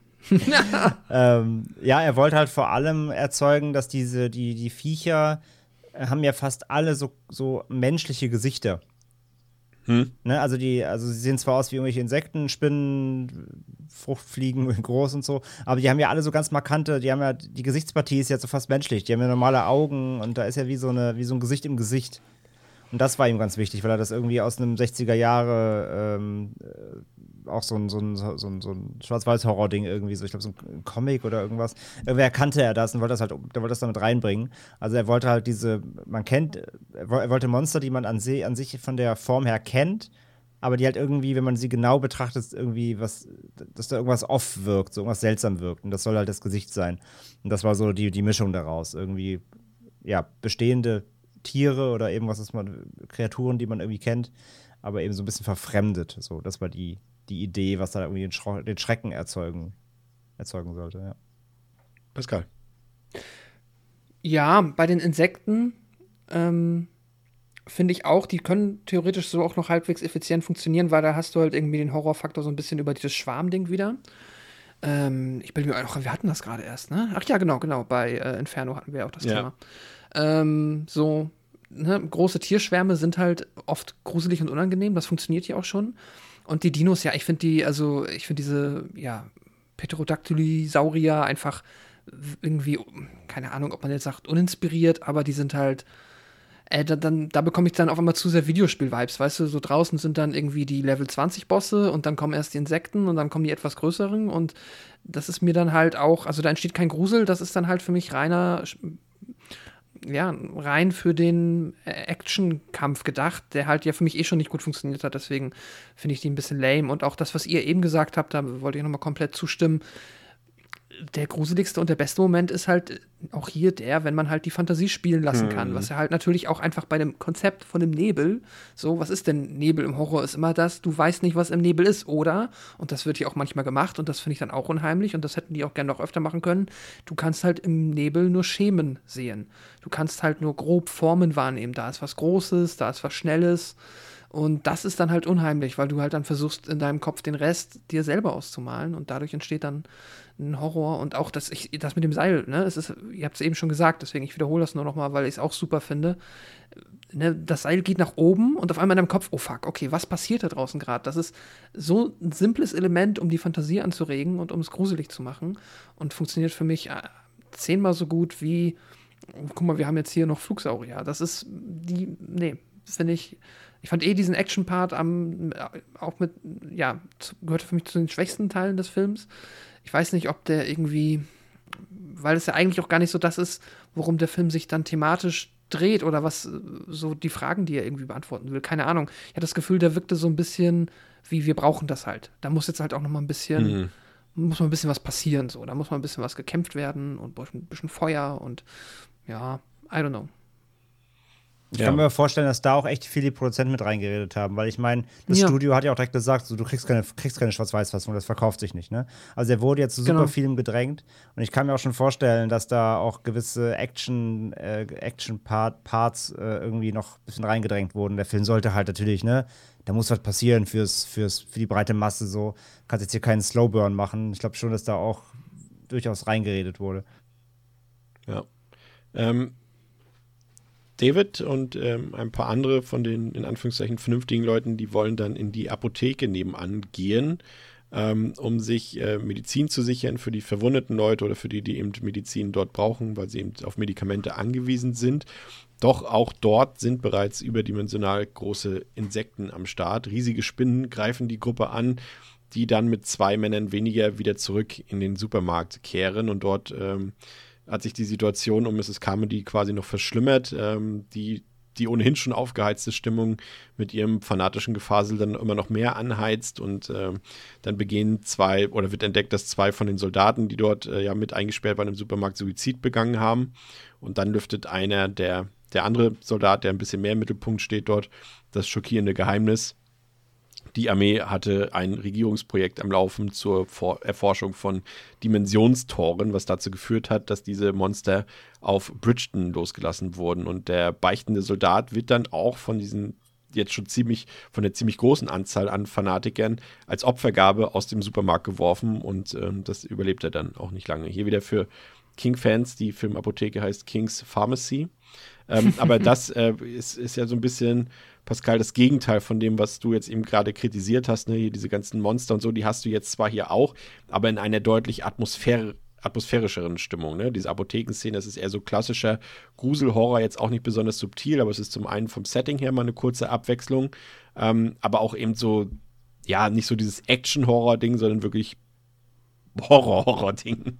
ähm, ja, er wollte halt vor allem erzeugen, dass diese, die, die Viecher haben ja fast alle so, so menschliche Gesichter. Hm. Ne, also die, also sie sehen zwar aus wie irgendwelche Insekten, Spinnen, Fruchtfliegen groß und so, aber die haben ja alle so ganz markante, die haben ja, die Gesichtspartie ist ja so fast menschlich, die haben ja normale Augen und da ist ja wie so eine, wie so ein Gesicht im Gesicht. Und das war ihm ganz wichtig, weil er das irgendwie aus einem sechziger Jahre ähm, auch so ein, so ein, so ein, so ein Schwarz-Weiß-Horror-Ding irgendwie, so ich glaube so ein Comic oder irgendwas. Irgendwer kannte er das und wollte das halt, der wollte das damit reinbringen. Also er wollte halt diese, man kennt, er wollte Monster, die man an, se, an sich von der Form her kennt, aber die halt irgendwie, wenn man sie genau betrachtet, irgendwie was, dass da irgendwas off wirkt, so irgendwas seltsam wirkt. Und das soll halt das Gesicht sein. Und das war so die, die Mischung daraus. Irgendwie, ja, bestehende Tiere oder eben was ist man, Kreaturen, die man irgendwie kennt, aber eben so ein bisschen verfremdet. So, das war die, die Idee, was da irgendwie den, Schro- den Schrecken erzeugen, erzeugen sollte, ja. Pascal. Ja, bei den Insekten ähm, finde ich auch, die können theoretisch so auch noch halbwegs effizient funktionieren, weil da hast du halt irgendwie den Horrorfaktor so ein bisschen über dieses Schwarmding wieder. Ähm, ich bin mir auch, wir hatten das gerade erst, ne? Ach ja, genau, genau, bei äh, Inferno hatten wir auch das Ja. Thema. Ähm, so, ne, große Tierschwärme sind halt oft gruselig und unangenehm, das funktioniert hier auch schon. Und die Dinos, ja, ich finde die, also ich finde diese, ja, Pterodactyli-Saurier einfach irgendwie, keine Ahnung, ob man jetzt sagt, uninspiriert, aber die sind halt, äh, da, dann, da bekomme ich dann auf einmal zu sehr Videospiel-Vibes, weißt du, so draußen sind dann irgendwie die Level zwanzig Bosse und dann kommen erst die Insekten und dann kommen die etwas größeren und das ist mir dann halt auch, also da entsteht kein Grusel, das ist dann halt für mich reiner, ja, rein für den Action-Kampf gedacht, der halt ja für mich eh schon nicht gut funktioniert hat, deswegen finde ich die ein bisschen lame und auch das, was ihr eben gesagt habt, da wollte ich nochmal komplett zustimmen. Der gruseligste und der beste Moment ist halt auch hier der, wenn man halt die Fantasie spielen lassen kann, Hm. was ja halt natürlich auch einfach bei dem Konzept von dem Nebel, so, was ist denn Nebel im Horror, ist immer das, du weißt nicht, was im Nebel ist, oder? Und das wird hier auch manchmal gemacht und das finde ich dann auch unheimlich und das hätten die auch gerne noch öfter machen können. Du kannst halt im Nebel nur Schemen sehen. Du kannst halt nur grob Formen wahrnehmen. Da ist was Großes, da ist was Schnelles. Und das ist dann halt unheimlich, weil du halt dann versuchst, in deinem Kopf den Rest dir selber auszumalen und dadurch entsteht dann ein Horror und auch das, ich, das mit dem Seil, ne, es ist, ihr habt es eben schon gesagt, deswegen ich wiederhole das nur noch mal, weil ich es auch super finde. Ne, das Seil geht nach oben und auf einmal in deinem Kopf, oh fuck, okay, was passiert da draußen gerade? Das ist so ein simples Element, um die Fantasie anzuregen und um es gruselig zu machen und funktioniert für mich äh, zehnmal so gut wie, guck mal, wir haben jetzt hier noch Flugsaurier. Das ist die, nee, finde ich. Ich fand eh diesen Action-Part am, auch mit, ja, zu, gehört für mich zu den schwächsten Teilen des Films. Ich weiß nicht, ob der irgendwie, weil es ja eigentlich auch gar nicht so das ist, worum der Film sich dann thematisch dreht oder was, so die Fragen, die er irgendwie beantworten will. Keine Ahnung. Ich hatte das Gefühl, der wirkte so ein bisschen wie, wir brauchen das halt. Da muss jetzt halt auch noch mal ein bisschen, Mhm. muss mal ein bisschen was passieren, so. Da muss mal ein bisschen was gekämpft werden und ein bisschen Feuer und ja, I don't know. Ich Ja. kann mir vorstellen, dass da auch echt viele Produzenten mit reingeredet haben, weil ich meine, das Ja. Studio hat ja auch direkt gesagt, so, du kriegst keine, kriegst keine Schwarz-Weiß-Fassung, das verkauft sich nicht, ne? Also er wurde jetzt zu Genau. super vielem gedrängt und ich kann mir auch schon vorstellen, dass da auch gewisse Action, äh, Action-Parts äh, irgendwie noch ein bisschen reingedrängt wurden. Der Film sollte halt natürlich, ne, da muss was passieren fürs, fürs, für die breite Masse so. Kannst jetzt hier keinen Slowburn machen. Ich glaube schon, dass da auch durchaus reingeredet wurde. Ja. Ähm, David und ähm, ein paar andere von den in Anführungszeichen vernünftigen Leuten, die wollen dann in die Apotheke nebenan gehen, ähm, um sich äh, Medizin zu sichern für die verwundeten Leute oder für die, die eben Medizin dort brauchen, weil sie eben auf Medikamente angewiesen sind. Doch auch dort sind bereits überdimensional große Insekten am Start. Riesige Spinnen greifen die Gruppe an, die dann mit zwei Männern weniger wieder zurück in den Supermarkt kehren und dort ähm, hat sich die Situation um Misses Carmody quasi noch verschlimmert. Ähm, die, die ohnehin schon aufgeheizte Stimmung mit ihrem fanatischen Gefasel dann immer noch mehr anheizt und ähm, dann begehen zwei, oder wird entdeckt, dass zwei von den Soldaten, die dort äh, ja mit eingesperrt waren im Supermarkt, Suizid begangen haben. Und dann lüftet einer, der, der andere Soldat, der ein bisschen mehr im Mittelpunkt steht dort, das schockierende Geheimnis. Die Armee hatte ein Regierungsprojekt am Laufen zur Vor- Erforschung von Dimensionstoren, was dazu geführt hat, dass diese Monster auf Bridgeton losgelassen wurden. Und der beichtende Soldat wird dann auch von diesen jetzt schon ziemlich, von der ziemlich großen Anzahl an Fanatikern als Opfergabe aus dem Supermarkt geworfen und ähm, das überlebt er dann auch nicht lange. Hier wieder für King-Fans, die Filmapotheke heißt King's Pharmacy. ähm, aber das äh, ist, ist ja so ein bisschen Pascal, das Gegenteil von dem, was du jetzt eben gerade kritisiert hast, ne? Hier diese ganzen Monster und so, die hast du jetzt zwar hier auch, aber in einer deutlich Atmosphäre, atmosphärischeren Stimmung, ne? Diese Apothekenszene, das ist eher so klassischer Gruselhorror, jetzt auch nicht besonders subtil, aber es ist zum einen vom Setting her mal eine kurze Abwechslung, ähm, aber auch eben so, ja, nicht so dieses Action-Horror-Ding, sondern wirklich Horror-Horror-Ding.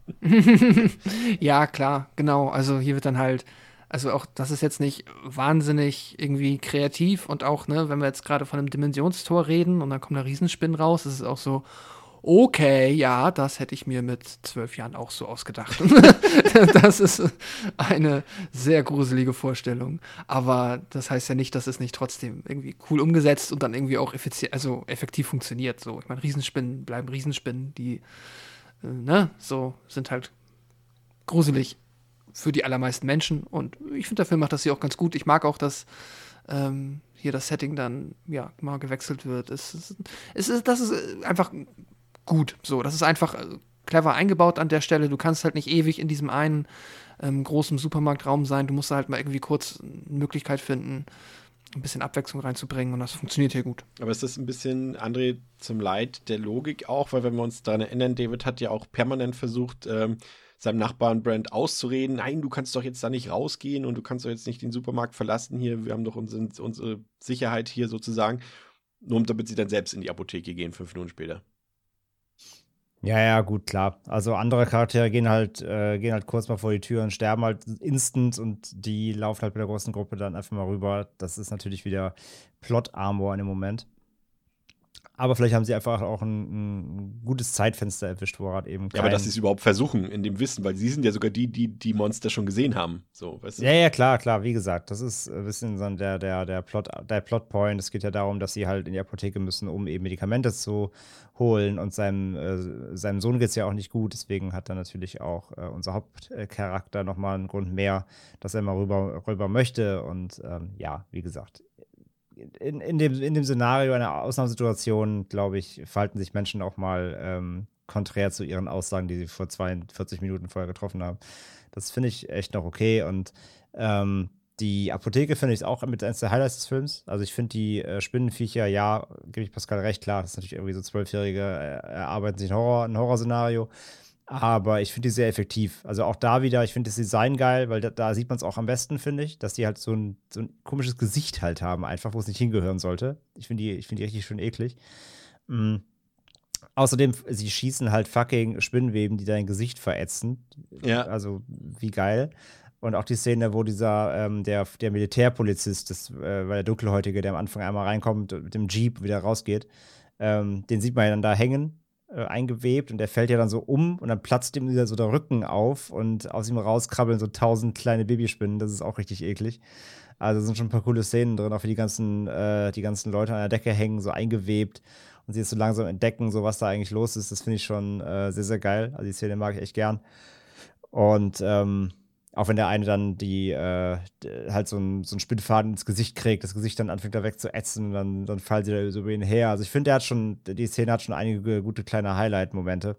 Ja, klar, genau. Also hier wird dann halt, also auch, das ist jetzt nicht wahnsinnig irgendwie kreativ und auch, ne, wenn wir jetzt gerade von einem Dimensionstor reden und dann kommen da Riesenspinnen raus, ist es auch so, okay, ja, das hätte ich mir mit zwölf Jahren auch so ausgedacht. Das ist eine sehr gruselige Vorstellung. Aber das heißt ja nicht, dass es nicht trotzdem irgendwie cool umgesetzt und dann irgendwie auch effizient, also effektiv funktioniert. So, ich meine, Riesenspinnen bleiben Riesenspinnen, die, äh, ne, so sind halt gruselig für die allermeisten Menschen. Und ich finde, der Film macht das hier auch ganz gut. Ich mag auch, dass ähm, hier das Setting dann ja mal gewechselt wird. Es ist, es ist, das ist einfach gut. So, das ist einfach äh, clever eingebaut an der Stelle. Du kannst halt nicht ewig in diesem einen ähm, großen Supermarktraum sein. Du musst halt mal irgendwie kurz eine Möglichkeit finden, ein bisschen Abwechslung reinzubringen. Und das funktioniert hier gut. Aber ist das ein bisschen, André, zum Leid der Logik auch? Weil wenn wir uns daran erinnern, David hat ja auch permanent versucht, ähm, seinem Nachbarn Brand auszureden, nein, du kannst doch jetzt da nicht rausgehen und du kannst doch jetzt nicht den Supermarkt verlassen hier, wir haben doch unsere, unsere Sicherheit hier sozusagen, nur damit sie dann selbst in die Apotheke gehen, fünf Minuten später. Ja, ja, gut, klar. Also andere Charaktere gehen halt, äh, gehen halt kurz mal vor die Tür und sterben halt instant und die laufen halt mit der großen Gruppe dann einfach mal rüber. Das ist natürlich wieder Plot-Armor in dem Moment. Aber vielleicht haben sie einfach auch ein, ein gutes Zeitfenster erwischt, wo halt eben kein... Ja, aber dass sie es überhaupt versuchen, in dem Wissen, weil sie sind ja sogar die, die die Monster schon gesehen haben. So, weißt du? Ja, ja, klar, klar, wie gesagt, das ist ein bisschen so der, der, der, Plot, der Plotpoint. Es geht ja darum, dass sie halt in die Apotheke müssen, um eben Medikamente zu holen. Und seinem, äh, seinem Sohn geht es ja auch nicht gut, deswegen hat dann natürlich auch äh, unser Hauptcharakter nochmal einen Grund mehr, dass er mal rüber, rüber möchte. Und ähm, ja, wie gesagt, In, in, dem, in dem Szenario einer Ausnahmesituation, glaube ich, verhalten sich Menschen auch mal ähm, konträr zu ihren Aussagen, die sie vor zweiundvierzig Minuten vorher getroffen haben. Das finde ich echt noch okay. Und ähm, die Apotheke finde ich auch mit eines der Highlights des Films. Also ich finde die äh, Spinnenviecher, ja, gebe ich Pascal recht, klar, das ist natürlich irgendwie so Zwölfjährige äh, erarbeiten sich ein, Horror, ein Horrorszenario. Aber ich finde die sehr effektiv. Also auch da wieder, ich finde das Design geil, weil da, da sieht man es auch am besten, finde ich, dass die halt so ein, so ein komisches Gesicht halt haben, einfach, wo es nicht hingehören sollte. Ich finde die, ich find die richtig schön eklig. Mhm. Außerdem, sie schießen halt fucking Spinnenweben, die dein Gesicht verätzen. Ja. Also, wie geil. Und auch die Szene, wo dieser, ähm, der, der Militärpolizist, das, äh, weil der Dunkelhäutige, der am Anfang einmal reinkommt, mit dem Jeep wieder rausgeht, ähm, den sieht man ja dann da hängen, äh, eingewebt und der fällt ja dann so um und dann platzt ihm wieder so der Rücken auf und aus ihm rauskrabbeln so tausend kleine Babyspinnen. Das ist auch richtig eklig. Also sind schon ein paar coole Szenen drin, auch wie die ganzen, äh, die ganzen Leute an der Decke hängen, so eingewebt und sie jetzt so langsam entdecken, so was da eigentlich los ist. Das finde ich schon äh, sehr, sehr geil. Also die Szene mag ich echt gern. Und ähm, auch wenn der eine dann die äh, halt so einen so Spinnfaden ins Gesicht kriegt, das Gesicht dann anfängt da wegzuätzen und dann, dann fallen sie da so über ihn her. Also ich finde, der hat schon, die Szene hat schon einige gute kleine Highlight-Momente.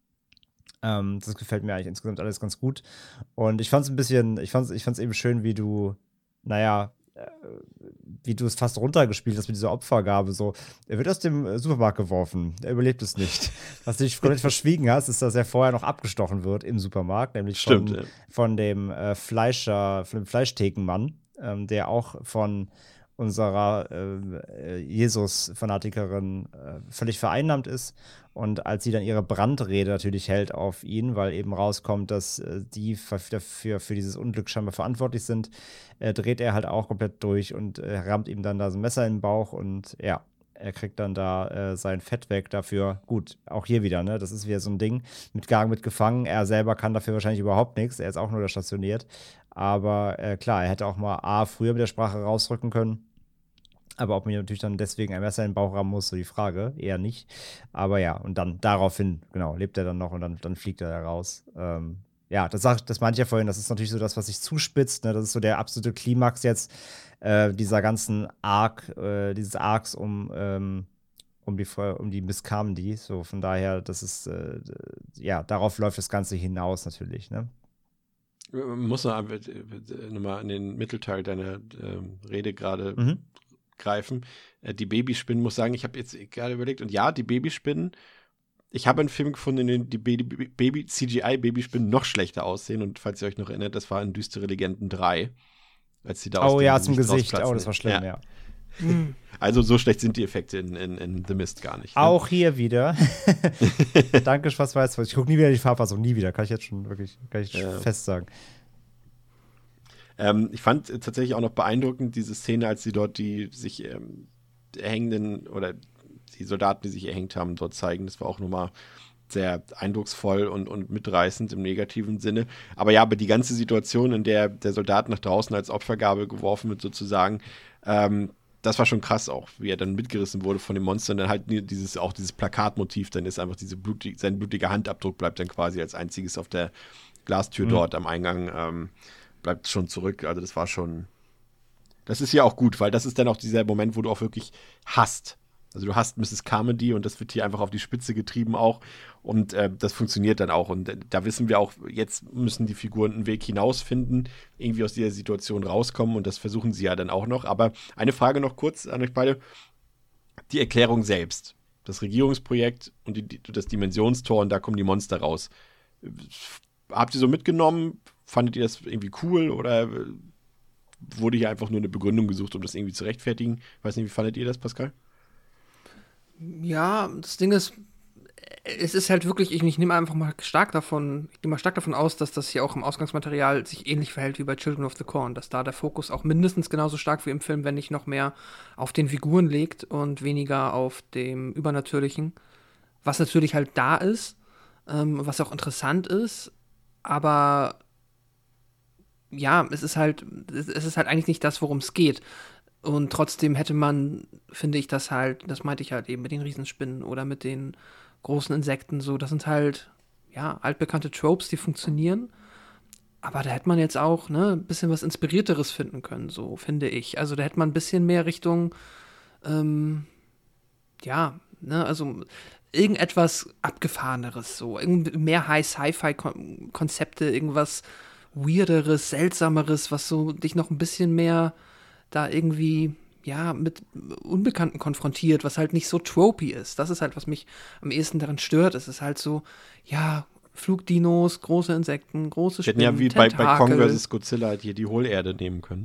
Ähm, das gefällt mir eigentlich insgesamt alles ganz gut. Und ich fand es ein bisschen, ich fand es ich fand's eben schön, wie du, naja, äh, wie du es fast runtergespielt hast mit dieser Opfergabe. So, er wird aus dem Supermarkt geworfen, er überlebt es nicht. Was du dich komplett verschwiegen hast, ist, dass er vorher noch abgestochen wird im Supermarkt, nämlich Stimmt, von, ja. von dem äh, Fleischer, von dem Fleischthekenmann, ähm, der auch von unserer äh, Jesus-Fanatikerin äh, völlig vereinnahmt ist. Und als sie dann ihre Brandrede natürlich hält auf ihn, weil eben rauskommt, dass äh, die dafür für dieses Unglück scheinbar verantwortlich sind, äh, dreht er halt auch komplett durch und äh, rammt ihm dann da so ein Messer in den Bauch und ja, er kriegt dann da äh, sein Fett weg dafür. Gut, auch hier wieder, ne? Das ist wieder so ein Ding. Mit Gang mit gefangen. Er selber kann dafür wahrscheinlich überhaupt nichts. Er ist auch nur da stationiert. Aber äh, klar, er hätte auch mal A, früher mit der Sprache rausrücken können. Aber ob man natürlich dann deswegen ein Messer in den Bauch rammen muss, so die Frage, eher nicht. Aber ja, und dann daraufhin, genau, lebt er dann noch und dann, dann fliegt er da raus. Ähm, ja, das, sag, das meinte ich ja vorhin, das ist natürlich so das, was sich zuspitzt. Ne? Das ist so der absolute Klimax jetzt äh, dieser ganzen Arc, äh, dieses Arcs um, ähm, um die, um die Miss Carmody. So, von daher, das ist, äh, ja, darauf läuft das Ganze hinaus natürlich, ne? Muss noch nochmal an den Mittelteil deiner ähm, Rede gerade Mhm. aufgreifen. Äh, die Babyspinnen, muss sagen, ich habe jetzt gerade überlegt, und ja, die Babyspinnen, ich habe einen Film gefunden, in dem die Baby, Baby, C G I-Babyspinnen noch schlechter aussehen. Und falls ihr euch noch erinnert, das war in Düstere Legenden drei. Als die da aus Oh dem ja, zum Gesicht Gesicht. Oh, das war schlimm, ja. ja. Also so schlecht sind die Effekte in, in, in The Mist gar nicht. Ne? Auch hier wieder. Danke, Schwarz-Weiß. Ich gucke nie wieder die Farbfassung, nie wieder. Kann ich jetzt schon wirklich kann ich Ja. fest sagen. Ähm, ich fand äh, tatsächlich auch noch beeindruckend diese Szene, als sie dort die sich ähm, erhängenden oder die Soldaten, die sich erhängt haben, dort zeigen. Das war auch nochmal sehr eindrucksvoll und, und mitreißend im negativen Sinne. Aber ja, aber die ganze Situation, in der der Soldat nach draußen als Opfergabe geworfen wird, sozusagen, ähm, das war schon krass auch, wie er dann mitgerissen wurde von dem Monster. Und dann halt dieses, auch dieses Plakatmotiv, dann ist einfach diese blutig, sein blutiger Handabdruck bleibt dann quasi als einziges auf der Glastür Mhm. dort am Eingang, ähm, bleibt schon zurück. Also das war schon, das ist ja auch gut, weil das ist dann auch dieser Moment, wo du auch wirklich hasst. Also du hast Misses Carmody und das wird hier einfach auf die Spitze getrieben auch und äh, das funktioniert dann auch und äh, da wissen wir auch, jetzt müssen die Figuren einen Weg hinausfinden, irgendwie aus dieser Situation rauskommen und das versuchen sie ja dann auch noch. Aber eine Frage noch kurz an euch beide, die Erklärung selbst, das Regierungsprojekt und die, die, das Dimensionstor und da kommen die Monster raus. Habt ihr so mitgenommen? Fandet ihr das irgendwie cool oder äh, wurde hier einfach nur eine Begründung gesucht, um das irgendwie zu rechtfertigen? Weiß nicht, wie fandet ihr das, Pascal? Ja, das Ding ist, es ist halt wirklich, ich, ich nehme einfach mal stark davon, ich nehme mal stark davon aus, dass das hier auch im Ausgangsmaterial sich ähnlich verhält wie bei Children of the Corn, dass da der Fokus auch mindestens genauso stark wie im Film, wenn nicht noch mehr auf den Figuren liegt und weniger auf dem Übernatürlichen, was natürlich halt da ist, ähm, was auch interessant ist, aber ja, es ist halt, es ist halt eigentlich nicht das, worum es geht. Und trotzdem hätte man, finde ich, das halt, das meinte ich halt eben mit den Riesenspinnen oder mit den großen Insekten so, das sind halt, ja, altbekannte Tropes, die funktionieren. Aber da hätte man jetzt auch, ne, ein bisschen was Inspirierteres finden können, so, finde ich. Also da hätte man ein bisschen mehr Richtung, ähm, ja, ne, also irgendetwas Abgefahreneres, so, irgend mehr High-Sci-Fi-Konzepte, irgendwas Weirderes, Seltsameres, was so dich noch ein bisschen mehr da irgendwie, ja, mit Unbekannten konfrontiert, was halt nicht so tropey ist. Das ist halt, was mich am ehesten daran stört. Es ist halt so, ja, Flugdinos, große Insekten, große Wir hätten Spinnen, ja wie bei, bei Kong Tentakel. versus. Godzilla halt hier die Hohlerde nehmen können.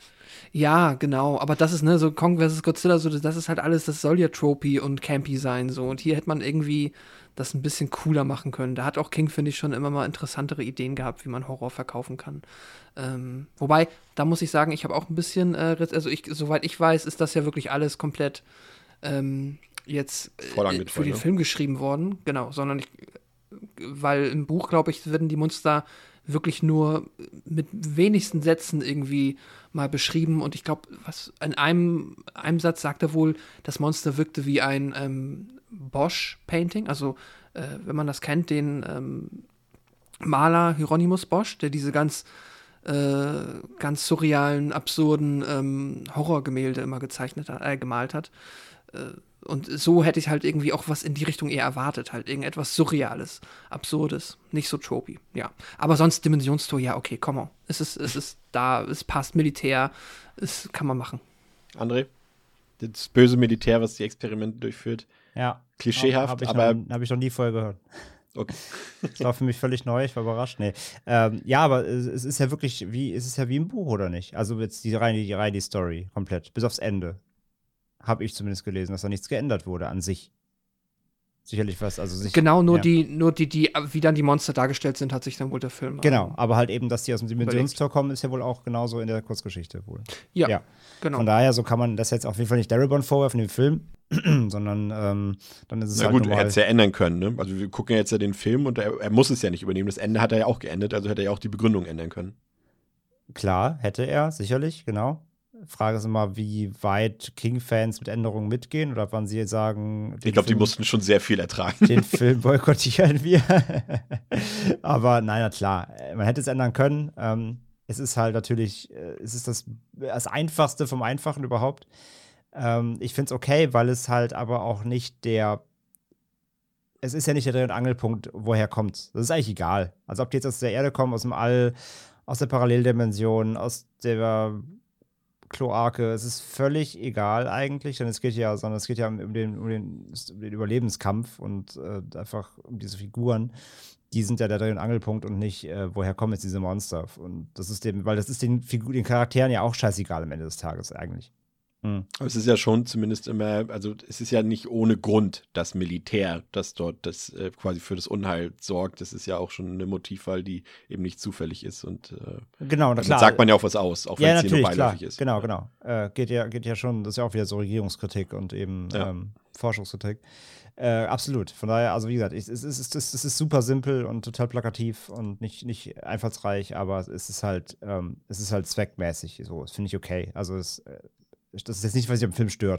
Ja, genau, aber das ist, ne, so Kong versus. Godzilla, so, das ist halt alles, das soll ja tropey und campy sein, so. Und hier hätte man irgendwie das ein bisschen cooler machen können. Da hat auch King, finde ich, schon immer mal interessantere Ideen gehabt, wie man Horror verkaufen kann. Ähm, wobei, da muss ich sagen, ich habe auch ein bisschen, äh, also ich, soweit ich weiß, ist das ja wirklich alles komplett ähm, jetzt äh, für den ne? Film geschrieben worden. Genau, sondern ich, weil im Buch, glaube ich, werden die Monster wirklich nur mit wenigsten Sätzen irgendwie mal beschrieben und ich glaube, was in einem, einem Satz sagt er wohl, das Monster wirkte wie ein ähm, Bosch-Painting, also äh, wenn man das kennt, den ähm, Maler Hieronymus Bosch, der diese ganz äh, ganz surrealen, absurden ähm, Horrorgemälde immer gezeichnet hat, äh, gemalt hat. Äh, und so hätte ich halt irgendwie auch was in die Richtung eher erwartet, halt irgendetwas Surreales, Absurdes, nicht so tropey, ja. Aber sonst Dimensionstor, ja, okay, come on. Es ist, es ist da, es passt Militär, es kann man machen. André? Das böse Militär, was die Experimente durchführt. Ja. Klischeehaft, Habe ich, aber. noch- hab ich noch nie vorher gehört. Okay. Das war für mich völlig neu, ich war überrascht. Nee. Ähm, ja, aber es, es ist ja wirklich wie, es ist ja wie im Buch, oder nicht? Also jetzt die reine, die reine Story komplett, bis aufs Ende. Habe ich zumindest gelesen, dass da nichts geändert wurde an sich. Sicherlich was, also sich, Genau, nur ja. die, nur die, die, wie dann die Monster dargestellt sind, hat sich dann wohl der Film. Genau, ähm, aber halt eben, dass die aus dem Dimensionstor kommen, ist ja wohl auch genauso in der Kurzgeschichte wohl. Ja, Ja. genau. Von daher, so kann man das jetzt auf jeden Fall nicht Darabont vorwerfen, dem Film, sondern ähm, dann ist es Na halt gut, er normal. hätte es ja ändern können, ne? Also wir gucken ja jetzt ja den Film und er, er muss es ja nicht übernehmen. Das Ende hat er ja auch geändert, also hätte er ja auch die Begründung ändern können. Klar, hätte er, sicherlich, genau. Frage ist immer, wie weit King-Fans mit Änderungen mitgehen oder wann sie sagen, den Ich glaube, die Film- mussten schon sehr viel ertragen. den Film boykottieren wir. Aber nein, na klar, man hätte es ändern können. Ähm, es ist halt natürlich, äh, es ist das, das Einfachste vom Einfachen überhaupt. Ähm, ich finde es okay, weil es halt aber auch nicht der, es ist ja nicht der Dreh- und Angelpunkt, woher kommt. Das ist eigentlich egal. Also ob die jetzt aus der Erde kommen, aus dem All, aus der Paralleldimension, aus der Kloake. Es ist völlig egal eigentlich, denn es geht ja, sondern es geht ja um den, um den, um den Überlebenskampf und äh, einfach um diese Figuren. Die sind ja der Dreh- und Angelpunkt und nicht, äh, woher kommen jetzt diese Monster. Und das ist dem, weil das ist den Figur, den Charakteren ja auch scheißegal am Ende des Tages eigentlich. Mhm. Aber es ist ja schon zumindest immer, also es ist ja nicht ohne Grund das Militär, das dort das äh, quasi für das Unheil sorgt. Das ist ja auch schon eine Motivwahl, die eben nicht zufällig ist. Und äh, genau, na, damit klar. sagt man ja auch was aus, auch wenn ja, es hier nur klar. beiläufig ist. Genau, genau. Äh, geht, ja, geht ja schon, das ist ja auch wieder so Regierungskritik und eben Ja. ähm, Forschungskritik. Äh, absolut. Von daher, also wie gesagt, ich, es, ist, es, ist, es ist super simpel und total plakativ und nicht, nicht einfallsreich, aber es ist halt, ähm, es ist halt zweckmäßig. So, das finde ich okay. Also es, äh, das ist jetzt nicht, was sich am Film stört.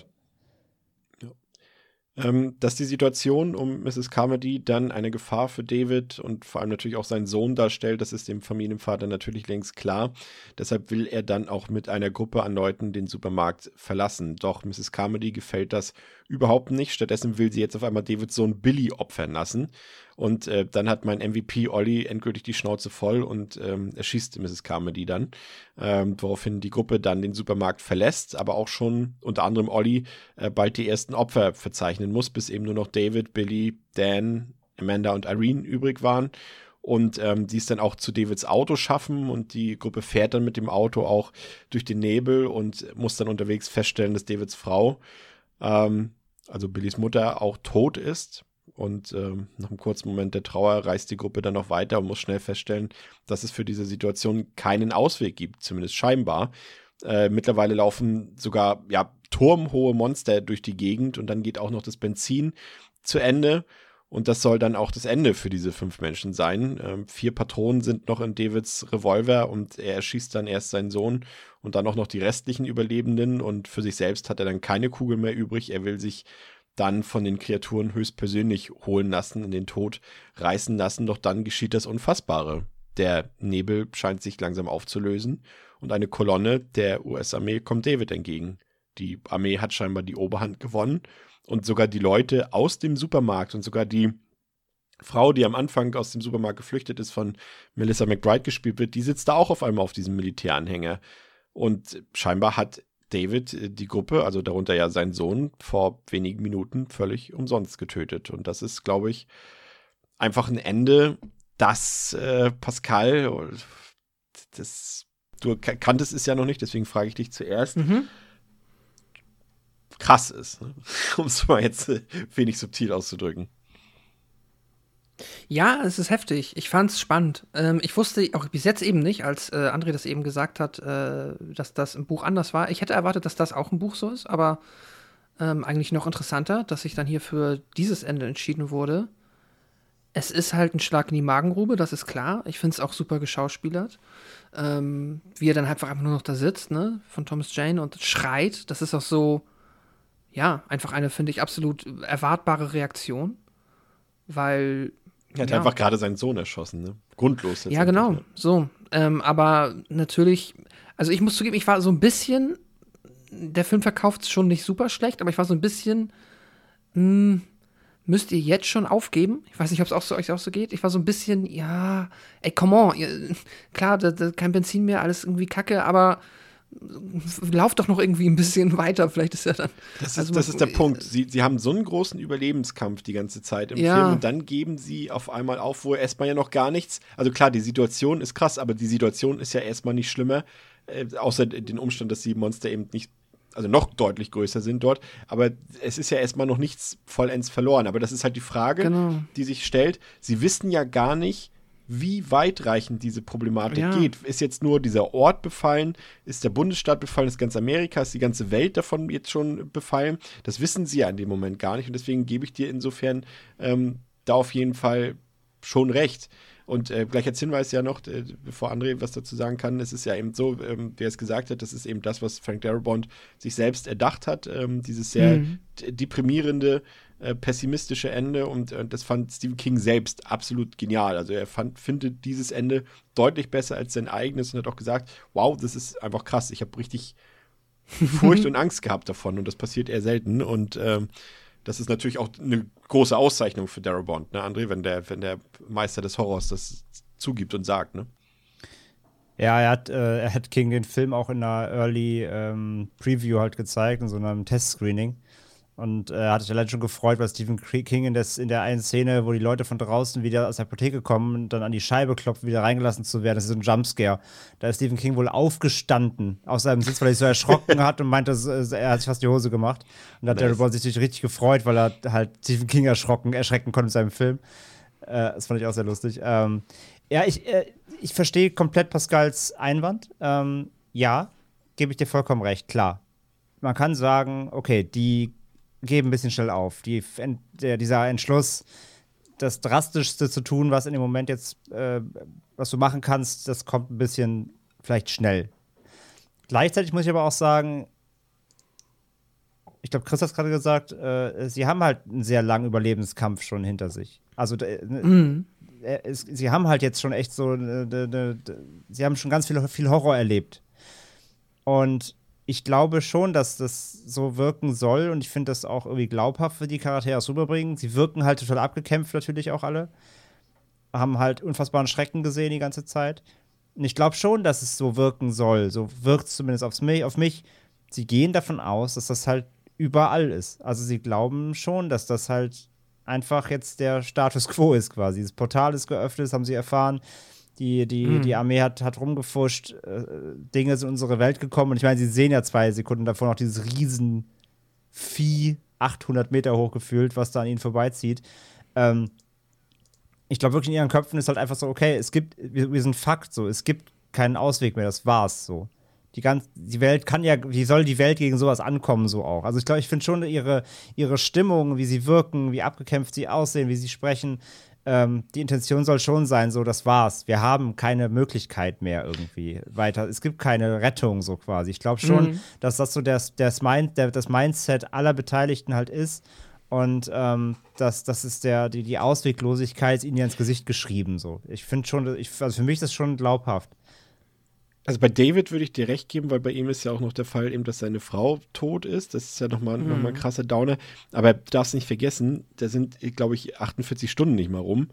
Ähm, dass die Situation um Misses Carmody dann eine Gefahr für David und vor allem natürlich auch seinen Sohn darstellt, das ist dem Familienvater natürlich längst klar. Deshalb will er dann auch mit einer Gruppe an Leuten den Supermarkt verlassen. Doch Misses Carmody gefällt das überhaupt nicht. Stattdessen will sie jetzt auf einmal Davids Sohn Billy opfern lassen. Und äh, dann hat mein M V P Ollie endgültig die Schnauze voll und ähm, erschießt Misses Carmody dann. Ähm, woraufhin die Gruppe dann den Supermarkt verlässt, aber auch schon unter anderem Ollie äh, bald die ersten Opfer verzeichnen muss, bis eben nur noch David, Billy, Dan, Amanda und Irene übrig waren. Und ähm, die es dann auch zu Davids Auto schaffen und die Gruppe fährt dann mit dem Auto auch durch den Nebel und muss dann unterwegs feststellen, dass Davids Frau, ähm, also Billys Mutter, auch tot ist. Und ähm, nach einem kurzen Moment der Trauer reist die Gruppe dann noch weiter und muss schnell feststellen, dass es für diese Situation keinen Ausweg gibt, zumindest scheinbar. Äh, mittlerweile laufen sogar ja, turmhohe Monster durch die Gegend und dann geht auch noch das Benzin zu Ende. Und das soll dann auch das Ende für diese fünf Menschen sein. Ähm, vier Patronen sind noch in Davids Revolver und er erschießt dann erst seinen Sohn und dann auch noch die restlichen Überlebenden. Und für sich selbst hat er dann keine Kugel mehr übrig. Er will sich dann von den Kreaturen höchstpersönlich holen lassen, in den Tod reißen lassen. Doch dann geschieht das Unfassbare. Der Nebel scheint sich langsam aufzulösen und eine Kolonne der U S-Armee kommt David entgegen. Die Armee hat scheinbar die Oberhand gewonnen und sogar die Leute aus dem Supermarkt und sogar die Frau, die am Anfang aus dem Supermarkt geflüchtet ist, von Melissa McBride gespielt wird, die sitzt da auch auf einmal auf diesem Militäranhänger. Und scheinbar hat David die Gruppe, also darunter ja sein Sohn, vor wenigen Minuten völlig umsonst getötet. Und das ist, glaube ich, einfach ein Ende, das äh, Pascal, das, du kanntest es ja noch nicht, deswegen frage ich dich zuerst, Mhm. krass ist, ne? Um es mal jetzt äh, wenig subtil auszudrücken. Ja, es ist heftig. Ich fand's spannend. Ähm, ich wusste auch bis jetzt eben nicht, als äh, André das eben gesagt hat, äh, dass das im Buch anders war. Ich hätte erwartet, dass das auch im Buch so ist, aber ähm, eigentlich noch interessanter, dass sich dann hier für dieses Ende entschieden wurde. Es ist halt ein Schlag in die Magengrube, das ist klar. Ich find's auch super geschauspielert. Ähm, wie er dann einfach einfach nur noch da sitzt, ne, von Thomas Jane und schreit. Das ist auch so, ja, einfach eine, finde ich, absolut erwartbare Reaktion. Weil Er hat ja. einfach gerade seinen Sohn erschossen, ne? Grundlos. Ja, genau, letztendlich, so. Ähm, aber natürlich, also ich muss zugeben, ich war so ein bisschen, der Film verkauft es schon nicht super schlecht, aber ich war so ein bisschen, mh, müsst ihr jetzt schon aufgeben? Ich weiß nicht, ob es auch so, euch auch so geht. Ich war so ein bisschen, ja, ey, come on, ihr, klar, da, da, kein Benzin mehr, alles irgendwie kacke, aber lauft doch noch irgendwie ein bisschen weiter, vielleicht ist ja dann. Das ist, also, das ist der Punkt. Sie, sie haben so einen großen Überlebenskampf die ganze Zeit im Ja. Film und dann geben sie auf einmal auf, wo erstmal ja noch gar nichts. Also klar, die Situation ist krass, aber die Situation ist ja erstmal nicht schlimmer, äh, außer den Umstand, dass die Monster eben nicht, also noch deutlich größer sind dort. Aber es ist ja erstmal noch nichts vollends verloren. Aber das ist halt die Frage, Genau. die sich stellt. Sie wissen ja gar nicht, wie weitreichend diese Problematik Ja. geht. Ist jetzt nur dieser Ort befallen? Ist der Bundesstaat befallen? Ist ganz Amerika? Ist die ganze Welt davon jetzt schon befallen? Das wissen sie ja in dem Moment gar nicht. Und deswegen gebe ich dir insofern ähm, da auf jeden Fall schon recht. Und äh, gleich als Hinweis ja noch, äh, bevor André was dazu sagen kann, es ist ja eben so, ähm, wer es gesagt hat, das ist eben das, was Frank Darabont sich selbst erdacht hat, ähm, dieses sehr Mhm. d- deprimierende, äh, pessimistische Ende und äh, das fand Stephen King selbst absolut genial. Also er fand, findet dieses Ende deutlich besser als sein eigenes und hat auch gesagt, wow, das ist einfach krass, ich habe richtig Furcht und Angst gehabt davon und das passiert eher selten und ähm, das ist natürlich auch eine große Auszeichnung für Darabont, ne, André, wenn der, wenn der Meister des Horrors das zugibt und sagt, ne? Ja, er hat, äh, er hat King den Film auch in einer Early ähm, Preview halt gezeigt, in so einem Testscreening. Und er äh, hat sich allein schon gefreut, weil Stephen King in, des, in der einen Szene, wo die Leute von draußen wieder aus der Apotheke kommen und dann an die Scheibe klopfen, wieder reingelassen zu werden. Das ist so ein Jumpscare. Da ist Stephen King wohl aufgestanden aus seinem Sitz, weil er sich so erschrocken hat und meinte, er hat sich fast die Hose gemacht. Und da hat Jared Bond sich natürlich richtig gefreut, weil er halt Stephen King erschrocken, erschrecken konnte in seinem Film. Äh, das fand ich auch sehr lustig. Ähm, ja, ich, äh, ich verstehe komplett Pascals Einwand. Ähm, ja, gebe ich dir vollkommen recht, klar. Man kann sagen, okay, die geben ein bisschen schnell auf. Die, der, dieser Entschluss, das Drastischste zu tun, was in dem Moment jetzt, äh, was du machen kannst, das kommt ein bisschen vielleicht schnell. Gleichzeitig muss ich aber auch sagen, ich glaube, Chris hat es gerade gesagt, äh, sie haben halt einen sehr langen Überlebenskampf schon hinter sich. Also äh, mhm. äh, es, sie haben halt jetzt schon echt so, äh, äh, äh, sie haben schon ganz viel, viel Horror erlebt. Und ich glaube schon, dass das so wirken soll und ich finde das auch irgendwie glaubhaft für die Charaktere rüberbringen. Sie wirken halt total abgekämpft natürlich auch alle. Haben halt unfassbaren Schrecken gesehen die ganze Zeit. Und ich glaube schon, dass es so wirken soll. So wirkt es zumindest aufs, auf mich. Sie gehen davon aus, dass das halt überall ist. Also sie glauben schon, dass das halt einfach jetzt der Status quo ist quasi. Das Portal ist geöffnet, das haben sie erfahren. Die, die, mhm. die Armee hat, hat rumgefuscht, äh, Dinge sind in unsere Welt gekommen. Und ich meine, sie sehen ja zwei Sekunden davor noch dieses riesen Vieh, achthundert Meter hoch gefühlt, was da an ihnen vorbeizieht. Ähm, ich glaube wirklich in ihren Köpfen ist halt einfach so, okay, es gibt, wir, wir sind Fakt, so, es gibt keinen Ausweg mehr, das war's so. Die, ganz, die Welt kann ja, wie soll die Welt gegen sowas ankommen, so auch. Also ich glaube, ich finde schon ihre, ihre Stimmung, wie sie wirken, wie abgekämpft sie aussehen, wie sie sprechen, Ähm, die Intention soll schon sein, so, das war's. Wir haben keine Möglichkeit mehr irgendwie weiter. Es gibt keine Rettung, so quasi. Ich glaube schon, mhm. dass das so das, das, Mind, der, das Mindset aller Beteiligten halt ist. Und ähm, das, das ist der, die, die Ausweglosigkeit ist ihnen ja ins Gesicht geschrieben. So. Ich finde schon, ich, also für mich ist das schon glaubhaft. Also bei David würde ich dir recht geben, weil bei ihm ist ja auch noch der Fall, eben, dass seine Frau tot ist. Das ist ja nochmal mhm. noch mal ein krasser Downer. Aber du darfst nicht vergessen, da sind, glaube ich, achtundvierzig Stunden nicht mal rum.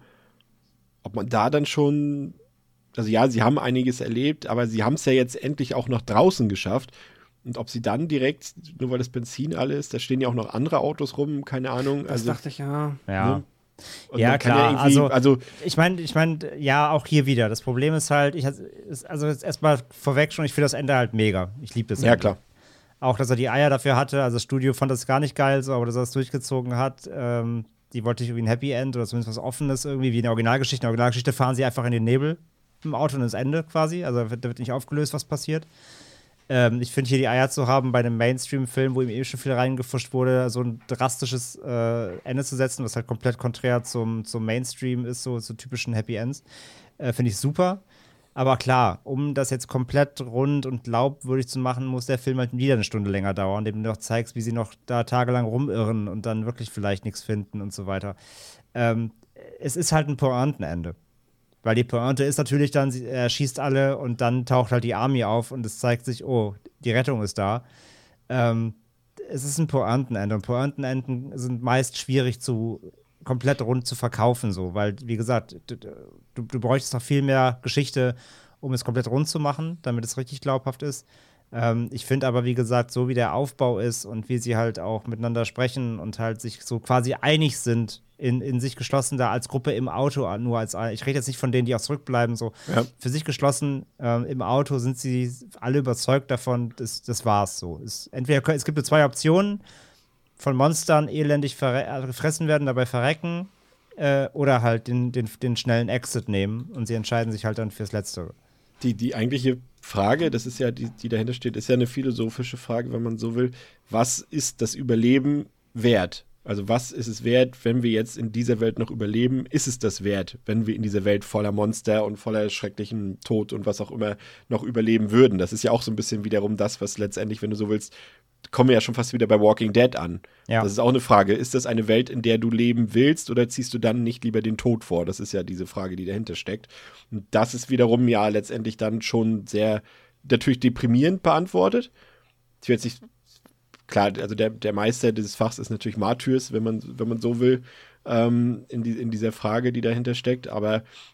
Ob man da dann schon, also ja, sie haben einiges erlebt, aber sie haben es ja jetzt endlich auch nach draußen geschafft. Und ob sie dann direkt, nur weil das Benzin alle ist, da stehen ja auch noch andere Autos rum, keine Ahnung. Das also, dachte ich, ja. Ja. Ne? Und ja, klar. Ja also, also, ich meine, ich meine, ja, auch hier wieder. Das Problem ist halt, ich ist, also jetzt erstmal vorweg schon, ich finde das Ende halt mega. Ich liebe das Ende. Ja, klar. Auch, dass er die Eier dafür hatte. Also, das Studio fand das gar nicht geil, so, aber dass er das durchgezogen hat. Ähm, die wollte ich irgendwie ein Happy End oder zumindest was Offenes irgendwie, wie in der Originalgeschichte. In der Originalgeschichte fahren sie einfach in den Nebel im Auto und ins Ende quasi. Also, da wird, da wird nicht aufgelöst, was passiert. Ähm, ich finde hier die Eier zu haben bei einem Mainstream-Film, wo ihm eben schon viel reingefuscht wurde, so ein drastisches äh, Ende zu setzen, was halt komplett konträr zum, zum Mainstream ist, so zu typischen Happy Ends, äh, finde ich super. Aber klar, um das jetzt komplett rund und glaubwürdig zu machen, muss der Film halt wieder eine Stunde länger dauern, indem du noch zeigst, wie sie noch da tagelang rumirren und dann wirklich vielleicht nichts finden und so weiter. Ähm, es ist halt ein Pointenende. Weil die Pointe ist natürlich dann, er schießt alle und dann taucht halt die Army auf und es zeigt sich, oh, die Rettung ist da. Ähm, es ist ein Pointenende und Pointenenden sind meist schwierig zu komplett rund zu verkaufen, so, weil, wie gesagt, du, du, du bräuchtest noch viel mehr Geschichte, um es komplett rund zu machen, damit es richtig glaubhaft ist. Ähm, ich finde aber, wie gesagt, so wie der Aufbau ist und wie sie halt auch miteinander sprechen und halt sich so quasi einig sind, in, in sich geschlossen da als Gruppe im Auto, nur als, ich rede jetzt nicht von denen, die auch zurückbleiben, so ja. Für sich geschlossen ähm, im Auto sind sie alle überzeugt davon, das, das war's so. Es, entweder, es gibt nur zwei Optionen, von Monstern elendig verre- gefressen werden, dabei verrecken äh, oder halt den, den, den schnellen Exit nehmen und sie entscheiden sich halt dann fürs Letztere. Die, die eigentliche Frage, das ist ja, die, die dahinter steht, ist ja eine philosophische Frage, wenn man so will. Was ist das Überleben wert? Also was ist es wert, wenn wir jetzt in dieser Welt noch überleben? Ist es das wert, wenn wir in dieser Welt voller Monster und voller schrecklichen Tod und was auch immer noch überleben würden? Das ist ja auch so ein bisschen wiederum das, was letztendlich, wenn du so willst, kommen wir ja schon fast wieder bei Walking Dead an. Ja. Das ist auch eine Frage. Ist das eine Welt, in der du leben willst oder ziehst du dann nicht lieber den Tod vor? Das ist ja diese Frage, die dahinter steckt. Und das ist wiederum ja letztendlich dann schon sehr natürlich deprimierend beantwortet. Ich will jetzt nicht Klar, also der, der Meister dieses Fachs ist natürlich Martyrs, wenn man, wenn man so will, ähm, in, die, in dieser Frage, die dahinter steckt. Aber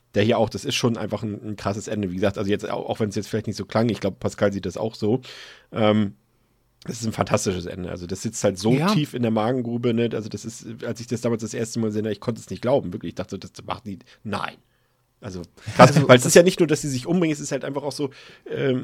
der hier auch, das ist schon einfach ein, ein krasses Ende. Wie gesagt, also jetzt, auch, auch wenn es jetzt vielleicht nicht so klang, ich glaube, Pascal sieht das auch so. Ähm, das ist ein fantastisches Ende. Also das sitzt halt so Ja. tief in der Magengrube, ne? Also das ist, als ich das damals das erste Mal gesehen habe, ich konnte es nicht glauben, wirklich. Ich dachte, das macht die, nein. Also, krass, Also, weil es ist ja nicht nur, dass sie sich umbringen, es ist halt einfach auch so, ähm,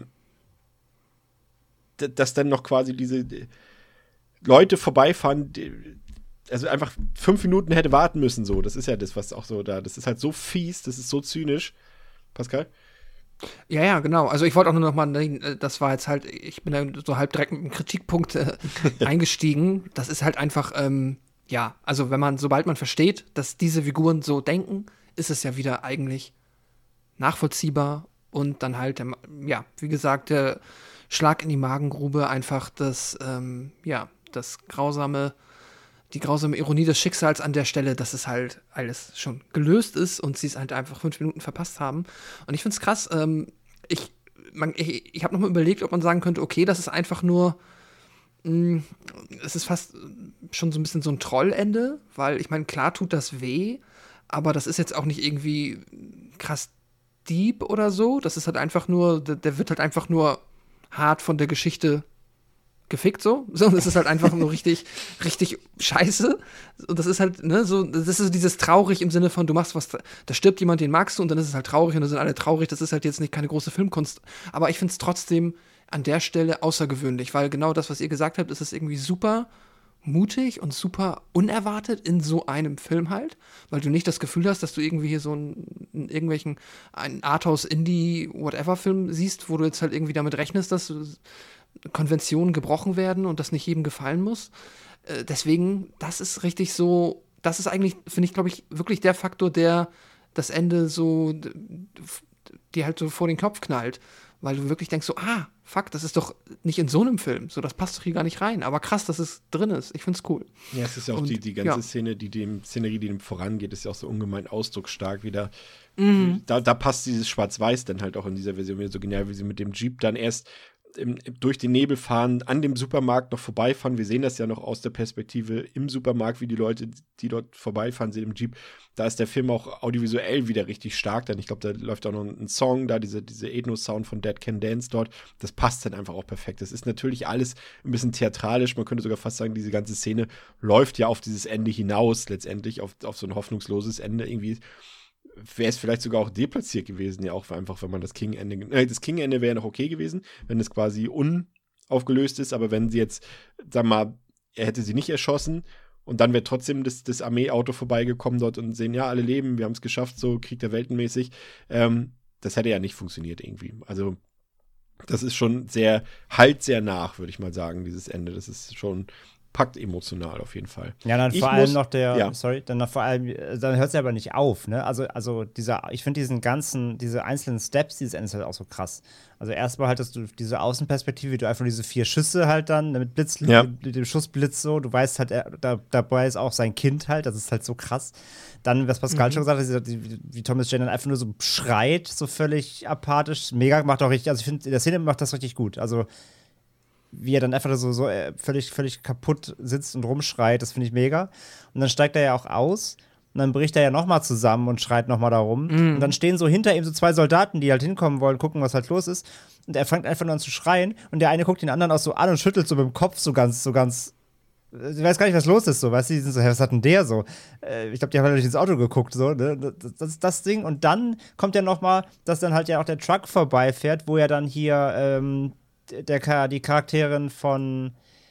d- dass dann noch quasi diese äh, Leute vorbeifahren, die, also einfach fünf Minuten hätte warten müssen, so. Das ist ja das, was auch so da, das ist halt so fies, das ist so zynisch. Pascal? Ja, ja, genau. Also ich wollte auch nur noch mal, ne, das war jetzt halt, ich bin da so halb direkt mit einem Kritikpunkt äh, eingestiegen. Das ist halt einfach, ähm, ja, also wenn man, sobald man versteht, dass diese Figuren so denken, ist es ja wieder eigentlich nachvollziehbar und dann halt, der, ja, wie gesagt, der Schlag in die Magengrube, einfach das, ähm, ja, das grausame, die grausame Ironie des Schicksals an der Stelle, dass es halt alles schon gelöst ist und sie es halt einfach fünf Minuten verpasst haben. Und ich find's krass, ähm, ich, man, ich, ich habe nochmal überlegt, ob man sagen könnte, okay, das ist einfach nur, mh, es ist fast schon so ein bisschen so ein Trollende, weil ich meine, klar tut das weh, aber das ist jetzt auch nicht irgendwie krass deep oder so. Das ist halt einfach nur, der, der wird halt einfach nur hart von der Geschichte gefickt so. So, das ist halt einfach nur richtig, richtig scheiße. Und das ist halt, ne, so, das ist so dieses traurig im Sinne von, du machst was, da stirbt jemand, den magst du und dann ist es halt traurig und dann sind alle traurig. Das ist halt jetzt nicht keine große Filmkunst. Aber ich find's trotzdem an der Stelle außergewöhnlich, weil genau das, was ihr gesagt habt, ist es irgendwie super mutig und super unerwartet in so einem Film halt, weil du nicht das Gefühl hast, dass du irgendwie hier so einen, einen irgendwelchen einen Arthouse Indie whatever Film siehst, wo du jetzt halt irgendwie damit rechnest, dass Konventionen gebrochen werden und das nicht jedem gefallen muss. Äh, deswegen, das ist richtig so, das ist eigentlich, finde ich, glaube ich, wirklich der Faktor, der das Ende so d- dir halt so vor den Kopf knallt, weil du wirklich denkst so, ah, fuck, das ist doch nicht in so einem Film, so, das passt doch hier gar nicht rein, aber krass, dass es drin ist, ich find's cool. Ja, es ist ja auch Und, die, die ganze ja. Szene, die dem Szenerie, die dem vorangeht, ist ja auch so ungemein ausdrucksstark wieder. Mhm. Da, da passt dieses Schwarz-Weiß dann halt auch in dieser Version wieder so genial, wie sie mit dem Jeep dann erst im, durch den Nebel fahren, an dem Supermarkt noch vorbeifahren. Wir sehen das ja noch aus der Perspektive im Supermarkt, wie die Leute, die dort vorbeifahren, sehen im Jeep. Da ist der Film auch audiovisuell wieder richtig stark. Dann, ich glaube, da läuft auch noch ein Song, da diese, diese Ethno-Sound von Dead Can Dance dort. Das passt dann einfach auch perfekt. Das ist natürlich alles ein bisschen theatralisch. Man könnte sogar fast sagen, diese ganze Szene läuft ja auf dieses Ende hinaus, letztendlich, auf, auf so ein hoffnungsloses Ende irgendwie. Wäre es vielleicht sogar auch deplatziert gewesen, ja auch einfach, wenn man das King-Ende, äh, das King-Ende wäre noch okay gewesen, wenn es quasi unaufgelöst ist, aber wenn sie jetzt, sag mal, er hätte sie nicht erschossen und dann wäre trotzdem das, das Armeeauto vorbeigekommen dort und sehen, ja, alle leben, wir haben es geschafft, so Krieg der Weltenmäßig, ähm, das hätte ja nicht funktioniert irgendwie. Also das ist schon sehr, halt sehr nach, würde ich mal sagen, dieses Ende, das ist schon packt emotional auf jeden Fall. Ja, dann Ich vor allem muss- noch der, ja. sorry, dann noch vor allem, äh, dann hört es ja aber nicht auf, ne? Also, also dieser, ich finde diesen ganzen, diese einzelnen Steps dieses Endes halt auch so krass. Also erstmal halt, dass du diese Außenperspektive, wie du einfach diese vier Schüsse halt dann mit Blitz, Ja. mit dem Schussblitz so, du weißt halt, er, da, dabei ist auch sein Kind halt, das ist halt so krass. Dann, was Pascal schon gesagt hat, wie, wie Thomas Jane dann einfach nur so schreit, so völlig apathisch, mega, macht auch richtig, also ich finde, in der Szene macht das richtig gut, also wie er dann einfach so, so äh, völlig, völlig kaputt sitzt und rumschreit, das finde ich mega. Und dann steigt er ja auch aus und dann bricht er ja nochmal zusammen und schreit nochmal da rum. Und dann stehen so hinter ihm so zwei Soldaten, die halt hinkommen wollen, gucken, was halt los ist. Und er fängt einfach nur an zu schreien und der eine guckt den anderen auch so an und schüttelt so mit dem Kopf so ganz, so ganz. Ich weiß gar nicht, was los ist, so, weißt du, die sind so, hey, was hat denn der so? Äh, ich glaube, die haben halt durch ins Auto geguckt, so, ne? Das, das ist das Ding. Und dann kommt ja noch mal, dass dann halt ja auch der Truck vorbeifährt, wo ja dann hier ähm, der, die Charakterin von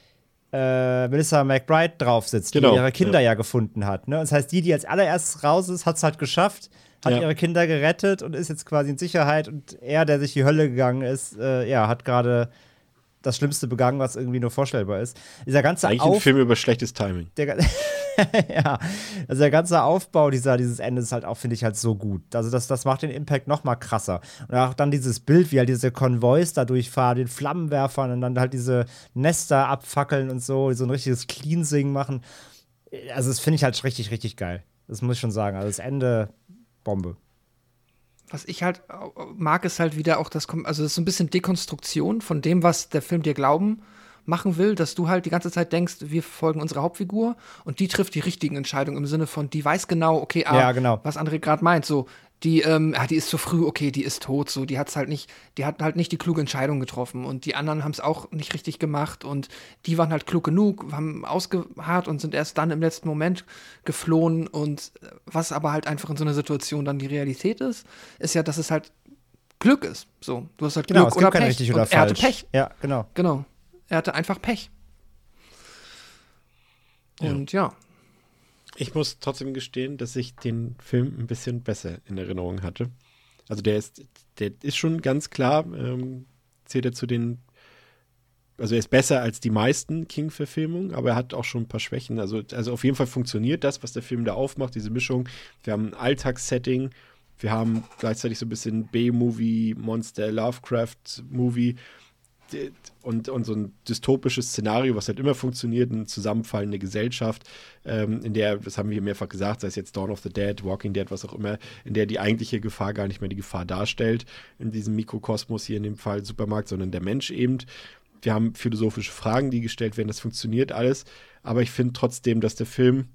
äh, Melissa McBride drauf sitzt, Genau, die ihre Kinder ja. ja gefunden hat. Ne? Das heißt, die, die als allererstes raus ist, hat es halt geschafft, hat Ja. ihre Kinder gerettet und ist jetzt quasi in Sicherheit. Und er, der sich die Hölle gegangen ist, äh, ja, hat gerade das Schlimmste begangen, was irgendwie nur vorstellbar ist. Dieser ganze Eigentlich ein Auf Film über schlechtes Timing. der, ga- ja, also der ganze Aufbau dieser, dieses Endes ist halt auch, finde ich, halt so gut. Also das, das macht den Impact noch mal krasser. Und auch dann dieses Bild, wie halt diese Konvois da durchfahren, den Flammenwerfern und dann halt diese Nester abfackeln und so, so ein richtiges Cleansing machen. Also das finde ich halt richtig, richtig geil. Das muss ich schon sagen. Also das Ende, Bombe. Was ich halt äh, mag, ist halt wieder auch das, Kom- also das ist so ein bisschen Dekonstruktion von dem, was der Film dir glauben machen will, dass du halt die ganze Zeit denkst, wir verfolgen unsere Hauptfigur und die trifft die richtigen Entscheidungen im Sinne von, die weiß genau, okay, ah, Ja, genau. was André gerade meint, so, die, ähm, ah, die ist zu früh, okay, die ist tot, so, die hat's halt nicht, die hat halt nicht die kluge Entscheidung getroffen und die anderen haben es auch nicht richtig gemacht und die waren halt klug genug, haben ausgeharrt und sind erst dann im letzten Moment geflohen und was aber halt einfach in so einer Situation dann die Realität ist, ist ja, dass es halt Glück ist, so, du hast halt Genau, Glück es gibt oder kein Pech richtig oder und er hatte falsch. Pech, Ja, genau. genau, er hatte einfach Pech und ja. Ich muss trotzdem gestehen, dass ich den Film ein bisschen besser in Erinnerung hatte. Also der ist, der ist schon ganz klar, ähm, zählt er zu den, also er ist besser als die meisten King-Verfilmungen, aber er hat auch schon ein paar Schwächen. Also, also auf jeden Fall funktioniert das, was der Film da aufmacht, diese Mischung. Wir haben ein Alltagssetting, wir haben gleichzeitig so ein bisschen B-Movie, Monster, Lovecraft-Movie und, und so ein dystopisches Szenario, was halt immer funktioniert, eine zusammenfallende Gesellschaft, ähm, in der, das haben wir mehrfach gesagt, sei es jetzt Dawn of the Dead, Walking Dead, was auch immer, in der die eigentliche Gefahr gar nicht mehr die Gefahr darstellt, in diesem Mikrokosmos hier in dem Fall Supermarkt, sondern der Mensch eben. Wir haben philosophische Fragen, die gestellt werden, das funktioniert alles, aber ich finde trotzdem, dass der Film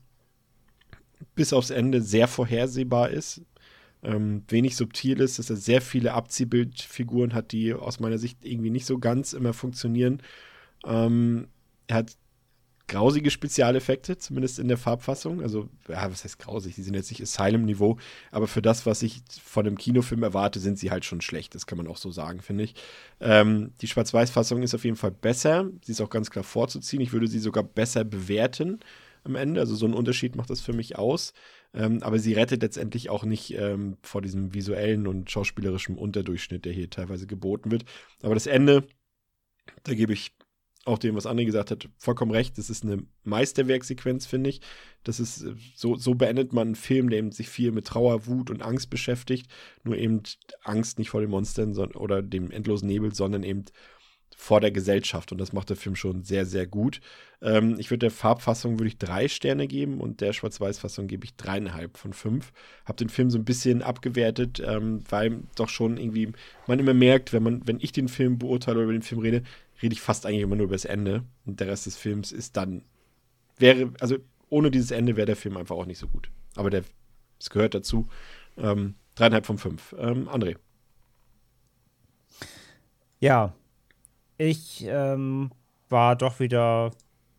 bis aufs Ende sehr vorhersehbar ist, Ähm, wenig subtil ist, dass er sehr viele Abziehbildfiguren hat, die aus meiner Sicht irgendwie nicht so ganz immer funktionieren. Ähm, er hat grausige Spezialeffekte, zumindest in der Farbfassung. Also, ja, was heißt grausig? Die sind jetzt nicht Asylum-Niveau, aber für das, was ich von einem Kinofilm erwarte, sind sie halt schon schlecht. Das kann man auch so sagen, finde ich. Ähm, die Schwarz-Weiß-Fassung ist auf jeden Fall besser. Sie ist auch ganz klar vorzuziehen. Ich würde sie sogar besser bewerten am Ende. Also so ein Unterschied macht das für mich aus. Ähm, aber sie rettet letztendlich auch nicht ähm, vor diesem visuellen und schauspielerischen Unterdurchschnitt, der hier teilweise geboten wird. Aber das Ende, da gebe ich auch dem, was André gesagt hat, vollkommen recht. Das ist eine Meisterwerksequenz, finde ich. Das ist, so, so beendet man einen Film, der eben sich viel mit Trauer, Wut und Angst beschäftigt. Nur eben Angst nicht vor den Monstern sondern, oder dem endlosen Nebel, sondern eben vor der Gesellschaft. Und das macht der Film schon sehr, sehr gut. Ähm, ich würde der Farbfassung würde ich drei Sterne geben und der Schwarz-Weiß-Fassung gebe ich dreieinhalb von fünf. Hab den Film so ein bisschen abgewertet, ähm, weil doch schon irgendwie man immer merkt, wenn man, wenn ich den Film beurteile oder über den Film rede, rede ich fast eigentlich immer nur über das Ende. Und der Rest des Films ist dann, wäre, also ohne dieses Ende wäre der Film einfach auch nicht so gut. Aber der, es gehört dazu. Ähm, dreieinhalb von fünf. Ähm, André. Ja, ich ähm, war doch wieder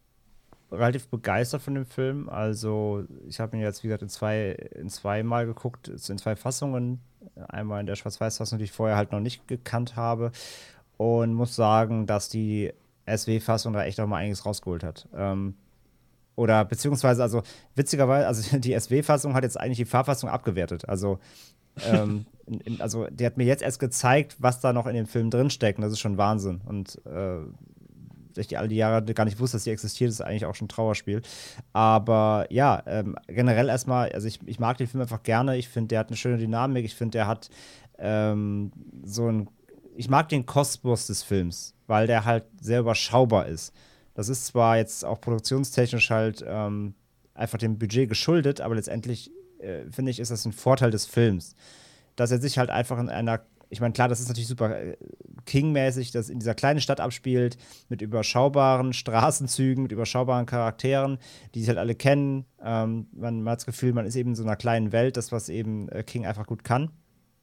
relativ begeistert von dem Film. Also ich habe ihn jetzt, wie gesagt, in zwei, in zwei Mal geguckt, in zwei Fassungen. Einmal in der Schwarz-Weiß-Fassung, die ich vorher halt noch nicht gekannt habe. Und muss sagen, dass die S W-Fassung da echt noch mal einiges rausgeholt hat. Ähm, oder beziehungsweise, also witzigerweise, also die S W-Fassung hat jetzt eigentlich die Farbfassung abgewertet. Also ähm, in, in, also die hat mir jetzt erst gezeigt, was da noch in dem Film drinsteckt. Und das ist schon Wahnsinn. Und äh, dass ich die all die Jahre gar nicht wusste, dass die existiert, ist eigentlich auch schon ein Trauerspiel. Aber ja, ähm, generell erstmal, also ich, ich mag den Film einfach gerne. Ich finde, der hat eine schöne Dynamik. Ich finde, der hat ähm, so ein Ich mag den Kosmos des Films, weil der halt sehr überschaubar ist. Das ist zwar jetzt auch produktionstechnisch halt ähm, einfach dem Budget geschuldet, aber letztendlich äh, finde ich, ist das ein Vorteil des Films. Dass er sich halt einfach in einer, ich meine, klar, das ist natürlich super äh, King-mäßig, dass in dieser kleinen Stadt abspielt, mit überschaubaren Straßenzügen, mit überschaubaren Charakteren, die sich halt alle kennen. Ähm, man, man hat das Gefühl, man ist eben in so einer kleinen Welt, das, was eben äh, King einfach gut kann.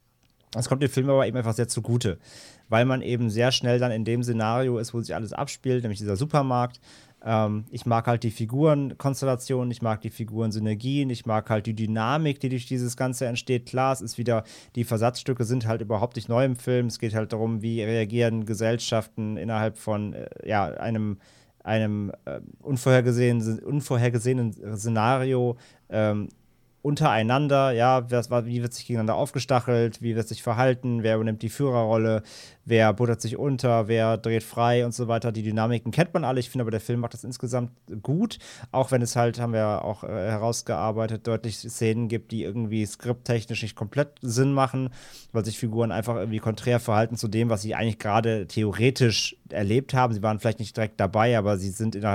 Das kommt dem Film aber eben einfach sehr zugute, weil man eben sehr schnell dann in dem Szenario ist, wo sich alles abspielt, nämlich dieser Supermarkt. Ähm, ich mag halt die Figurenkonstellationen, ich mag die Figurensynergien, ich mag halt die Dynamik, die durch dieses Ganze entsteht. Klar, es ist wieder, die Versatzstücke sind halt überhaupt nicht neu im Film. Es geht halt darum, wie reagieren Gesellschaften innerhalb von äh, ja, einem, einem äh, unvorhergesehenen, unvorhergesehenen Szenario ähm, untereinander, ja, was, wie wird sich gegeneinander aufgestachelt, wie wird sich verhalten, wer übernimmt die Führerrolle, wer buttert sich unter, wer dreht frei und so weiter. Die Dynamiken kennt man alle. Ich finde aber, der Film macht das insgesamt gut, auch wenn es halt, haben wir auch äh, herausgearbeitet, deutlich Szenen gibt, die irgendwie skripttechnisch nicht komplett Sinn machen, weil sich Figuren einfach irgendwie konträr verhalten zu dem, was sie eigentlich gerade theoretisch erlebt haben. Sie waren vielleicht nicht direkt dabei, aber sie sind innerhalb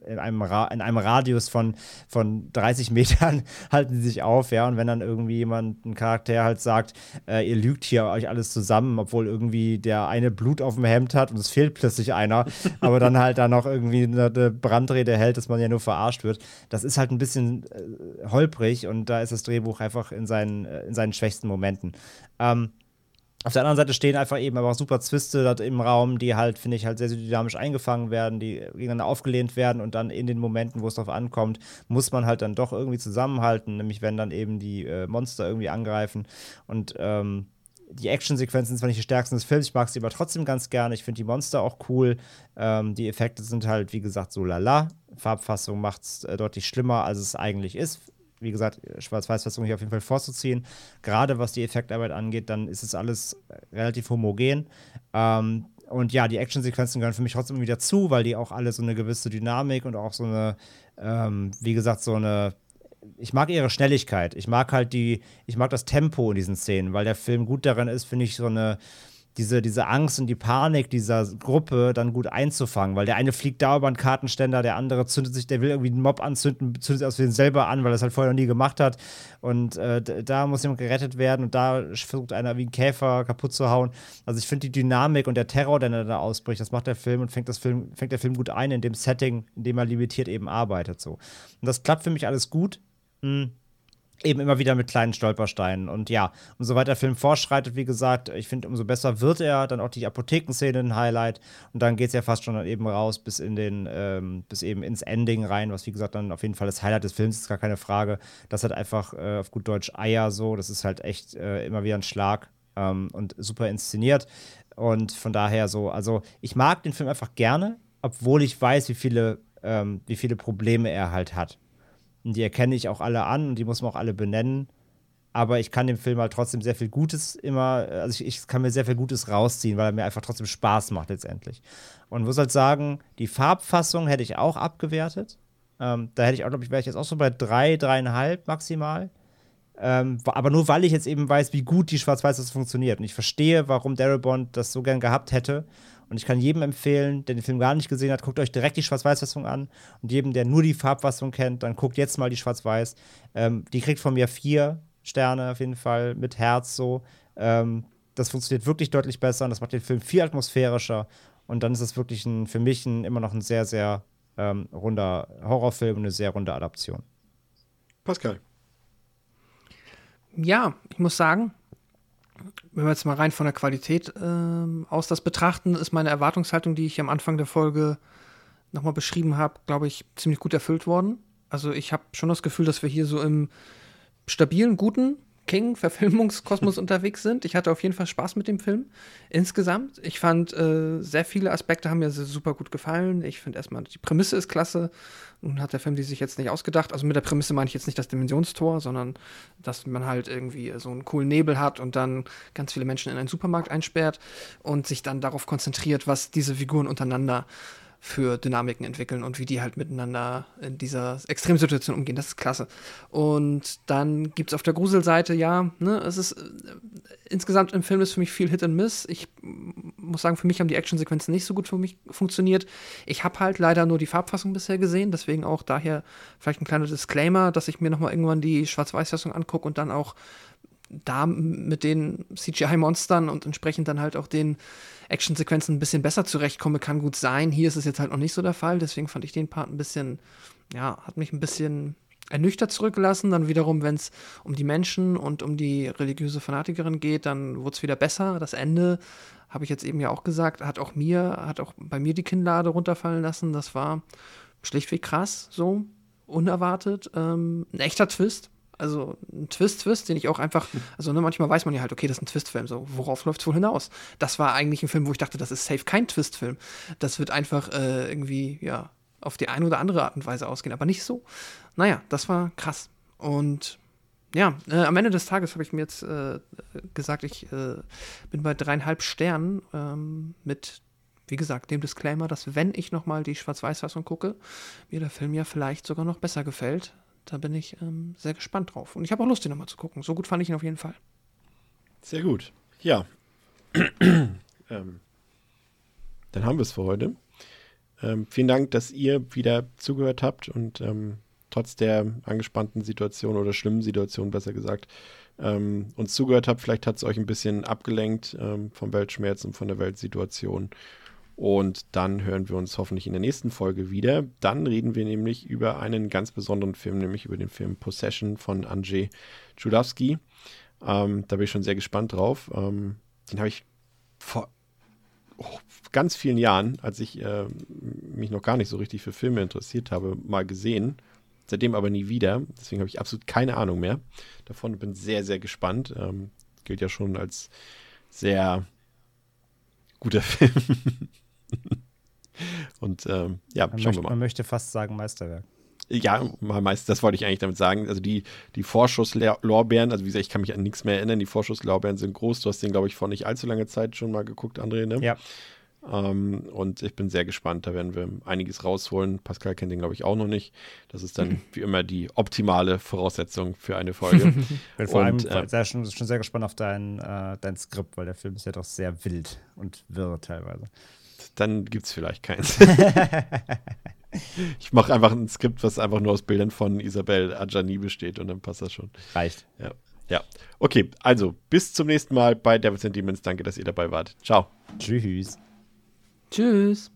in einem, Ra- in einem Radius von, von dreißig Metern halten sie sich auf, ja, und wenn dann irgendwie jemand, ein Charakter halt sagt, äh, ihr lügt hier euch alles zusammen, obwohl irgendwie der eine Blut auf dem Hemd hat und es fehlt plötzlich einer, aber dann halt da noch irgendwie eine, eine Brandrede hält, dass man ja nur verarscht wird, das ist halt ein bisschen äh, holprig und da ist das Drehbuch einfach in seinen, äh, in seinen schwächsten Momenten. Ähm, Auf der anderen Seite stehen einfach eben aber auch super Zwiste dort im Raum, die halt, finde ich, halt sehr, sehr dynamisch eingefangen werden, die gegeneinander aufgelehnt werden und dann in den Momenten, wo es drauf ankommt, muss man halt dann doch irgendwie zusammenhalten, nämlich wenn dann eben die äh, Monster irgendwie angreifen und ähm, die Actionsequenzen sind zwar nicht die stärksten des Films, ich mag sie aber trotzdem ganz gerne, ich finde die Monster auch cool, ähm, die Effekte sind halt, wie gesagt, so lala, Farbfassung macht es äh, deutlich schlimmer, als es eigentlich ist. Wie gesagt, Schwarz-Weiß-Fassung hier auf jeden Fall vorzuziehen. Gerade was die Effektarbeit angeht, dann ist es alles relativ homogen. Ähm, und ja, die Actionsequenzen gehören für mich trotzdem wieder zu, weil die auch alle so eine gewisse Dynamik und auch so eine, ähm, wie gesagt, so eine, ich mag ihre Schnelligkeit. Ich mag halt die, ich mag das Tempo in diesen Szenen, weil der Film gut darin ist, finde ich, so eine Diese, diese Angst und die Panik dieser Gruppe dann gut einzufangen, weil der eine fliegt da über einen Kartenständer, der andere zündet sich, der will irgendwie einen Mob anzünden, zündet sich aus Versehen selber an, weil er es halt vorher noch nie gemacht hat und äh, da muss jemand gerettet werden und da versucht einer wie ein Käfer kaputt zu hauen. Also ich finde die Dynamik und der Terror, der da ausbricht, das macht der Film und fängt, das Film, fängt der Film gut ein in dem Setting, in dem er limitiert eben arbeitet. So. Und das klappt für mich alles gut. Hm. Eben immer wieder mit kleinen Stolpersteinen. Und ja, umso weiter der Film fortschreitet, wie gesagt, ich finde, umso besser wird er. Dann auch die Apothekenszene ein Highlight. Und dann geht es ja fast schon dann eben raus bis in den, ähm, bis eben ins Ending rein, was wie gesagt dann auf jeden Fall das Highlight des Films ist, gar keine Frage. Das hat einfach äh, auf gut Deutsch Eier so. Das ist halt echt äh, immer wieder ein Schlag ähm, und super inszeniert. Und von daher so, also ich mag den Film einfach gerne, obwohl ich weiß, wie viele, ähm, wie viele Probleme er halt hat. Und die erkenne ich auch alle an und die muss man auch alle benennen. Aber ich kann dem Film halt trotzdem sehr viel Gutes immer, also ich, ich kann mir sehr viel Gutes rausziehen, weil er mir einfach trotzdem Spaß macht letztendlich. Und muss halt sagen, die Farbfassung hätte ich auch abgewertet. Ähm, da hätte ich auch, glaube ich, wäre ich jetzt auch so bei drei, dreieinhalb maximal. Ähm, aber nur, weil ich jetzt eben weiß, wie gut die Schwarz-Weiß funktioniert. Und ich verstehe, warum Darabont das so gern gehabt hätte. Und ich kann jedem empfehlen, der den Film gar nicht gesehen hat, guckt euch direkt die Schwarz-Weiß-Fassung an. Und jedem, der nur die Farbfassung kennt, dann guckt jetzt mal die Schwarz-Weiß. Ähm, die kriegt von mir vier Sterne auf jeden Fall mit Herz so. Ähm, das funktioniert wirklich deutlich besser und das macht den Film viel atmosphärischer. Und dann ist es wirklich ein, für mich ein, immer noch ein sehr, sehr ähm, runder Horrorfilm und eine sehr runde Adaption. Pascal. Ja, ich muss sagen, wenn wir jetzt mal rein von der Qualität ähm, aus das betrachten, ist meine Erwartungshaltung, die ich am Anfang der Folge nochmal beschrieben habe, glaube ich, ziemlich gut erfüllt worden. Also ich habe schon das Gefühl, dass wir hier so im stabilen, guten King-Verfilmungskosmos unterwegs sind. Ich hatte auf jeden Fall Spaß mit dem Film insgesamt. Ich fand, äh, sehr viele Aspekte haben mir super gut gefallen. Ich finde erstmal, die Prämisse ist klasse. Nun hat der Film die sich jetzt nicht ausgedacht. Also mit der Prämisse meine ich jetzt nicht das Dimensionstor, sondern dass man halt irgendwie so einen coolen Nebel hat und dann ganz viele Menschen in einen Supermarkt einsperrt und sich dann darauf konzentriert, was diese Figuren untereinander für Dynamiken entwickeln und wie die halt miteinander in dieser Extremsituation umgehen. Das ist klasse. Und dann gibt es auf der Gruselseite, ja, ne, es ist äh, insgesamt im Film ist für mich viel Hit and Miss. Ich m- muss sagen, für mich haben die Actionsequenzen nicht so gut für mich funktioniert. Ich habe halt leider nur die Farbfassung bisher gesehen, deswegen auch daher vielleicht ein kleiner Disclaimer, dass ich mir nochmal irgendwann die Schwarz-Weiß-Fassung angucke und dann auch da mit den C G I-Monstern und entsprechend dann halt auch den Actionsequenzen ein bisschen besser zurechtkomme, kann gut sein. Hier ist es jetzt halt noch nicht so der Fall, deswegen fand ich den Part ein bisschen, ja, hat mich ein bisschen ernüchtert zurückgelassen. Dann wiederum, wenn es um die Menschen und um die religiöse Fanatikerin geht, dann wurde es wieder besser. Das Ende, habe ich jetzt eben ja auch gesagt, hat auch mir, hat auch bei mir die Kinnlade runterfallen lassen. Das war schlichtweg krass, so unerwartet. Ähm, ein echter Twist. Also ein Twist-Twist, den ich auch einfach, also ne, manchmal weiß man ja halt, okay, das ist ein Twist-Film, so, worauf läuft es wohl hinaus? Das war eigentlich ein Film, wo ich dachte, das ist safe kein Twist-Film. Das wird einfach äh, irgendwie, ja, auf die eine oder andere Art und Weise ausgehen, aber nicht so. Naja, das war krass. Und ja, äh, am Ende des Tages habe ich mir jetzt äh, gesagt, ich äh, bin bei dreieinhalb Sternen ähm, mit, wie gesagt, dem Disclaimer, dass wenn ich nochmal die Schwarz-Weiß-Fassung gucke, mir der Film ja vielleicht sogar noch besser gefällt. Da bin ich ähm, sehr gespannt drauf. Und ich habe auch Lust, ihn nochmal zu gucken. So gut fand ich ihn auf jeden Fall. Sehr gut. Ja. ähm, dann haben wir es für heute. Ähm, vielen Dank, dass ihr wieder zugehört habt und ähm, trotz der angespannten Situation oder schlimmen Situation, besser gesagt, ähm, uns zugehört habt. Vielleicht hat es euch ein bisschen abgelenkt ähm, vom Weltschmerz und von der Weltsituation. Und dann hören wir uns hoffentlich in der nächsten Folge wieder. Dann reden wir nämlich über einen ganz besonderen Film, nämlich über den Film Possession von Andrzej Chudowski. Ähm, da bin ich schon sehr gespannt drauf. Ähm, den habe ich vor oh, ganz vielen Jahren, als ich äh, mich noch gar nicht so richtig für Filme interessiert habe, mal gesehen. Seitdem aber nie wieder. Deswegen habe ich absolut keine Ahnung mehr davon und bin sehr, sehr gespannt. Ähm, gilt ja schon als sehr guter Film. Und ähm, ja, man schauen möchte, wir mal. Man möchte fast sagen Meisterwerk. Ja, mal meist, das wollte ich eigentlich damit sagen. Also die, die Vorschusslorbeeren, also wie gesagt, ich kann mich an nichts mehr erinnern, die Vorschusslorbeeren sind groß. Du hast den, glaube ich, vor nicht allzu langer Zeit schon mal geguckt, André, ne? Ja. Ähm, und ich bin sehr gespannt, da werden wir einiges rausholen. Pascal kennt den, glaube ich, auch noch nicht. Das ist dann wie immer die optimale Voraussetzung für eine Folge. Ich bin vor allem Und, äh, sehr, schon, schon sehr gespannt auf dein, äh, dein Skript, weil der Film ist ja doch sehr wild und wirr teilweise. Dann gibt es vielleicht keins. Ich mache einfach ein Skript, was einfach nur aus Bildern von Isabelle Adjani besteht und dann passt das schon. Reicht. Ja. Ja. Okay, also bis zum nächsten Mal bei Devils and Demons. Danke, dass ihr dabei wart. Ciao. Tschüss. Tschüss.